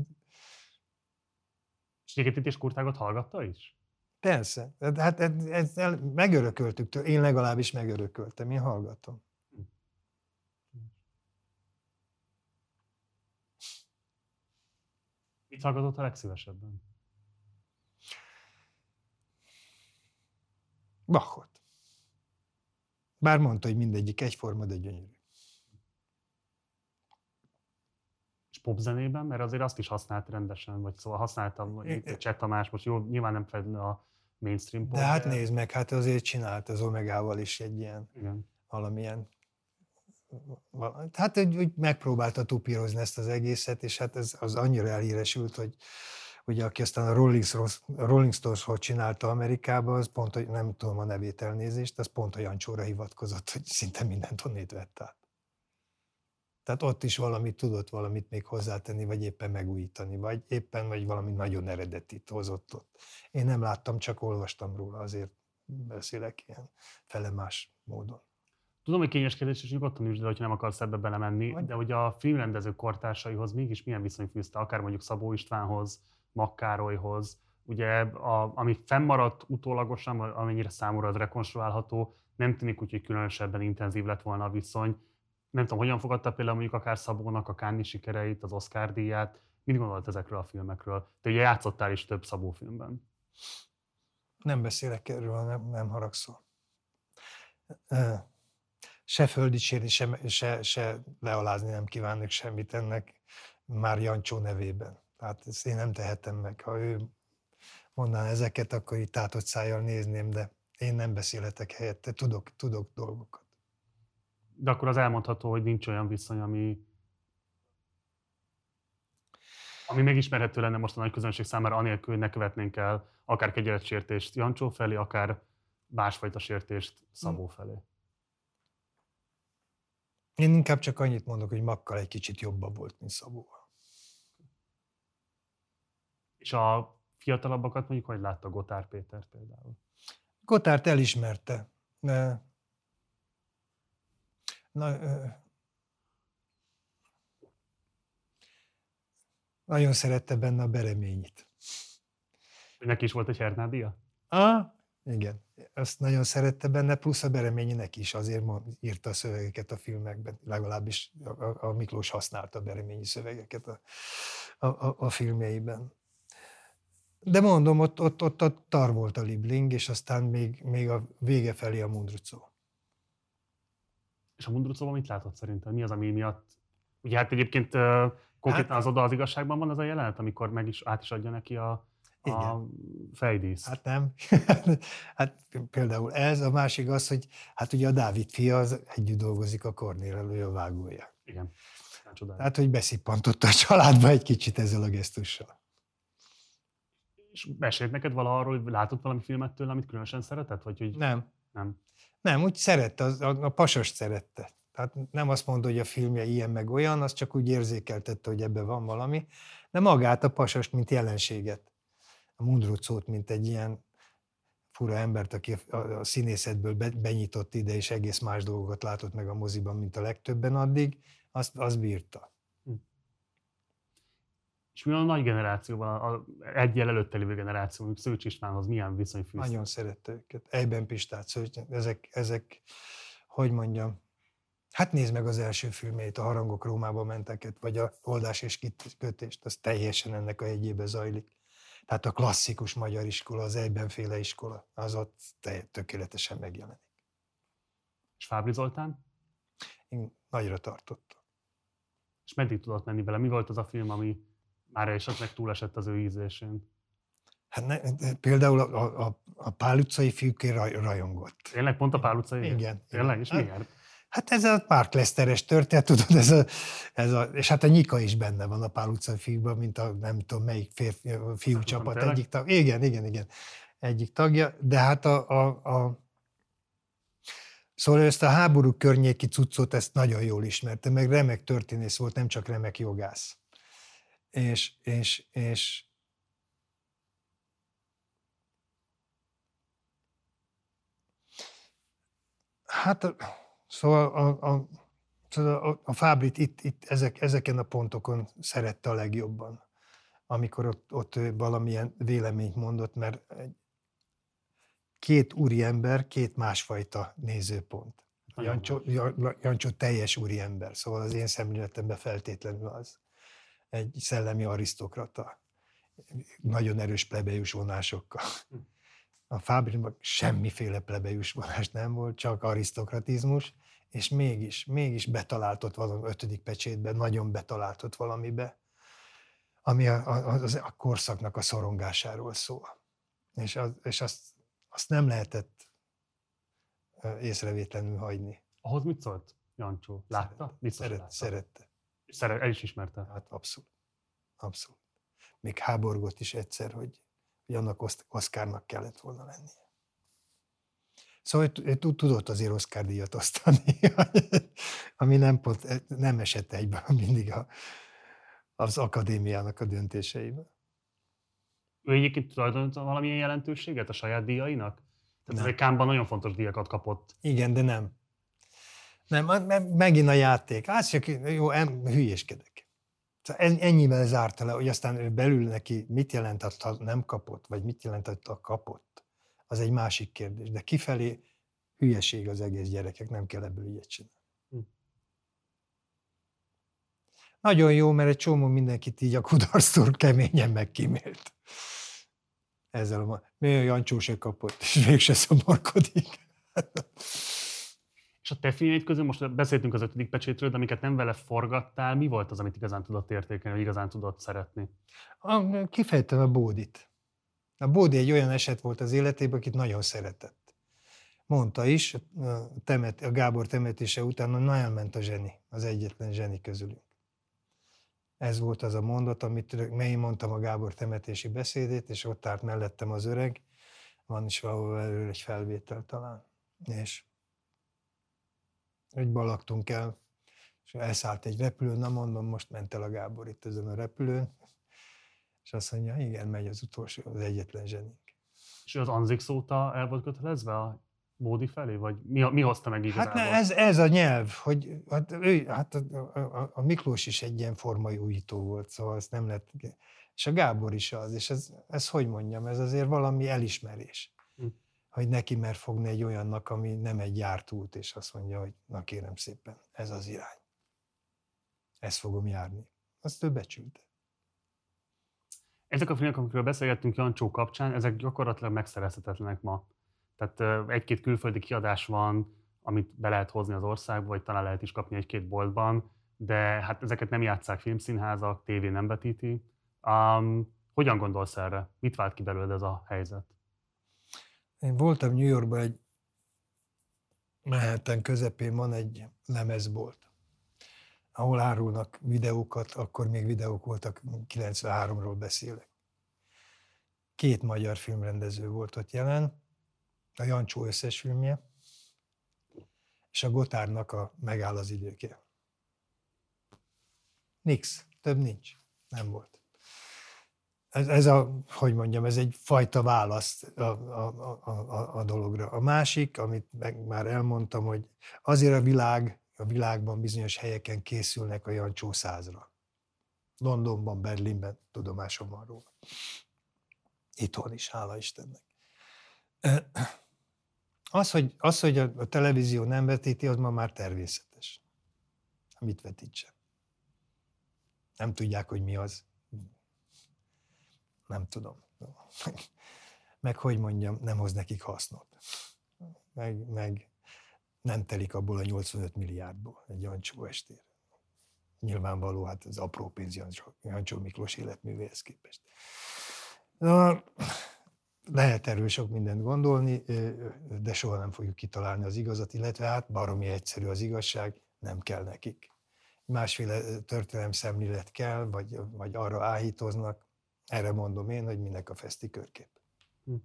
És Ligeti és Kurtágot hallgatta is? Persze. Hát ezt megörököltük tőle. Én legalábbis megörököltem. Én hallgatom. Mit hallgatott a legszívesebben? Bachot. Bár mondta, hogy mindegyik egyforma, de gyönyörű. popzenében, mert azért azt is használt rendesen, vagy szóval használtam, vagy Cseh Tamás, most jó, nyilván nem feltétlenül a mainstream pop. De hát nézd meg, hát azért csinált az Omegával is egy ilyen, igen. valamilyen, hát úgy, úgy megpróbálta tupírozni ezt az egészet, és hát ez az annyira elhíresült, hogy ugye aki aztán a Rolling, a Rolling Stones-hoz csinálta Amerikában, az pont, hogy nem tudom a nevét elnézést, az pont a Jancsóra hivatkozott, hogy szinte mindent onnét vett át. Tehát ott is valamit tudott valamit még hozzátenni, vagy éppen megújítani, vagy éppen vagy valami nagyon eredetit hozott ott. Én nem láttam, csak olvastam róla, azért beszélek ilyen felemás módon. Tudom, hogy kényes kérdés, és nyugodtan üsd, de hogyha nem akarsz ebbe belemenni, vagy... de hogy a filmrendezők kortársaihoz mégis milyen viszony fűzte, akár mondjuk Szabó Istvánhoz, Makkárolyhoz, ugye a, ami fennmaradt utólagosan, amennyire számomra az rekonstruálható, nem tűnik úgy, hogy különösebben intenzív lett volna a viszony. Nem tudom, hogyan fogadta például mondjuk akár Szabónak a Cannes-i sikereit, az Oscar díját, mit gondolt ezekről a filmekről? Te ugye játszottál is több Szabó filmben. Nem beszélek erről, nem, nem haragszol. Se földicsérni, se, se, se lealázni nem kívánok semmit ennek már Jancsó nevében. Tehát ezt én nem tehetem meg. Ha ő mondaná ezeket, akkor itt tátott szájjal nézném, de én nem beszélhetek helyette, tudok, tudok dolgokat. De akkor az elmondható, hogy nincs olyan viszony, ami, ami megismerhető lenne most a nagy közönség számára, anélkül, hogy ne követnénk el akár kegyeletsértést Jancsó felé, akár másfajta sértést Szabó felé. Én inkább csak annyit mondok, hogy Makkal egy kicsit jobban volt, mint Szabóval. És a fiatalabbakat mondjuk, hogy látta Gotár Péter például? Gotárt elismerte. De... Na, ö... nagyon szerette benne a Bereményit. Neki is volt egy Hernádia? Ah, igen. Azt nagyon szerette benne, plusz a Bereményi neki is azért írta a szövegeket a filmekben, legalábbis a, a Miklós használta a Bereményi szövegeket a, a, a filmjeiben. De mondom, ott, ott, ott, ott tar volt a Libling, és aztán még, még a vége felé a Mundrucó. És a Mundrucóban mit látott szerintem? Mi az, ami miatt? Ugye hát egyébként uh, konkrétan hát, az Oda az igazságban van az a jelenet, amikor meg is át is adja neki a, a fejdíszt. Hát nem. Hát például ez, a másik az, hogy hát ugye a Dávid fia az együtt dolgozik a Kornélel, ő a vágója. Igen. Hát, hogy beszippantotta a családba egy kicsit ezzel a gesztussal. És mesélt neked vala arról, hogy látott valami filmet tőle, amit különösen szeretett? Vagy hogy... Nem. Nem. Nem, úgy szerette, a, a, a pasast szerette. Tehát nem azt mondta, hogy a filmje ilyen meg olyan, az csak úgy érzékeltette, hogy ebben van valami, de magát a pasast, mint jelenséget. A Mundrucót, mint egy ilyen fura embert, aki a, a színészetből be, benyitott ide, és egész más dolgokat látott meg a moziban, mint a legtöbben addig, azt, azt bírta. Hm. És mi a nagy generációval, egyel előtte lévő generáció, mondjuk Szőcs Istvánhoz milyen viszony fűzte? Nagyon szerette őket. Egyben Pistát, Szőcs, ezek, ezek, hogy mondjam, hát nézd meg az első filmjét, a Harangok Rómába menteket, vagy a Oldás és kötést, az teljesen ennek a jegyébe zajlik. Tehát a klasszikus magyar iskola, az egybenféle iskola, az ott tökéletesen megjelenik. És Fábry Zoltán? Én nagyra tartottam. És meddig tudott menni bele? Mi volt az a film, ami már esetleg túlesett az ő ízlésén? Hát ne, például a, a, a Pál utcai fiúké raj, rajongott. Tényleg pont a Pál utcai? Igen. Tényleg? És hát, miért? Hát ez a Park Lesteres történet, tudod, ez a, ez a, és hát a Nyika is benne van a Pál utcai fiúkban, mint a nem tudom melyik férfi, fiú hát, csapat tényleg? egyik tag. Igen, igen, igen. Egyik tagja, de hát a, a, a szóval ezt a háború környéki cuccot, ezt nagyon jól ismerte, meg remek történész volt, nem csak remek jogász. És, és, és hát szóval a, a, a, a Fábrit itt, itt ezek, ezeken a pontokon szerette a legjobban, amikor ott, ott valamilyen véleményt mondott, mert két úriember, két másfajta nézőpont. Jancsó, Jancsó teljes úriember, szóval az én szemléletemben feltétlenül az. Egy szellemi arisztokrata, nagyon erős plebejus vonásokkal. A Fábrinak semmiféle plebejus vonás nem volt, csak arisztokratizmus, és mégis, mégis betaláltott valami ötödik pecsétben, nagyon betaláltott valamibe, ami a, a, a korszaknak a szorongásáról szól. És, az, és azt, azt nem lehetett észrevétlenül hagyni. Ahhoz mit szólt Jancsó? Látta? Szerette. Biztos, Szeret, látta. szerette. Szeret, el is ismerte. Hát abszolút. Abszolút. Még háborgott is egyszer, hogy, hogy annak Oscarnak kellett volna lennie. Szóval ő tudott azért Oscar-díjat osztani, ami nem, pont, nem esett egyben mindig a, az akadémiának a döntéseiben. Ő egyébként tulajdonít valamilyen jelentőséget a saját díjainak? Tehát ez egy Cannes-ban nagyon fontos díjakat kapott. Igen, de nem. Nem, megint a játék. Hát csak jó, hülyéskedek. Ennyivel zárta le, hogy aztán ő belül neki mit jelentett, ha nem kapott, vagy mit jelentett, ha kapott. Az egy másik kérdés. De kifelé hülyeség az egész, gyerekek, nem kell ebből ilyet csinálni. Hm. Nagyon jó, mert egy csomó mindenkit így a kudarctól keményen megkímélt. Ezzel a... Még a Jancsó se kapott, és mégse szomorkodik. És a te filmjeid közül, most beszéltünk az ötödik pecsétről, de amiket nem vele forgattál, mi volt az, amit igazán tudott értékelni, vagy igazán tudott szeretni? A, kifejtem a Bódit. A Bódi egy olyan eset volt az életében, akit nagyon szeretett. Mondta is, a, temet, a Gábor temetése után, hogy na elment a zseni, az egyetlen zseni közülünk. Ez volt az a mondat, amit én mondtam a Gábor temetési beszédét, és ott állt mellettem az öreg, van is valahol erről egy felvétel talán, és egyben laktunk el, és elszállt egy repülőn, na mondom, most ment el a Gábor itt ezen a repülőn, és azt mondja, igen, megy az utolsó, az egyetlen zsenink. És az Anzix óta el volt kötelezve a Bódi felé, vagy mi, mi hozta meg igazából? Hát ez, ez a nyelv, hogy hát, ő, hát a, a, a Miklós is egy ilyen formai újító volt, szóval ezt nem lehet, és a Gábor is az, és ez, ez hogy mondjam, ez azért valami elismerés. Hm. Hogy neki mer fogni egy olyannak, ami nem egy járt út, és azt mondja, hogy na kérem szépen, ez az irány. Ezt fogom járni. Azt ő becsülte. Ezek a filmek, amikről beszélgettünk Jancsó kapcsán, ezek gyakorlatilag megszerezhetetlenek ma. Tehát egy-két külföldi kiadás van, amit be lehet hozni az országba, vagy talán lehet is kapni egy-két boltban, de hát ezeket nem játsszák filmszínházak, tévé nem vetíti. Um, hogyan gondolsz erre? Mit vált ki belőled ez a helyzet? Én voltam New Yorkban, egy Manhattan közepén van egy lemezbolt, ahol árulnak videókat, akkor még videók voltak, kilencvenháromról beszélek. Két magyar filmrendező volt ott jelen, a Jancsó összes filmje, és a Gotthardnak a Megáll az időke. Nix, több nincs, nem volt. Ez, ez a, hogy mondjam, ez egy fajta válasz a, a, a, a dologra. A másik, amit meg már elmondtam, hogy azért a világ, a világban bizonyos helyeken készülnek a Jancsó százra. Londonban, Berlinben tudomásom van róla. Itthon is, hála Istennek. Az, hogy, az, hogy a televízió nem vetíti, az ma már természetes. Mit vetítsen? Nem tudják, hogy mi az. Nem tudom. Meg hogy mondjam, nem hoz nekik hasznot. Meg, meg nem telik abból a nyolcvanöt milliárdból egy Jancsó estére. Nyilvánvaló, hát ez apró pénz Jancsó, Jancsó Miklós életművéhez képest. Na, lehet erről sok mindent gondolni, de soha nem fogjuk kitalálni az igazat, illetve hát baromi egyszerű az igazság, nem kell nekik. Másféle történelemszemlélet kell, vagy, vagy arra áhítoznak. Erre mondom én, hogy minek a feszti körkép. Hm.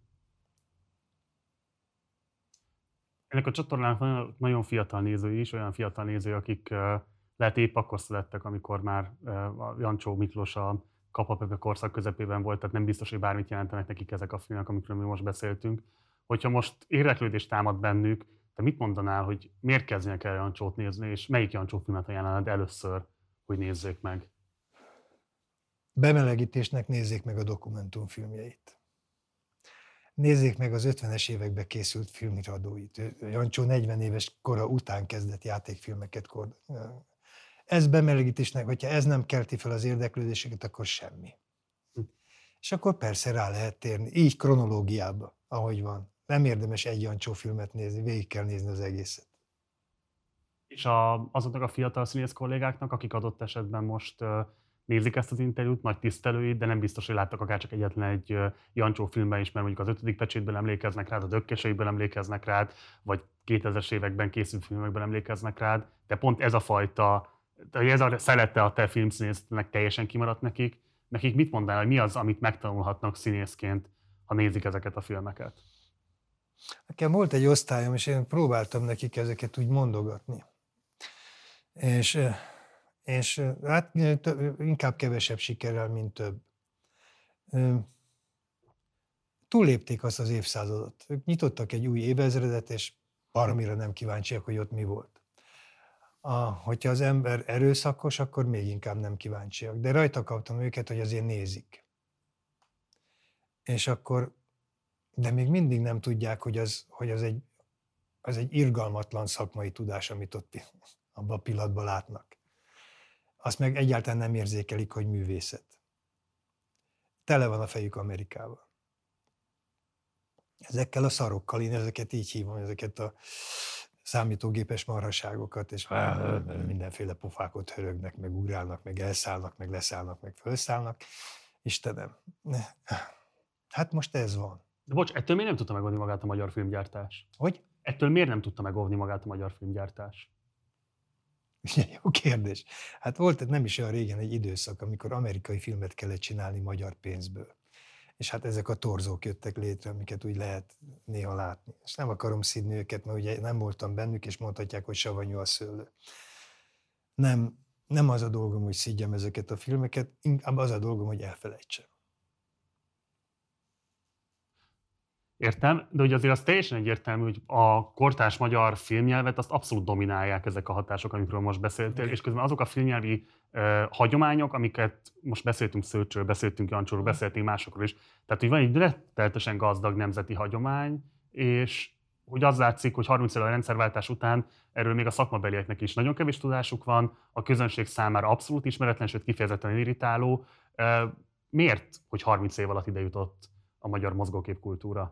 Ennek a csatornának nagyon fiatal nézői is, olyan fiatal nézői, akik lehet épp akkor születtek, amikor már a Jancsó Miklós a Kapapepe korszak közepében volt, tehát nem biztos, hogy bármit jelentenek nekik ezek a filmek, amikről mi most beszéltünk. Hogyha most érdeklődés támad bennük, te mit mondanál, hogy miért kezdjenek el Jancsót nézni, és melyik Jancsó filmet ajánlanád először, hogy nézzék meg? Bemelegítésnek nézzék meg a dokumentumfilmjeit. Nézzék meg az ötvenes években készült filmiradóit. Jancsó negyven éves kora után kezdett játékfilmeket. Ez bemelegítésnek, hogyha ez nem kelti fel az érdeklődéseket, akkor semmi. Hm. És akkor persze rá lehet térni, így kronológiába, ahogy van. Nem érdemes egy Jancsó filmet nézni, végig kell nézni az egészet. És a, azoknak a fiatal színész kollégáknak, akik adott esetben most uh, nézik ezt az interjút, nagy tisztelőit, de nem biztos, hogy láttak akár csak egyetlen egy uh, Jancsó filmben is, mert mondjuk az ötödik pecsétből emlékeznek rád, a Dökkeseiből emlékeznek rád, vagy kétezres években készült filmekben emlékeznek rád, de pont ez a fajta, ez a szelete a te filmszínésznek teljesen kimaradt nekik. Nekik mit mondanál, hogy mi az, amit megtanulhatnak színészként, ha nézik ezeket a filmeket? Nekem volt egy osztályom, és én próbáltam nekik ezeket úgy mondogatni. És, és hát inkább kevesebb sikerrel, mint több. Túllépték azt az évszázadot. Ők nyitottak egy új évezredet, és baromira nem kíváncsiak, hogy ott mi volt. A, hogyha az ember erőszakos, akkor még inkább nem kíváncsiak. De rajta kaptam őket, hogy azért nézik. És akkor, de még mindig nem tudják, hogy az, hogy az, egy, az egy irgalmatlan szakmai tudás, amit ott abban a pillanatban látnak. Azt meg egyáltalán nem érzékelik, hogy művészet. Tele van a fejük Amerikával. Ezekkel a szarokkal, én ezeket így hívom, ezeket a számítógépes marhaságokat, és mindenféle pofákot hörögnek, meg ugrálnak, meg elszállnak, meg leszállnak, meg felszállnak. Istenem, hát most ez van. De bocs, ettől miért nem tudta megóvni magát a magyar filmgyártás? Hogy? Ettől miért nem tudta megóvni magát a magyar filmgyártás? Jó kérdés. Hát volt nem is olyan régen egy időszak, amikor amerikai filmet kellett csinálni magyar pénzből. És hát ezek a torzók jöttek létre, amiket úgy lehet néha látni. És nem akarom szídni őket, mert ugye nem voltam bennük, és mondhatják, hogy savanyú a szőlő. Nem, nem az a dolgom, hogy szídjem ezeket a filmeket, inkább az a dolgom, hogy elfelejtsem. Értem, de ugye azért az teljesen egyértelmű, hogy a kortárs magyar filmnyelvet azt abszolút dominálják ezek a hatások, amikről most beszéltél, okay. És közben azok a filmnyelvi uh, hagyományok, amiket most beszéltünk Szőcsről, beszéltünk Jancsóról, beszéltünk másokról is, tehát hogy van egy rettenetesen gazdag nemzeti hagyomány, és hogy az látszik, hogy harminc évvel a rendszerváltás után erről még a szakmabelieknek is nagyon kevés tudásuk van, a közönség számára abszolút ismeretlen, sőt kifejezetten irritáló. Uh, miért, hogy harminc év alatt ide jutott a magyar mozgóképkultúra?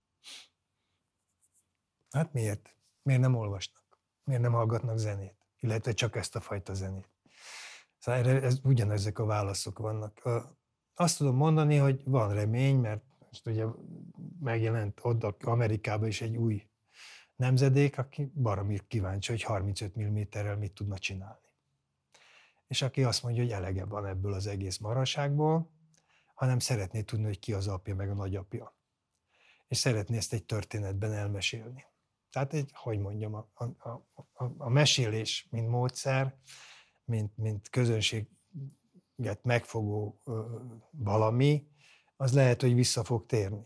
Hát miért? Miért nem olvasnak? Miért nem hallgatnak zenét? Illetve csak ezt a fajta zenét. Szóval erre ez, ugyanezek a válaszok vannak. Azt tudom mondani, hogy van remény, mert most ugye megjelent oda Amerikában is egy új nemzedék, aki baromi kíváncsi, hogy harmincöt milliméterrel mit tudna csinálni. És aki azt mondja, hogy elege van ebből az egész maraságból, hanem szeretné tudni, hogy ki az apja meg a nagyapja. És szeretné ezt egy történetben elmesélni. Tehát egy, hogy mondjam, a, a, a, a mesélés, mint módszer, mint, mint közönséget megfogó ö, valami, az lehet, hogy vissza fog térni.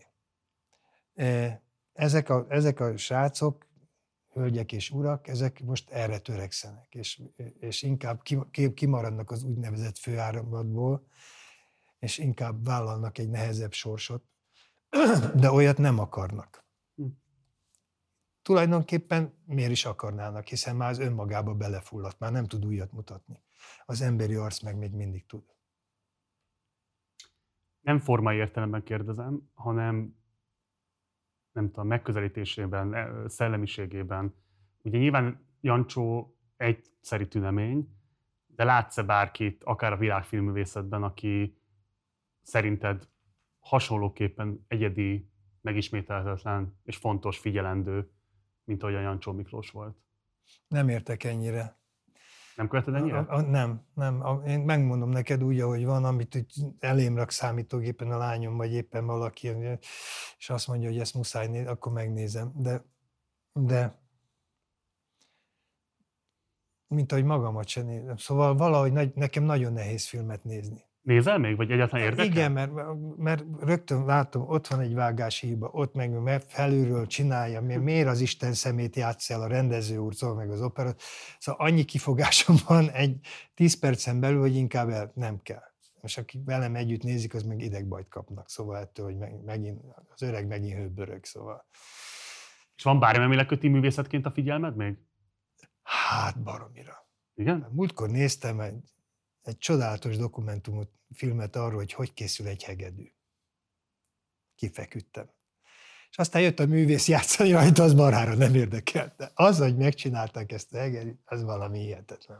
Ezek a, ezek a srácok, hölgyek és urak, ezek most erre törekszenek, és, és inkább kimaradnak az úgynevezett főáramatból, és inkább vállalnak egy nehezebb sorsot, de olyat nem akarnak. Hm. Tulajdonképpen miért is akarnának, hiszen már az önmagába belefulladt, már nem tud újat mutatni. Az emberi arc meg még mindig tud. Nem formai értelemben kérdezem, hanem nem tudom, megközelítésében, szellemiségében. Ugye nyilván Jancsó egyszeri tünemény, de látsz-e bárkit, akár a világfilmművészetben, aki szerinted hasonlóképpen egyedi, megismételhetetlen és fontos, figyelendő, mint ahogy a Jancsó Miklós volt? Nem értek ennyire. Nem követed ennyire? A, a, nem, nem. A, én megmondom neked úgy, ahogy van, amit elém rak számítógépen a lányom, vagy éppen valaki, és azt mondja, hogy ezt muszáj nézni, akkor megnézem. De, de mint ahogy magamat sem nézem. Szóval valahogy nagy, nekem nagyon nehéz filmet nézni. Nézel még, vagy egyáltalán érdekel? Igen, mert, mert rögtön látom, ott van egy vágáshiba, ott meg mert felülről csinálja, miért az Isten szemét játsz el a rendező úr, szóval meg az opera. Szóval annyi kifogásom van egy tíz percen belül, hogy inkább el, nem kell. Most akik velem együtt nézik, az meg idegbajt kapnak, szóval ettől, hogy meg, megint, az öreg megint hőbörög, szóval. És van bármi, ami leköti művészetként a figyelmed még? Hát baromira. Igen? Múltkor néztem egy egy csodálatos dokumentumot, filmet arról, hogy hogy készül egy hegedű. Kifeküdtem. És És aztán jött a művész játszani rajta, az marhára nem érdekelt. De az, hogy megcsinálták ezt a Hegerit, az valami hihetetlen.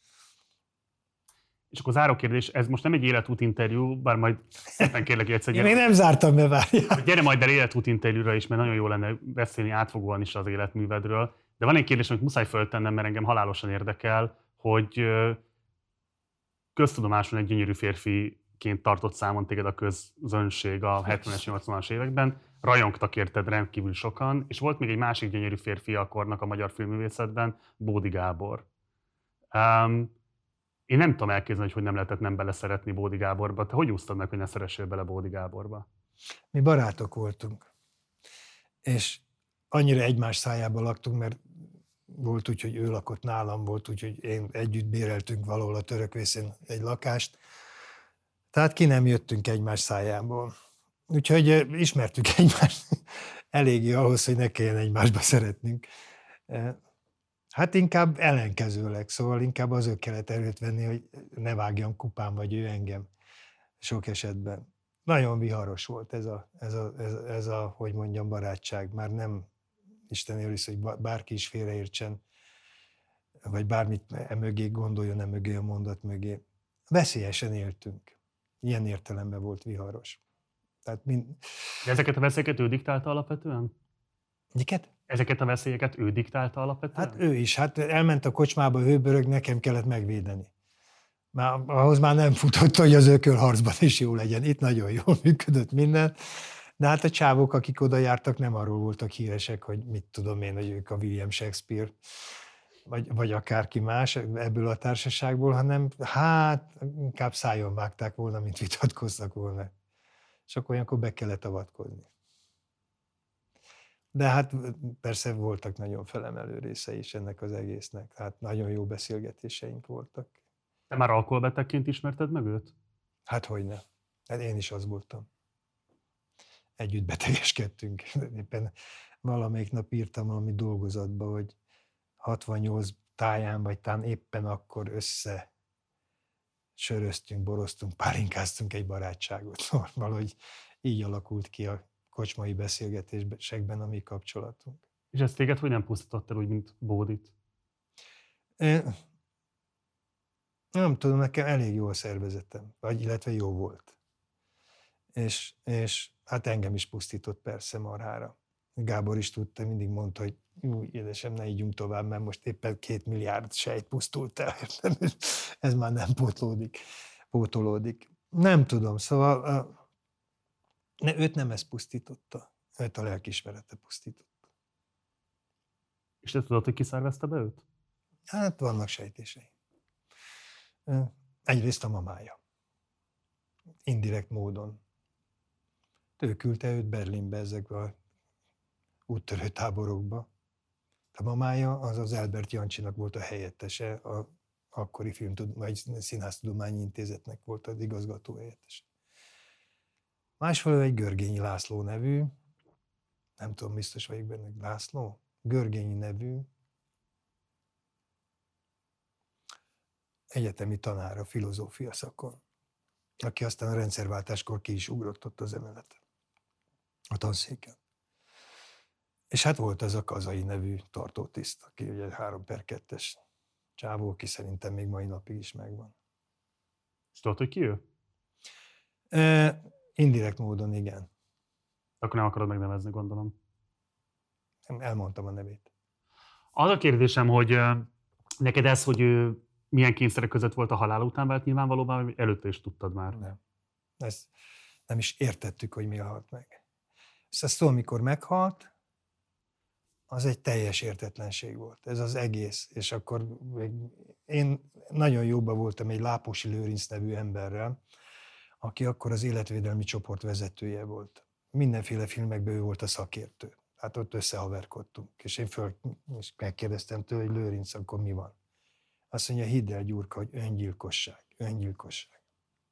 És akkor záró kérdés, ez most nem egy életút interjú, bár majd szépen kérlek, hogy egyszer Én még nem zártam be, várjál. Gyere majd el életút interjúra is, mert nagyon jó lenne beszélni átfogóan is az életművedről. De van egy kérdés, amit muszáj föltennem, mert engem halálosan érdekel, hogy köztudomásul egy gyönyörű férfiként tartott számon téged a közönség a hetvenes, nyolcvanas években. Rajongtak érted rendkívül sokan, és volt még egy másik gyönyörű férfi akkornak a magyar filmművészetben, Bódi Gábor. Um, Én nem tudom elképzelni, hogy hogy nem lehetett nem beleszeretni Bódi Gáborba. Te hogy úsztad meg, hogy ne szeressél bele Bódi Gáborba? Mi barátok voltunk. És annyira egymás szájába laktunk, mert volt úgy, hogy ő lakott nálam, volt úgy, hogy én együtt béreltünk valahol a Törökvészén egy lakást. Tehát ki nem jöttünk egymás szájából. Úgyhogy ismertük egymást eléggé ahhoz, hogy ne kelljen egymásba szeretnünk. Hát inkább ellenkezőleg, szóval inkább azok kellett erőt venni, hogy ne vágjam kupán, vagy ő engem sok esetben. Nagyon viharos volt ez a, ez a, ez a, ez a hogy mondjam, barátság. Már nem, Isten őriz, hogy bárki is félreértsen, vagy bármit emögé gondoljon, emögé a mondat mögé. Veszélyesen éltünk. Ilyen értelemben volt viharos. Tehát mind... De ezeket a veszélyeket ő diktálta alapvetően? Miket? Ezeket a veszélyeket ő diktálta alapvetően? Hát ő is. Hát elment a kocsmába hőbörög, nekem kellett megvédeni. Már, ahhoz már nem futott, hogy az ökölharcban is jó legyen. Itt nagyon jól működött minden. De hát a csávók, akik oda jártak, nem arról voltak híresek, hogy mit tudom én, hogy ők a William Shakespeare, vagy, vagy akárki más ebből a társaságból, hanem hát inkább szájon vágták volna, mint vitatkoztak volna. És akkor olyankor be kellett avatkozni. De hát persze voltak nagyon felemelő részei is ennek az egésznek. Hát nagyon jó beszélgetéseink voltak. Te már alkoholbetegként ismerted meg őt? Hát hogyne. Hát én is az voltam. Együtt betegeskedtünk. Éppen valamelyik nap írtam valami dolgozatba, hogy hatvannyolc táján, vagy talán éppen akkor össze söröztünk, boroztunk, pálinkáztunk egy barátságot. Valahogy így alakult ki a kocsmai beszélgetésekben a mi kapcsolatunk. És ez téged hogy nem pusztított el úgy, mint Bódit? É, nem tudom, nekem elég jó a szervezetem, vagy illetve jó volt. És, és hát engem is pusztított persze marhára. Gábor is tudta, mindig mondta, hogy új, édesem, ne ígyunk tovább, mert most éppen két milliárd sejt pusztult el. Ez már nem pótlódik, pótolódik. Nem tudom, szóval ne, őt nem ez pusztította, őt a lelkiismerete pusztította. És te tudod, hogy ki szervezte be őt? Hát vannak sejtései. Egyrészt a mamája. Indirekt módon. Ő küldte őt Berlinbe ezekbe a úttörő táborokba. A mamája az az Elbert Jancsinak volt a helyettese, a akkori film, vagy Színháztudományi Intézetnek volt az igazgató helyettese. Másfelől egy Görgényi László nevű, nem tudom, biztos vagyok benne, László? Görgényi nevű egyetemi tanár a filozófia szakon, aki aztán a rendszerváltáskor ki is ugrott ott az emeletre, a tanszéken. És hát volt ez a Kazai nevű tartótiszt, aki ugye három per kettes csávó, aki szerintem még mai napig is megvan. És tudod, hogy ki ő? E, indirekt módon igen. Akkor nem akarod megnevezni, gondolom. Elmondtam a nevét. Az a kérdésem, hogy neked ez, hogy ő milyen kényszerek között volt a halál után vált nyilvánvalóban, vagy előtte is tudtad már? Nem. Ezt nem is értettük, hogy mi halt meg. Ezt azt tudom, amikor meghalt, az egy teljes értetlenség volt. Ez az egész. És akkor én nagyon jóban voltam egy Láposi Lőrinc nevű emberrel, aki akkor az életvédelmi csoport vezetője volt. Mindenféle filmekben ő volt a szakértő. Hát ott összehaverkodtunk. És én föl és megkérdeztem tőle, hogy Lőrinc, akkor mi van? Azt mondja, hidd el, Gyurka, hogy öngyilkosság, öngyilkosság.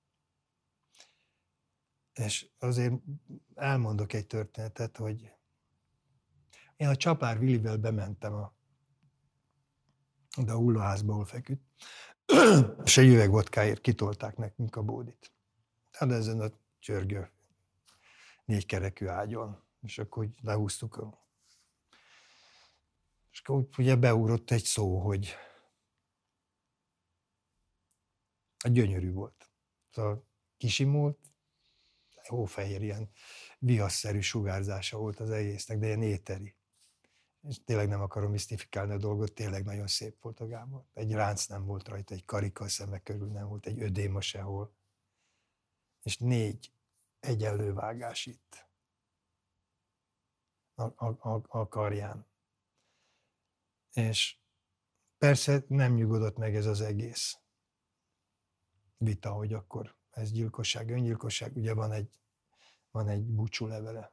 És azért elmondok egy történetet, hogy én a Csapár Vilivel bementem a, oda a hullaházba, ahol feküdt, és egy üveg vodkáért kitolták nekünk a Bódit. Hát ezen a csörgő négykerekű ágyon. És akkor úgy lehúztuk. És akkor úgy ugye beugrott egy szó, hogy a gyönyörű volt. Szóval kisimult, hófehér, ilyen viaszszerű sugárzása volt az egésznek, de ilyen éteri. És tényleg nem akarom misztifikálni a dolgot, tényleg nagyon szép volt a Gábor. Egy ránc nem volt rajta, egy karika a szeme körül nem volt, egy ödéma sehol. És négy egyenlő vágás itt a, a, a, a karján. És persze nem nyugodott meg ez az egész vita, hogy akkor ez gyilkosság, öngyilkosság, ugye van egy, van egy búcsú levele.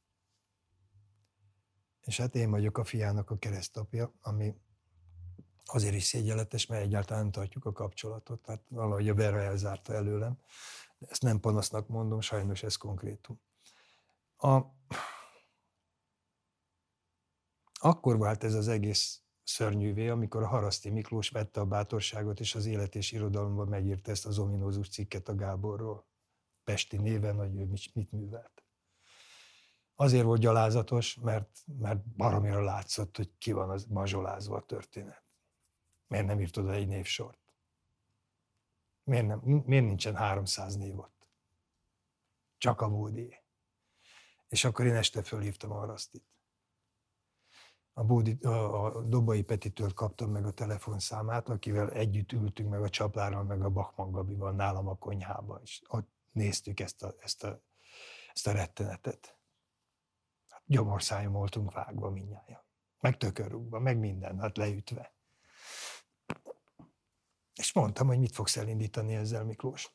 És hát én vagyok a fiának a keresztapja, ami azért is szégyenletes, mert egyáltalán nem tartjuk a kapcsolatot. Tehát valahogy a Vera elzárta előlem. De ezt nem panasznak mondom, sajnos ez konkrétum. A... Akkor vált ez az egész szörnyűvé, amikor a Haraszti Miklós vette a bátorságot, és az Élet és Irodalomban megírta ezt az ominózus cikket a Gáborról. Pesti néven, hogy ő mit művelt. Azért volt gyalázatos, mert, mert baromira látszott, hogy ki van az mazsolázva a történet. Miért nem írt oda egy névsort? Miért, nem, miért nincsen háromszáz név ott? Csak a Bódié. És akkor én este fölhívtam a Harasztit. A, Bódi, a, a Dobai Petitől kaptam meg a telefonszámát, akivel együtt ültünk meg a Csaplárral, meg a Bachmann Gabival nálam a konyhába, és ott néztük ezt a, ezt a, ezt a rettenetet. Gyomorszájon voltunk vágva mindnyájan. Meg tökörrúgva, meg minden, hát leütve. És mondtam, hogy mit fogsz elindítani ezzel, Miklós.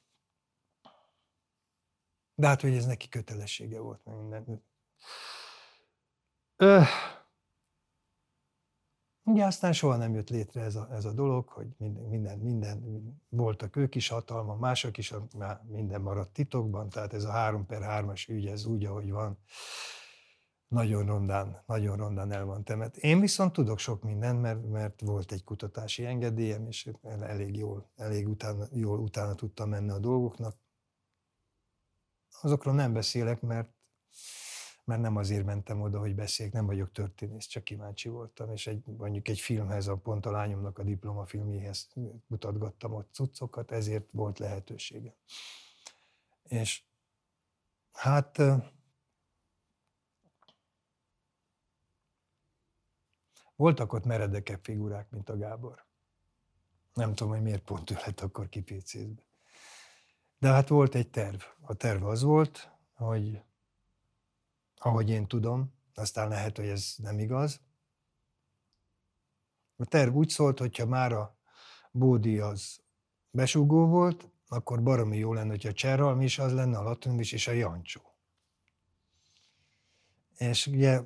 De hát, hogy ez neki kötelessége volt, meg minden. Öh. Ugye aztán soha nem jött létre ez a, ez a dolog, hogy minden, minden, minden, voltak ők is hatalma, mások is, már minden maradt titokban, tehát ez a három per hármas ügy, ez úgy, ahogy van, nagyon rondán, nagyon rondán el van temet. Én viszont tudok sok mindent, mert, mert volt egy kutatási engedélyem, és elég jól, elég utána, jól utána tudtam menni a dolgoknak. Azokról nem beszélek, mert, mert nem azért mentem oda, hogy beszéljek, nem vagyok történész, csak kíváncsi voltam, és egy, mondjuk egy filmhez, a pont a lányomnak a diplomafilmjéhez mutatgattam ott cuccokat, ezért volt lehetősége. És hát voltak ott meredekebb figurák, mint a Gábor. Nem tudom, hogy miért pont ő lett akkor kipécézve. De hát volt egy terv. A terv az volt, hogy ahogy én tudom, aztán lehet, hogy ez nem igaz. A terv úgy szólt, hogyha már a Bódi az besugó volt, akkor baromi jó lenne, hogyha a Cserhalmi is az lenne, a Latonim is, és a Jancsó. És ugye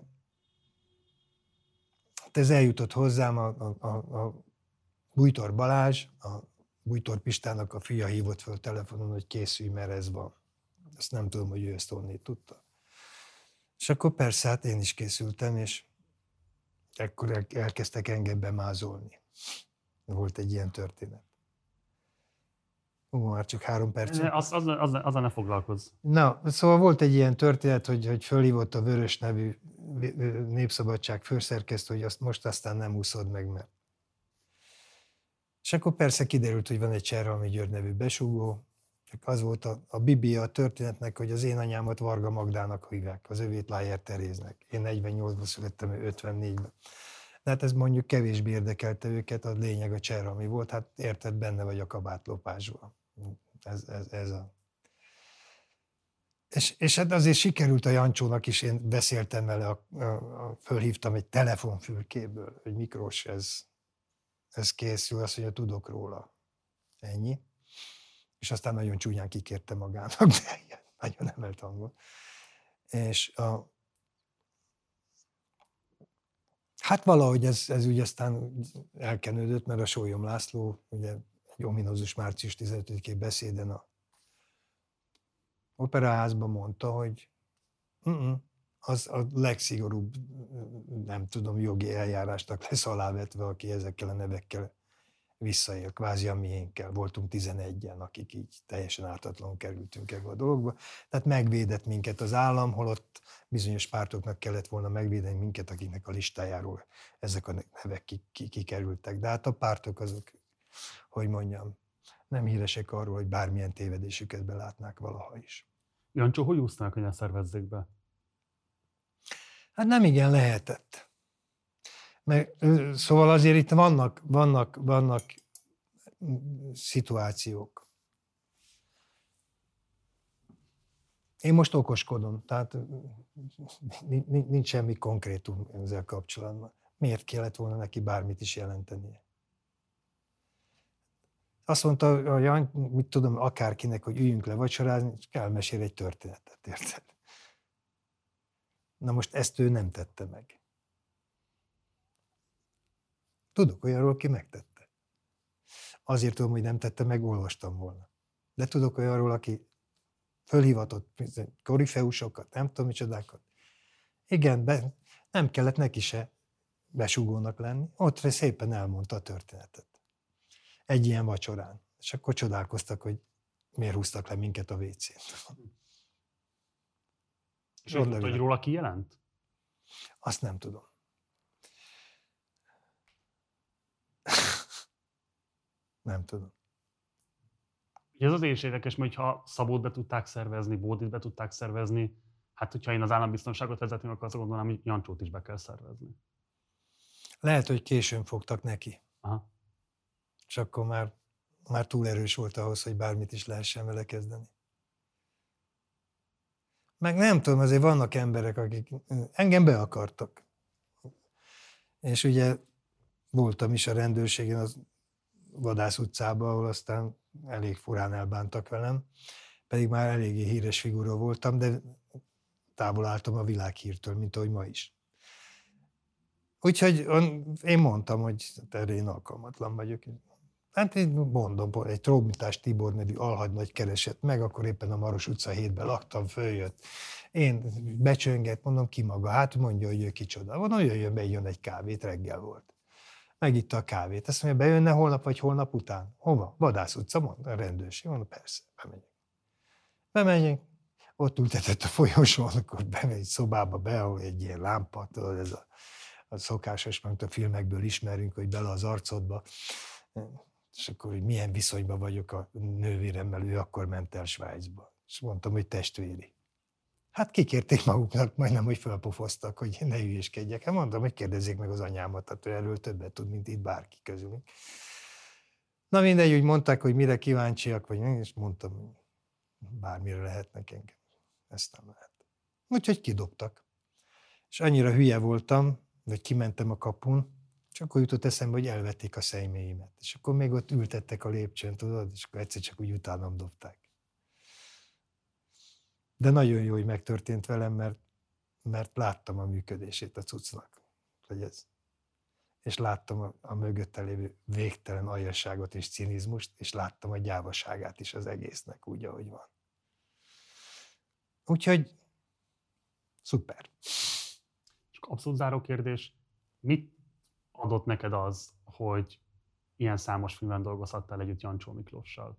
ez eljutott hozzám, a, a, a, a Bújtor Balázs, a Bújtor Pistának a fia hívott föl telefonon, hogy készülj, mert ez van. Azt nem tudom, hogy ő ezt honnét tudta. És akkor persze, hát én is készültem, és ekkor elkezdtek engem bemázolni. Volt egy ilyen történet. Ó, már csak három perc. Az, az, az, azzal ne foglalkozz. Na, szóval volt egy ilyen történet, hogy, hogy fölhívott a Vörös nevű Népszabadság főszerkesztő, hogy azt most aztán nem úszod meg, mert... És akkor persze kiderült, hogy van egy Cserhalmi György nevű besugó, csak az volt a, a bibia a történetnek, hogy az én anyámat Varga Magdának hívják, az övét Lájer Teréznek. Én negyvennyolcban születtem, ő ötvennégyben. De hát ez mondjuk kevésbé érdekelte őket, a lényeg a Cserhalmi volt, hát érted, benne vagy a kabátlopásban. Ez, ez, ez a... És, és hát azért sikerült a Jancsónak is, én beszéltem vele, a, a, a, fölhívtam egy telefonfülkéből, hogy Miklós, ez, ez készül, azt mondja, tudok róla. Ennyi. És aztán nagyon csúnyán kikérte magának, de ilyen, nagyon emelt hangon. És a, hát valahogy ez, ez úgy aztán elkenődött, mert a Sólyom László ugye egy ominózus március tizenötödikén beszéden a Operaházban mondta, hogy uh-uh, az a legszigorúbb, nem tudom, jogi eljárásnak lesz alávetve, aki ezekkel a nevekkel visszaél, kvázi a miénkkel. Voltunk tizenegyen, akik így teljesen ártatlanul kerültünk ebbe a dologba. Tehát megvédett minket az állam, holott bizonyos pártoknak kellett volna megvédeni minket, akiknek a listájáról ezek a nevek kikerültek. De hát a pártok azok, hogy mondjam, nem híresek arról, hogy bármilyen tévedésüket belátnák valaha is. Jancsó, hogy úsznak, hogy ne szervezzék be? Hát nem igen lehetett. Mert, szóval azért itt vannak, vannak, vannak szituációk. Én most okoskodom, tehát nincs semmi konkrétum ezzel kapcsolatban. Miért kellett volna neki bármit is jelentenie? Azt mondta a Jan, mit tudom, akárkinek, hogy üljünk le vacsorázni, és kell mesélni egy történetet, érted? Na most ezt ő nem tette meg. Tudok olyanról, aki megtette. Azért tudom, hogy nem tette meg, olvastam volna. De tudok olyanról, aki fölhivatott korifeusokat, nem tudom micsodákat. Igen, be, nem kellett neki se besugónak lenni. Ott szépen elmondta a történetet. Egy ilyen vacsorán. És akkor csodálkoztak, hogy miért húztak le minket a vécén. És tudod, hogy róla ki jelent? Azt nem tudom. Nem tudom. Ez azért is érdekes, mert ha Szabót be tudták szervezni, Bódit be tudták szervezni, hát hogyha én az állambiztonságot vezetném, akkor azt gondolom, hogy Jancsót is be kell szervezni. Lehet, hogy későn fogtak neki. Aha. És akkor már, már túl erős volt ahhoz, hogy bármit is lehessen vele kezdeni. Meg nem tudom, azért vannak emberek, akik engem be akartak. És ugye voltam is a rendőrségen az Vadász utcában, ahol aztán elég furán elbántak velem, pedig már eléggé híres figura voltam, de távol álltam a világhírtől, mint ahogy ma is. Úgyhogy én mondtam, hogy erre én alkalmatlan vagyok. Hát én mondom, egy Tróbitás Tibor nevű alhagynagy keresett meg, akkor éppen a Maros utca hétben laktam, följött. Én becsönget, mondom, ki maga, hát mondja, hogy ő kicsoda. Mondom, jöjjön be, jön egy kávét, reggel volt. Megitta a kávét. Azt mondja, bejönne holnap vagy holnap után? Hova? Vadász utca, mondta a rendőrség. Mondom, persze, bemegyek. Bemegyek, ott ültetett a folyosón, akkor bemegy egy szobába be, ahol egy ilyen lámpa, tudod, ez a, a szokásos, mert a filmekből ismerünk, hogy bele az arcodba. És akkor, hogy milyen viszonyban vagyok a nővéremmel, ő akkor ment el Svájcba. És mondtam, hogy testvéri. Hát kikérték maguknak, majdnem, hogy felpofoztak, hogy ne hülyéskedjek. Hát mondtam, hogy kérdezzék meg az anyámat, hát ő erről többet tud, mint itt bárki közülünk. Na mindegy, úgy mondták, hogy mire kíváncsiak, vagy meg, és mondtam, hogy bármire lehetnek engem. Ezt nem lehet. Úgyhogy kidobtak. És annyira hülye voltam, hogy kimentem a kapun, és akkor jutott eszembe, hogy elvették a szejméimet. És akkor még ott ültettek a lépcsőn, tudod, és akkor egyszer csak úgy utánam dobták. De nagyon jó, hogy megtörtént velem, mert, mert láttam a működését a cuccnak. Hogy ez. És láttam a, a mögötte lévő végtelen aljasságot és cinizmust, és láttam a gyávaságát is az egésznek, úgy, ahogy van. Úgyhogy szuper. Csak abszolút záró kérdés, mit adott neked az, hogy ilyen számos filmben dolgozhattál együtt Jancsó Miklóssal?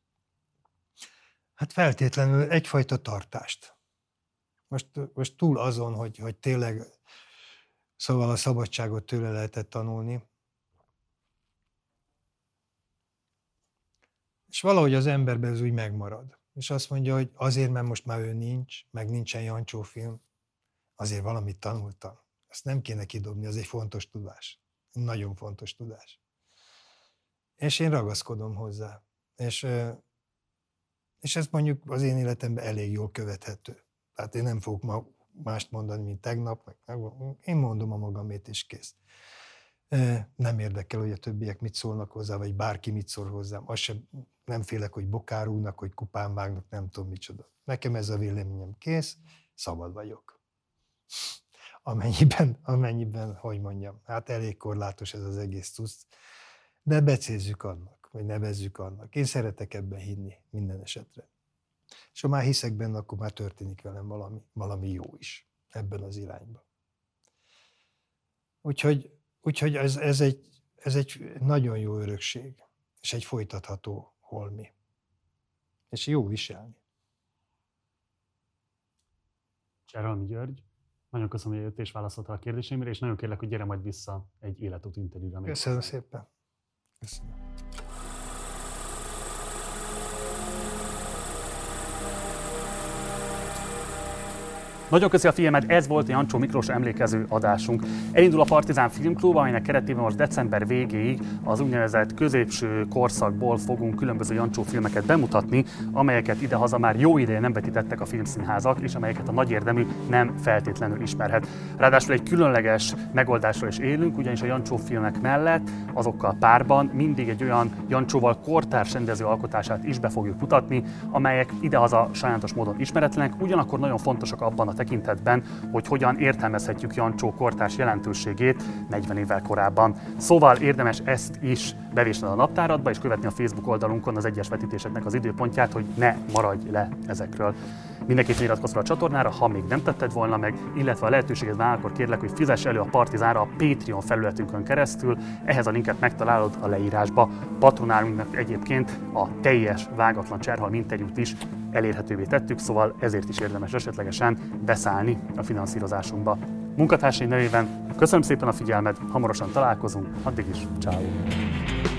Hát feltétlenül egyfajta tartást. Most, most túl azon, hogy, hogy tényleg szóval a szabadságot tőle lehetett tanulni. És valahogy az emberben ez úgy megmarad. És azt mondja, hogy azért, mert most már ő nincs, meg nincsen Jancsó film, azért valamit tanultam. Ezt nem kéne kidobni, az egy fontos tudás. Nagyon fontos tudás. És én ragaszkodom hozzá. És, és ez mondjuk az én életemben elég jól követhető. Tehát én nem fogok ma mást mondani, mint tegnap. Én mondom a magamét, és kész. Nem érdekel, hogy a többiek mit szólnak hozzá, vagy bárki mit szól hozzám. Azt sem, nem félek, hogy bokárúnak, hogy kupán vágnak, nem tudom micsoda. Nekem ez a véleményem, kész, szabad vagyok. Amennyiben, amennyiben, hogy mondjam, hát elég korlátos ez az egész cucc, de becézzük annak, vagy nevezzük annak. Én szeretek ebben hinni minden esetre. És ha már hiszek benne, akkor már történik velem valami, valami jó is ebben az irányban. Úgyhogy, úgyhogy ez, ez, egy, ez egy nagyon jó örökség, és egy folytatható holmi. És jó viselni. Cserhalmi György, nagyon köszönöm, hogy jött és válaszoltál a kérdéseimre, és nagyon kérlek, hogy gyere majd vissza egy életút interjúra. Köszönöm szépen. Köszönöm. Nagyon köszi a figyelmet, ez volt a Jancsó Miklós emlékező adásunk. Elindul a Partizán Filmklub, amelynek keretében most december végéig az úgynevezett középső korszakból fogunk különböző Jancsó filmeket bemutatni, amelyeket idehaza már jó ideje nem vetítettek a filmszínházak, és amelyeket a nagy érdemű nem feltétlenül ismerhet. Ráadásul egy különleges megoldásra is élünk, ugyanis a Jancsó filmek mellett azokkal párban mindig egy olyan Jancsóval kortárs rendező alkotását is be fogjuk mutatni, amelyek idehaza sajátos módon ismeretlenek, ugyanakkor nagyon fontosak abban a tekintetben, hogy hogyan értelmezhetjük Jancsó kortárs jelentőségét negyven évvel korábban. Szóval érdemes ezt is bevésned a naptáradba, és követni a Facebook oldalunkon az egyes vetítéseknek az időpontját, hogy ne maradj le ezekről. Mindenképpen iratkozz fel a csatornára, ha még nem tetted volna meg, illetve a lehetőséged van, akkor kérlek, hogy fizess elő a Partizánra a Patreon felületünkön keresztül. Ehhez a linket megtalálod a leírásba. Patronálunknak egyébként a teljes vágatlan Cserhalmi interjút is elérhetővé tettük, szóval ezért is érdemes esetlegesen beszállni a finanszírozásunkba. Munkatársaim nevében köszönöm szépen a figyelmet, hamarosan találkozunk, addig is ciao.